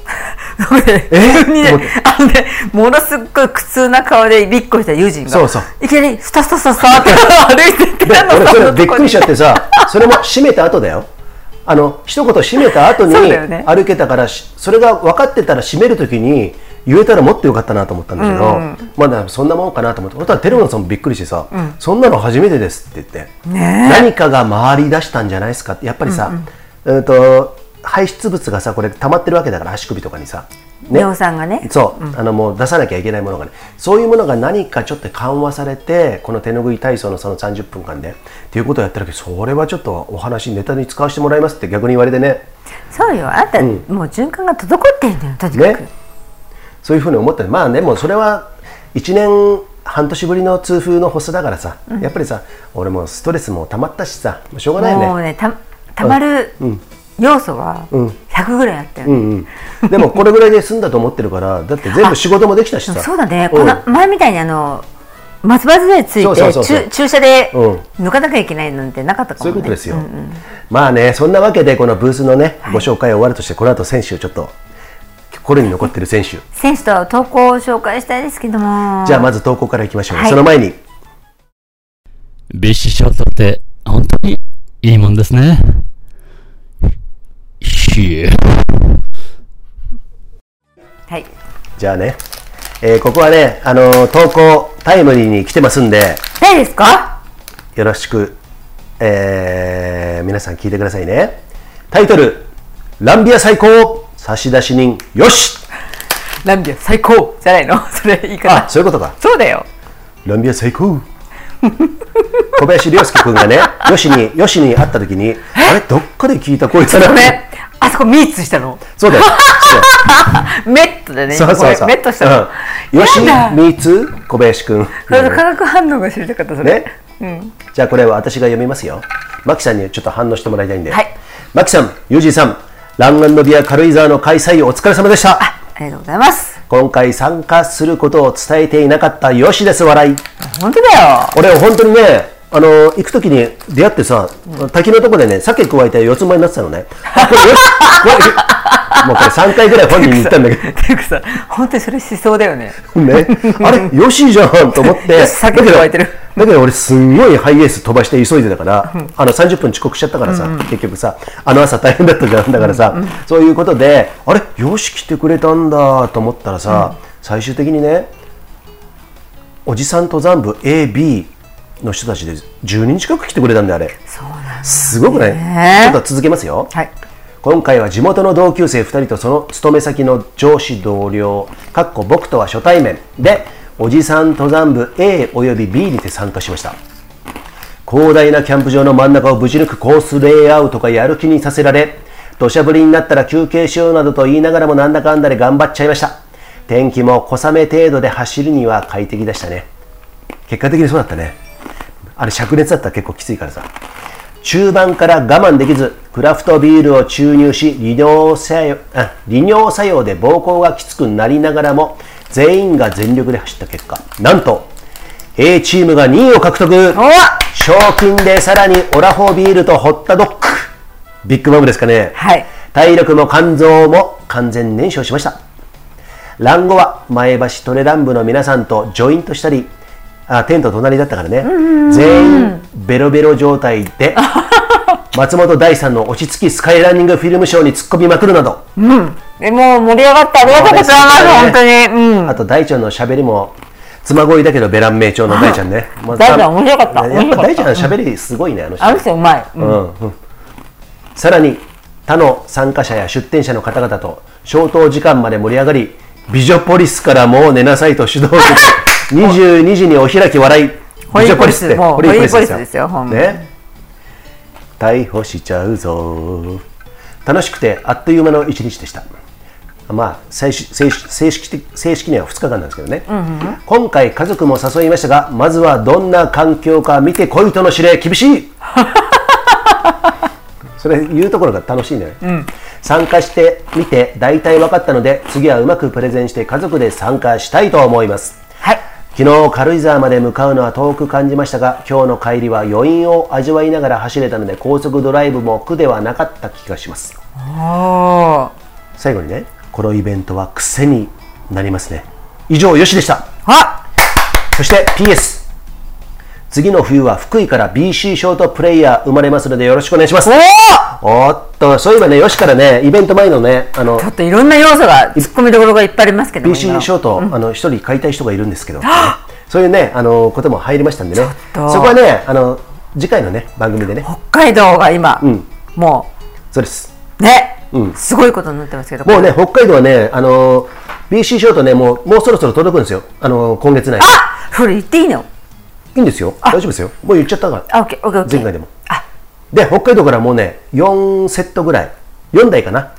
ものすごい苦痛な顔でびっくりした友人がいきなりスタスタスタスタって歩いてて、 俺それびっくりしちゃってさ、それも閉めた後だよ。一言閉めた後に歩けたから、それが分かってたら閉める時に言えたらもっとよかったなと思ったんだけど、まだそんなもんかなと思って、そしたらテレモンさんもびっくりしてさ、そんなの初めてですって言って、何かが回り出したんじゃないですかって。やっぱりさ、排出物がさこれ溜まってるわけだから、足首とかにさ、 尿酸がね、 もう出さなきゃいけないものがね、そういうものが何かちょっと緩和されて、この手拭い体操のその30分間でっていうことをやったら、それはちょっとお話ネタに使わせてもらいますって逆に言われてね。 そうよ、あんた、もう循環が滞ってるんだよ、とにかく、 そういうふうに思った。まあでもそれは1年半年ぶりの痛風の発作だからさ、やっぱりさ俺もストレスも溜まったしさ、しょうがないよね。 もうねたまる、要素は100ぐらいあったよね。 でもこれぐらいで済んだと思ってるから、だって全部仕事もできたしさ。 そうだね、この前みたいに松葉杖ついて注射で抜かなきゃいけないなんてなかったかもね。 そういうことですよ。まあね、そんなわけでこのブースのねご紹介終わるとして、この後選手をちょっと心に残ってる選手と投稿を紹介したいですけども、 じゃあまず投稿からいきましょう。その前に BC ショートって本当にいいもんですね。 はい、 じゃあね、ここはね投稿タイムリーに来てますんで、 誰ですか？ よろしく、皆さん聞いてくださいね。タイトル、ランビア最高差出人よし。 ランビア最高じゃないの？それいいかな。 そういうことか。 そうだよ、 ランビア最高小林亮介君がねよしに会った時に、あれどっかで聞いた声だな。 あそこミーツしたの？ そうだよ。 メットでね。 そうメットしたの。 よしミーツ小林君。 化学反応が知りたかったそれ。 じゃあこれは私が読みますよ。マキさんにちょっと反応してもらいたいんで。マキさん、ユージーさん、ラン&ビア軽井沢の開催お疲れ様でした。 ありがとうございます。 今回参加することを伝えていなかったよしです、笑い。 本当だよ。 俺本当にね、行くときに出会ってさ、滝のとこでね、鮭加えて四つん這いになってたのね。これよし、もうこれ3回ぐらい本人に言ったんだけど。 ていうかさ、本当にそれしそうだよね。 ね、あれ、よしじゃんと思って。 鮭加えてる。 だけど俺すんごいハイエース飛ばして急いでたから、30分遅刻しちゃったからさ、結局さ、朝大変だったじゃん。だからさ、そういうことで、あれ、よし来てくれたんだと思ったらさ、最終的にね、おじさん登山部 A、B の人たちで10人近く来てくれたんだよ、あれ。 そうなんだ。 すごくない？ちょっと続けますよ。はい。今回は地元の同級生2人とその勤め先の上司同僚、僕とは初対面で、おじさん登山部 A および B にて参加しました。広大なキャンプ場の真ん中をぶち抜くコースレイアウトがやる気にさせられ、土砂降りになったら休憩しようなどと言いながらもなんだかんだで頑張っちゃいました。天気も小雨程度で走るには快適でしたね。結果的にそうだったね。あれ灼熱だったら結構きついからさ。中盤から我慢できず、クラフトビールを注入し、利尿作用で膀胱がきつくなりながらも、全員が全力で走った結果、なんと A チームが2位を獲得。賞金でさらにオラホビールとホッタドッグ、ビッグマムですかね、はい、体力も肝臓も完全燃焼しました。欄後は前橋トレラン部の皆さんとジョイントしたり、テント隣だったからね、全員ベロベロ状態で松本大さんの落ち着きスカイランニングフィルムショーに突っ込みまくるなど、もう盛り上がってありがとうございます、本当に。 あと大ちゃんのしゃべりも妻恋だけどベラン名調の大ちゃんね。 大ちゃん面白かった。 やっぱ大ちゃんのしゃべりすごいね、あの人。 あの人うまい。 さらに他の参加者や出展者の方々と消灯時間まで盛り上がり、ビジョポリスからもう寝なさいと主導を受けて22時にお開き笑い。 ホリポリスってホリポリスですよ。 ね、逮捕しちゃうぞ。楽しくてあっという間の一日でした。まあ正式には2日間なんですけどね、今回家族も誘いましたが、まずはどんな環境か見てこいとの指令。厳しいそれ言うところが楽しいんだよね、参加してみて大体分かったので、次はうまくプレゼンして家族で参加したいと思います。はい、昨日軽井沢まで向かうのは遠く感じましたが、今日の帰りは余韻を味わいながら走れたので、高速ドライブも苦ではなかった気がします。最後にね、このイベントは癖になりますね。以上、よしでした。そして PS、 次の冬は福井から BC ショートプレイヤー生まれますのでよろしくお願いします。おっと、そういえばね、よしからね、イベント前のね、ちょっといろんな要素が突っ込みどころがいっぱいありますけども、 BC ショート、一人買いたい人がいるんですけど、そういうね、ことも入りましたんでね、そこはね、次回のね、番組でね、 北海道が今、もうそうですね、すごいことになってますけど、 もうね、北海道はね、BC ショートね、もうそろそろ届くんですよ、今月内。 それ言っていいの？ いいんですよ、大丈夫ですよ、もう言っちゃったから、前回でも。で、北海道からもうね、4セットぐらい、4台かな。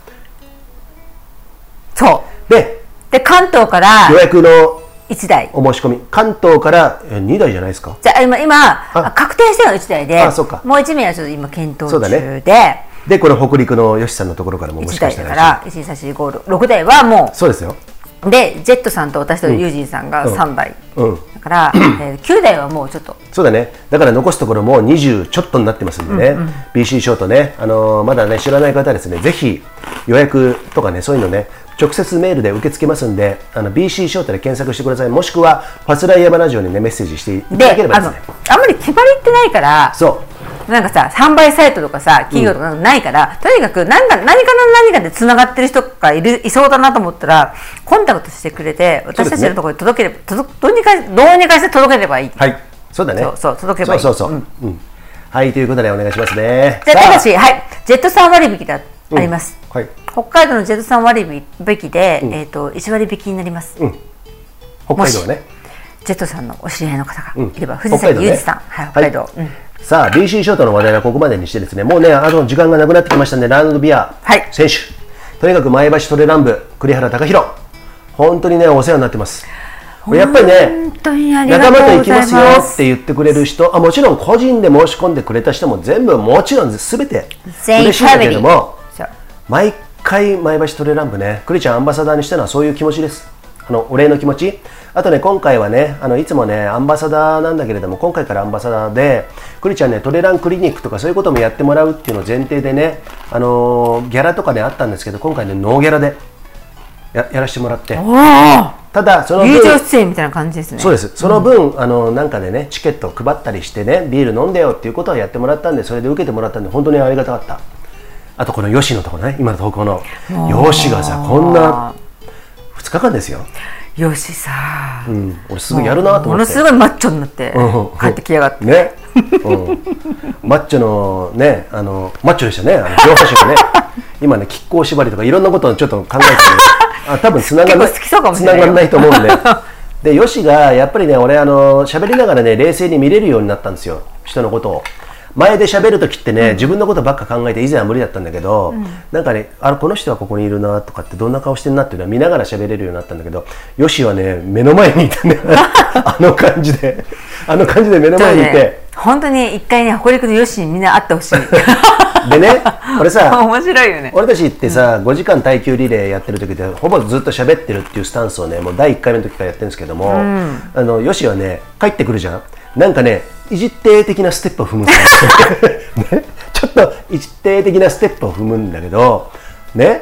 そうで関東から予約の 1台お申し込み、関東から2台じゃないですか。 じゃあ今確定しての1台で、 そうか、 もう1名はちょっと今検討中で、でこの北陸の吉さんのところからももしかしたら1台だから、 1、2、3、4、5、6台はもうそうですよ。 でジェットさんと私とユージンさんが3台、だから、9台はもうちょっとそうだね。だから残すところもう20ちょっとになってますんでね、BC ショートね、まだね知らない方はですね、ぜひ予約とかね、そういうのね、直接メールで受け付けますんで、BC ショートで検索してください。もしくはファスライヤマラジオにねメッセージしていただければですね。 あんまり決まりってないから、 そうなんかさ、販売サイトとかさ、企業とかないから、とにかく何かでつながってる人がいそうだなと思ったら、コンタクトしてくれて、私たちのところに届ければ、どうにかして届ければいい。 はい、そうだね。 そう届けばいい。 はい、ということでお願いしますね。 じゃあ、ただし、はい、ジェットさん割引があります。北海道のジェットさん割引で、1割引きになります。 北海道ね。 ジェットさんのお知り合いの方がいれば、藤崎裕二さん、北海道。 さあ BC ショートの話題はここまでにしてですね、もうね、時間がなくなってきましたんで、ラウンドビア選手、とにかく前橋トレラン部栗原貴弘、本当にねお世話になってます。やっぱりね、仲間と行きますよって言ってくれる人、もちろん個人で申し込んでくれた人も全部もちろん全て嬉しいんだけれども、毎回前橋トレラン部ね、栗ちゃんアンバサダーにしたのはそういう気持ちです。 お礼の気持ち、あとね今回はねいつもねアンバサダーなんだけれども、今回からアンバサダーでクリちゃんねトレランクリニックとかそういうこともやってもらうっていうのを前提でね、ギャラとかねあったんですけど、今回ねノーギャラでやらせてもらって、ただその分友情出演みたいな感じですね。 そうです。その分、なんかでねチケットを配ったりしてね、ビール飲んでよっていうことをやってもらったんで、それで受けてもらったんで本当にありがたかった。あとこのヨシのところね、今の投稿のヨシがさ、こんな2日間ですよ。 ヨシさ、 俺すぐやるなと思って、 ものすごいマッチョになって帰ってきやがってね、マッチョのねマッチョでしたね、上半身がね今ね亀甲縛りとかいろんなことをちょっと考えて、ね、多分つながらないと思うんででヨシがやっぱりね、俺喋りながらね冷静に見れるようになったんですよ、人のことを。前で喋るときってね、自分のことばっか考えて以前は無理だったんだけど、なんかねこの人はここにいるなとかってどんな顔してるなっていうのは見ながら喋れるようになったんだけど、ヨシはね目の前にいてねあの感じで目の前にいて、 本当に一回ね北陸のヨシにみんな会ってほしいでね、俺さ面白いよね。 俺たちってさ、5時間耐久リレーやってる時でほぼずっと喋ってるっていうスタンスをねもう第1回目の時からやってるんですけども、ヨシはね帰ってくるじゃん、なんかねいじって的なステップを踏むんですよ、ね、ちょっといじって的なステップを踏むんだけどね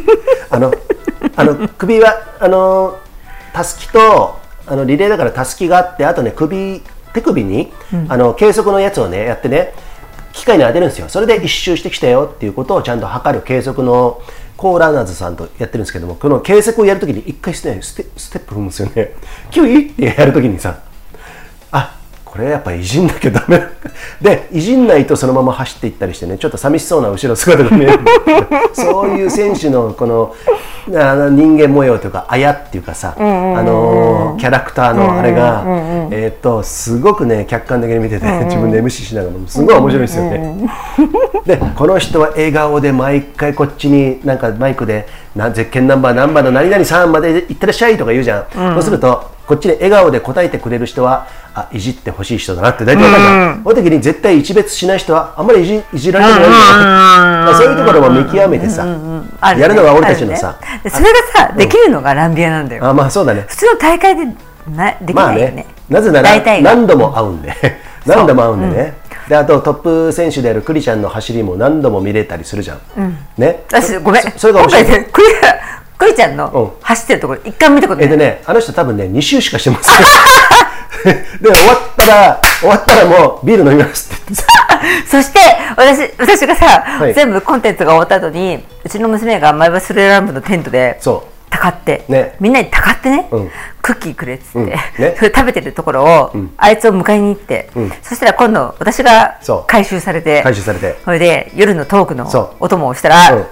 首はたすきとリレーだからたすきがあって、あとね手首に、計測のやつをねやってね機械に当てるんですよ。それで一周してきたよっていうことをちゃんと測る計測のコーラーナーズさんとやってるんですけども、この計測をやるときに一回ステップ踏むんですよね。キュイってやるときにさ、これやっぱいじんなきゃダメで、いじんないとそのまま走っていったりしてね、ちょっと寂しそうな後ろ姿が見えるそういう選手のこの人間模様というかあやっていうかさ、キャラクターのあれがすごくね客観的に見てて、自分で MC しながらもすごい面白いですよねでこの人は笑顔で毎回こっちになんかマイクでゼッケンナンバー何番の何々さんまで行ってらっしゃいとか言うじゃん、そうするとこっちで笑顔で答えてくれる人はいじってほしい人だなって大体分かるじゃん。その時に絶対一別しない人はあんまりいじられてないんだよね。そういうところも見極めてさ、やるのは俺たちのさ、 それがさできるのがランビアなんだよ。 まあそうだね。 普通の大会でできないよね。 なぜなら何度も会うんで何度も会うんでね。であとトップ選手であるクリちゃんの走りも何度も見れたりするじゃん。ね。 私ごめん。 それが面白い。 クリちゃんの走ってるところ一回見たことない。 でね、あの人多分ね2周しかしてますで終わったらもうビール飲みますって言ってそして私がさ、全部コンテンツが終わった後にうちの娘が前橋スレランブのテントでたかって、みんなにたかってね、クッキーくれっつって、それ食べてるところを、あいつを迎えに行って、そしたら今度私が回収されてそれで夜のトークのお供をしたら、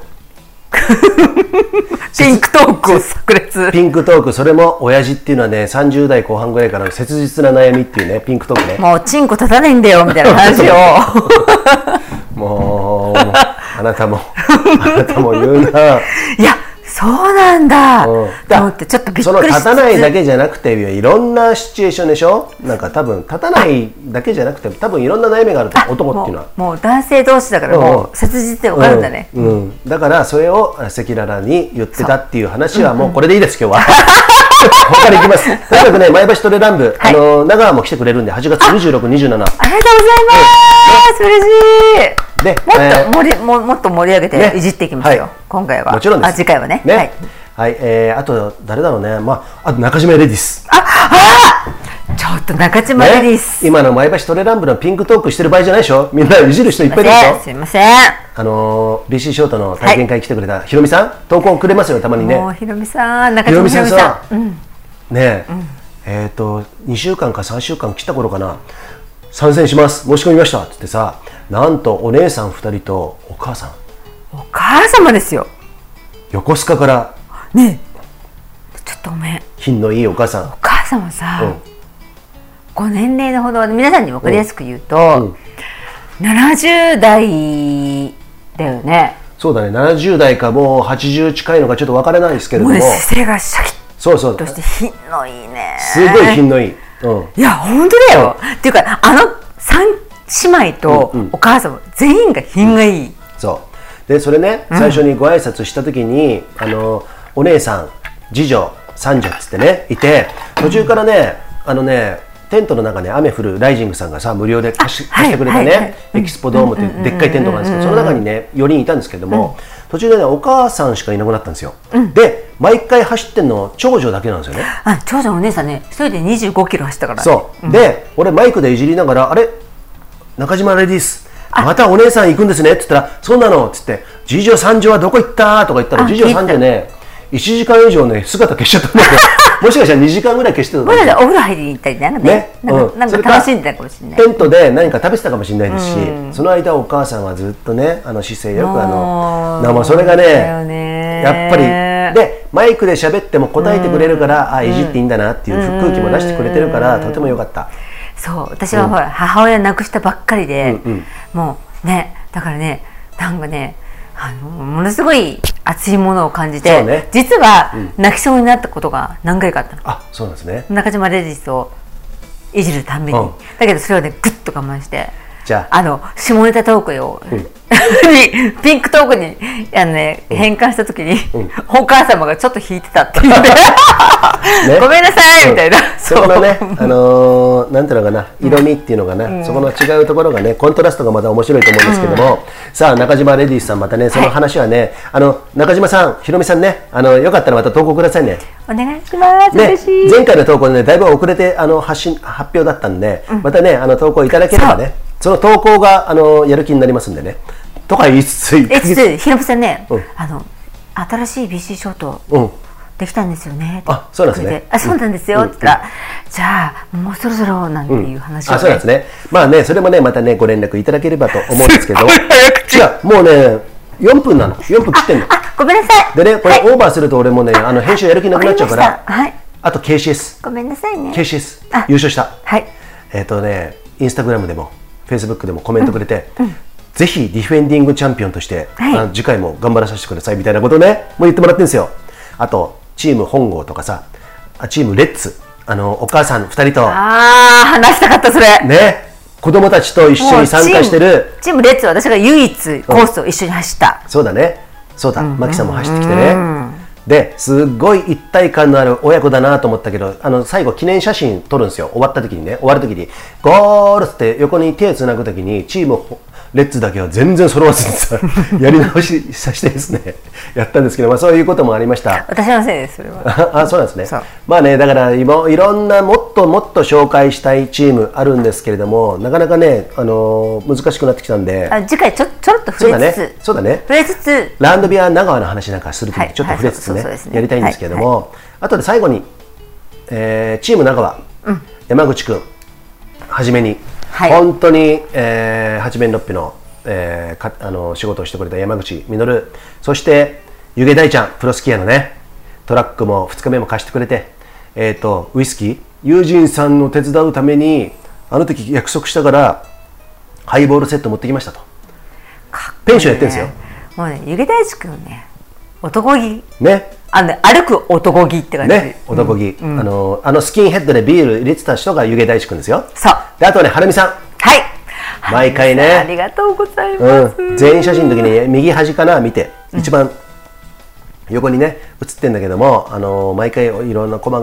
ピンクトークを炸裂。 ピンクトーク、それも親父っていうのはね30代後半ぐらいからの切実な悩みっていうね、ピンクトークね。 もうチンコ立たないんだよみたいな話をもうあなたも言うな。 いやそうなんだ、と思ってちょっとびっくりして、 その立たないだけじゃなくていろんなシチュエーションでしょ。なんか多分立たないだけじゃなくて多分いろんな悩みがあると、男っていうのはもう男性同士だからもう切実で分かるんだね。 だからそれを赤裸々に言ってたっていう話はもうこれでいいです今日はここからいきます。とにかくね前橋トレラン部、長川も来てくれるんで8月26、27。 ありがとうございます、嬉しい。でもっと盛り上げていじっていきますよ、今回は。 もちろんです。 次回はね。 はい、あと誰だろうね、あと中島レディス。 ちょっと中島レディス、 今の前橋トレランブのピンクトークしてる場合じゃないでしょ。みんないじる人いっぱいいるでしょ。 すいません。 BC ショートの体験会来てくれたひろみさん、投稿くれますよたまにね。 もうひろみさん、中島ひろみさんねえ、2週間か3週間来た頃かな、参戦します申し込みましたって言ってさ、なんとお姉さん2人とお母様ですよ。 横須賀からねえ、ちょっとごめん、 品のいいお母さん。 お母様さ、ご年齢のほど皆さんに分かりやすく言うと、70代だよね。 そうだね、70代かもう80近いのかちょっと分からないですけれども、 姿勢がシャキッとして品のいいね。 すごい品のいい。 いや本当だよ。っていうか3姉妹とお母様全員が品がいい。そうでそれね、最初にご挨拶した時にお姉さん、次女、 三女っつってねいて、途中からねテントの中ね雨降るライジングさんがさ無料で貸してくれてね、エキスポドームっていうでっかいテントがあるんですけど、その中にね4人いたんですけども、途中でねお母さんしかいなくなったんですよ。で毎回走ってんの長女だけなんですよね。 長女のお姉さんね一人で25キロ走ったから。 そうで、俺マイクでいじりながら、あれ中島レディースまたお姉さん行くんですねって言ったら、そうなのっつって、次女三女はどこ行ったとか言ったら、次女三女ね1時間以上ね姿消しちゃったんだけどもしかしたら2時間ぐらい消してたんだけど、 お風呂入りに行ったりね、なんか楽しんでたかもしれない。 テントで何か食べてたかもしれないですし、その間お母さんはずっとね姿勢よくそれがねやっぱりでマイクで喋っても答えてくれるから、いじっていいんだなっていう空気も出してくれてるからとても良かった。 そう私はほら、母親亡くしたばっかりで、もうねだからねなんかねものすごい熱いものを感じて、実は泣きそうになったことが何回かあったの。 そうなんですね。 中島レディースをいじるために、だけどそれをねグッと我慢して、 じゃ下ネタトークを、ピンクトークに変換した時に、お母様がちょっと引いてたっていうねごめんなさいみたいな、 そこのねなんていうのかな、色味っていうのかな、そこの違うところがねコントラストがまた面白いと思うんですけども、さあ中島レディースさんまたねその話はね、中島さんひろみさんねよかったらまた投稿くださいね。 お願いします。嬉しい。 前回の投稿でねだいぶ遅れて発表だったんで、またね投稿いただければね、その投稿がやる気になりますんでね。とか言いつつひろみさんね、新しい BC ショートできたんですよね。 そうなんですね。 そうなんですよって言ったら、じゃあもうそろそろなんていう話をね。 そうなんですね。まあねそれもねまたねご連絡いただければと思うんですけど、違うもうね4分なの、4分切ってんの。 ごめんなさい。 でねこれオーバーすると俺もね編集やる気なくなっちゃうから、あと KCS ごめんなさいね。 KCS 優勝した。インスタグラムでもフェイスブックでもコメントくれて、ぜひディフェンディングチャンピオンとして、次回も頑張らさせてくださいみたいなことをねもう言ってもらってるんですよ。あとチーム本郷とかさ、チームレッツお母さん2人と話したかった。それね子供たちと一緒に参加してるチームレッツは私が唯一コースを一緒に走った。 そうだね、そうだ、マキさんも走ってきてね。ですっごい一体感のある親子だなと思ったけど、最後記念写真撮るんですよ。終わる時にゴールって横に手つなぐ時にチームレッツだけは全然揃わずにさやり直しさせてですねやったんですけど、そういうこともありました。 私のせいです、それは。 そうなんですね。まあねだからいろんなもっともっと紹介したいチームあるんですけれども、なかなかね難しくなってきたんで、 次回ちょっと触れつつランドビア長川の話なんかするときちょっと触れつつねやりたいんですけれども、あとで最後にチーム長川山口くんはじめに本当に八面六臂の仕事をしてくれた山口実、そして湯気大ちゃんプロスキーヤのねトラックも2日目も貸してくれて、ウイスキー友人さんの手伝うためにあの時約束したからハイボールセット持ってきましたと。ペンションやってるんですよ。 もうね湯気大地君ね男気ね、 歩く男気って感じね、男気、スキンヘッドでビール入れてた人が湯気大地君ですよ。 そうであとねはるみさん、毎回ねありがとうございます。 全員写真の時に右端かな見て一番横にね写ってんだけども、毎回いろんな細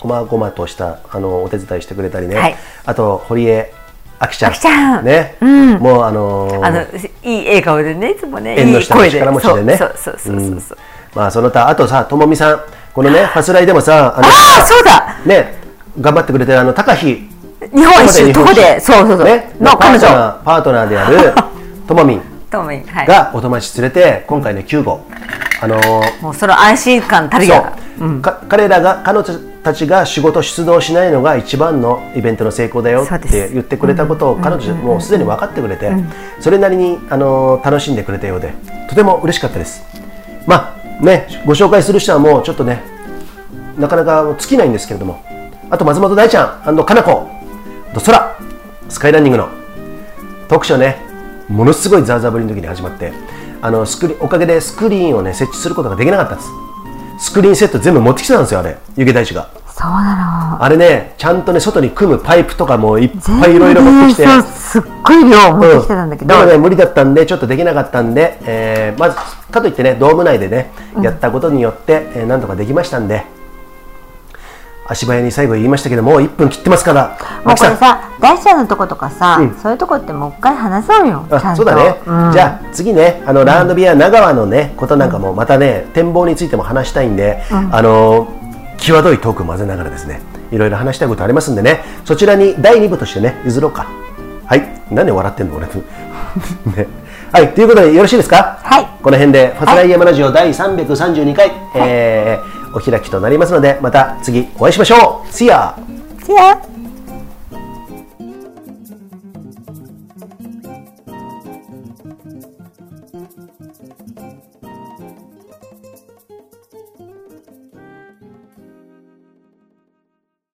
々としたお手伝いしてくれたりね、あと堀江あきちゃんね、もういい笑顔でねいつもね縁の下の力持ちでね、その他あとさともみさんこのねファスライでもさそうだね頑張ってくれてる高飛日本一周どこでそうねの彼女パートナーであるともみんがお友達連れて今回ね9号もうその安心感たるや彼女たちが仕事出動しないのが一番のイベントの成功だよって言ってくれたことを彼女もうすでに分かってくれて、それなりに楽しんでくれたようでとても嬉しかったです。まあねご紹介する人はもうちょっとねなかなか尽きないんですけれども、あと松本大ちゃんかなこと空スカイランニングのトークショーねものすごいザーザーぶりの時に始まって、おかげでスクリーンをね設置することができなかったんです。スクリーンセット全部持ってきてたんですよ、あれ湯気大地が。 そうなの。 あれねちゃんとね外に組むパイプとかもいっぱいいろいろ持ってきて、 すっごい量持ってきてたんだけど、 でもね無理だったんでちょっとできなかったんで、まずかといってねドーム内でね、やったことによって、なんとかできましたんで、 足早に最後言いましたけども、1分切ってますから。 もうこれさ、大ちゃんのとことかさ、そういうとこってもう一回話そうよ。 そうだね。じゃあ次ね、ランドビア長川のねことなんかもまたね、展望についても話したいんで、際どいトークを混ぜながらですね、いろいろ話したいことありますんでね、そちらに第2部としてね譲ろうか。はい、何で笑ってんの俺ね。はい、ということでよろしいですか。 はい、 この辺でファスライヤマラジオ第332回、お開きとなりますので、また次お会いしましょう。See ya! See ya!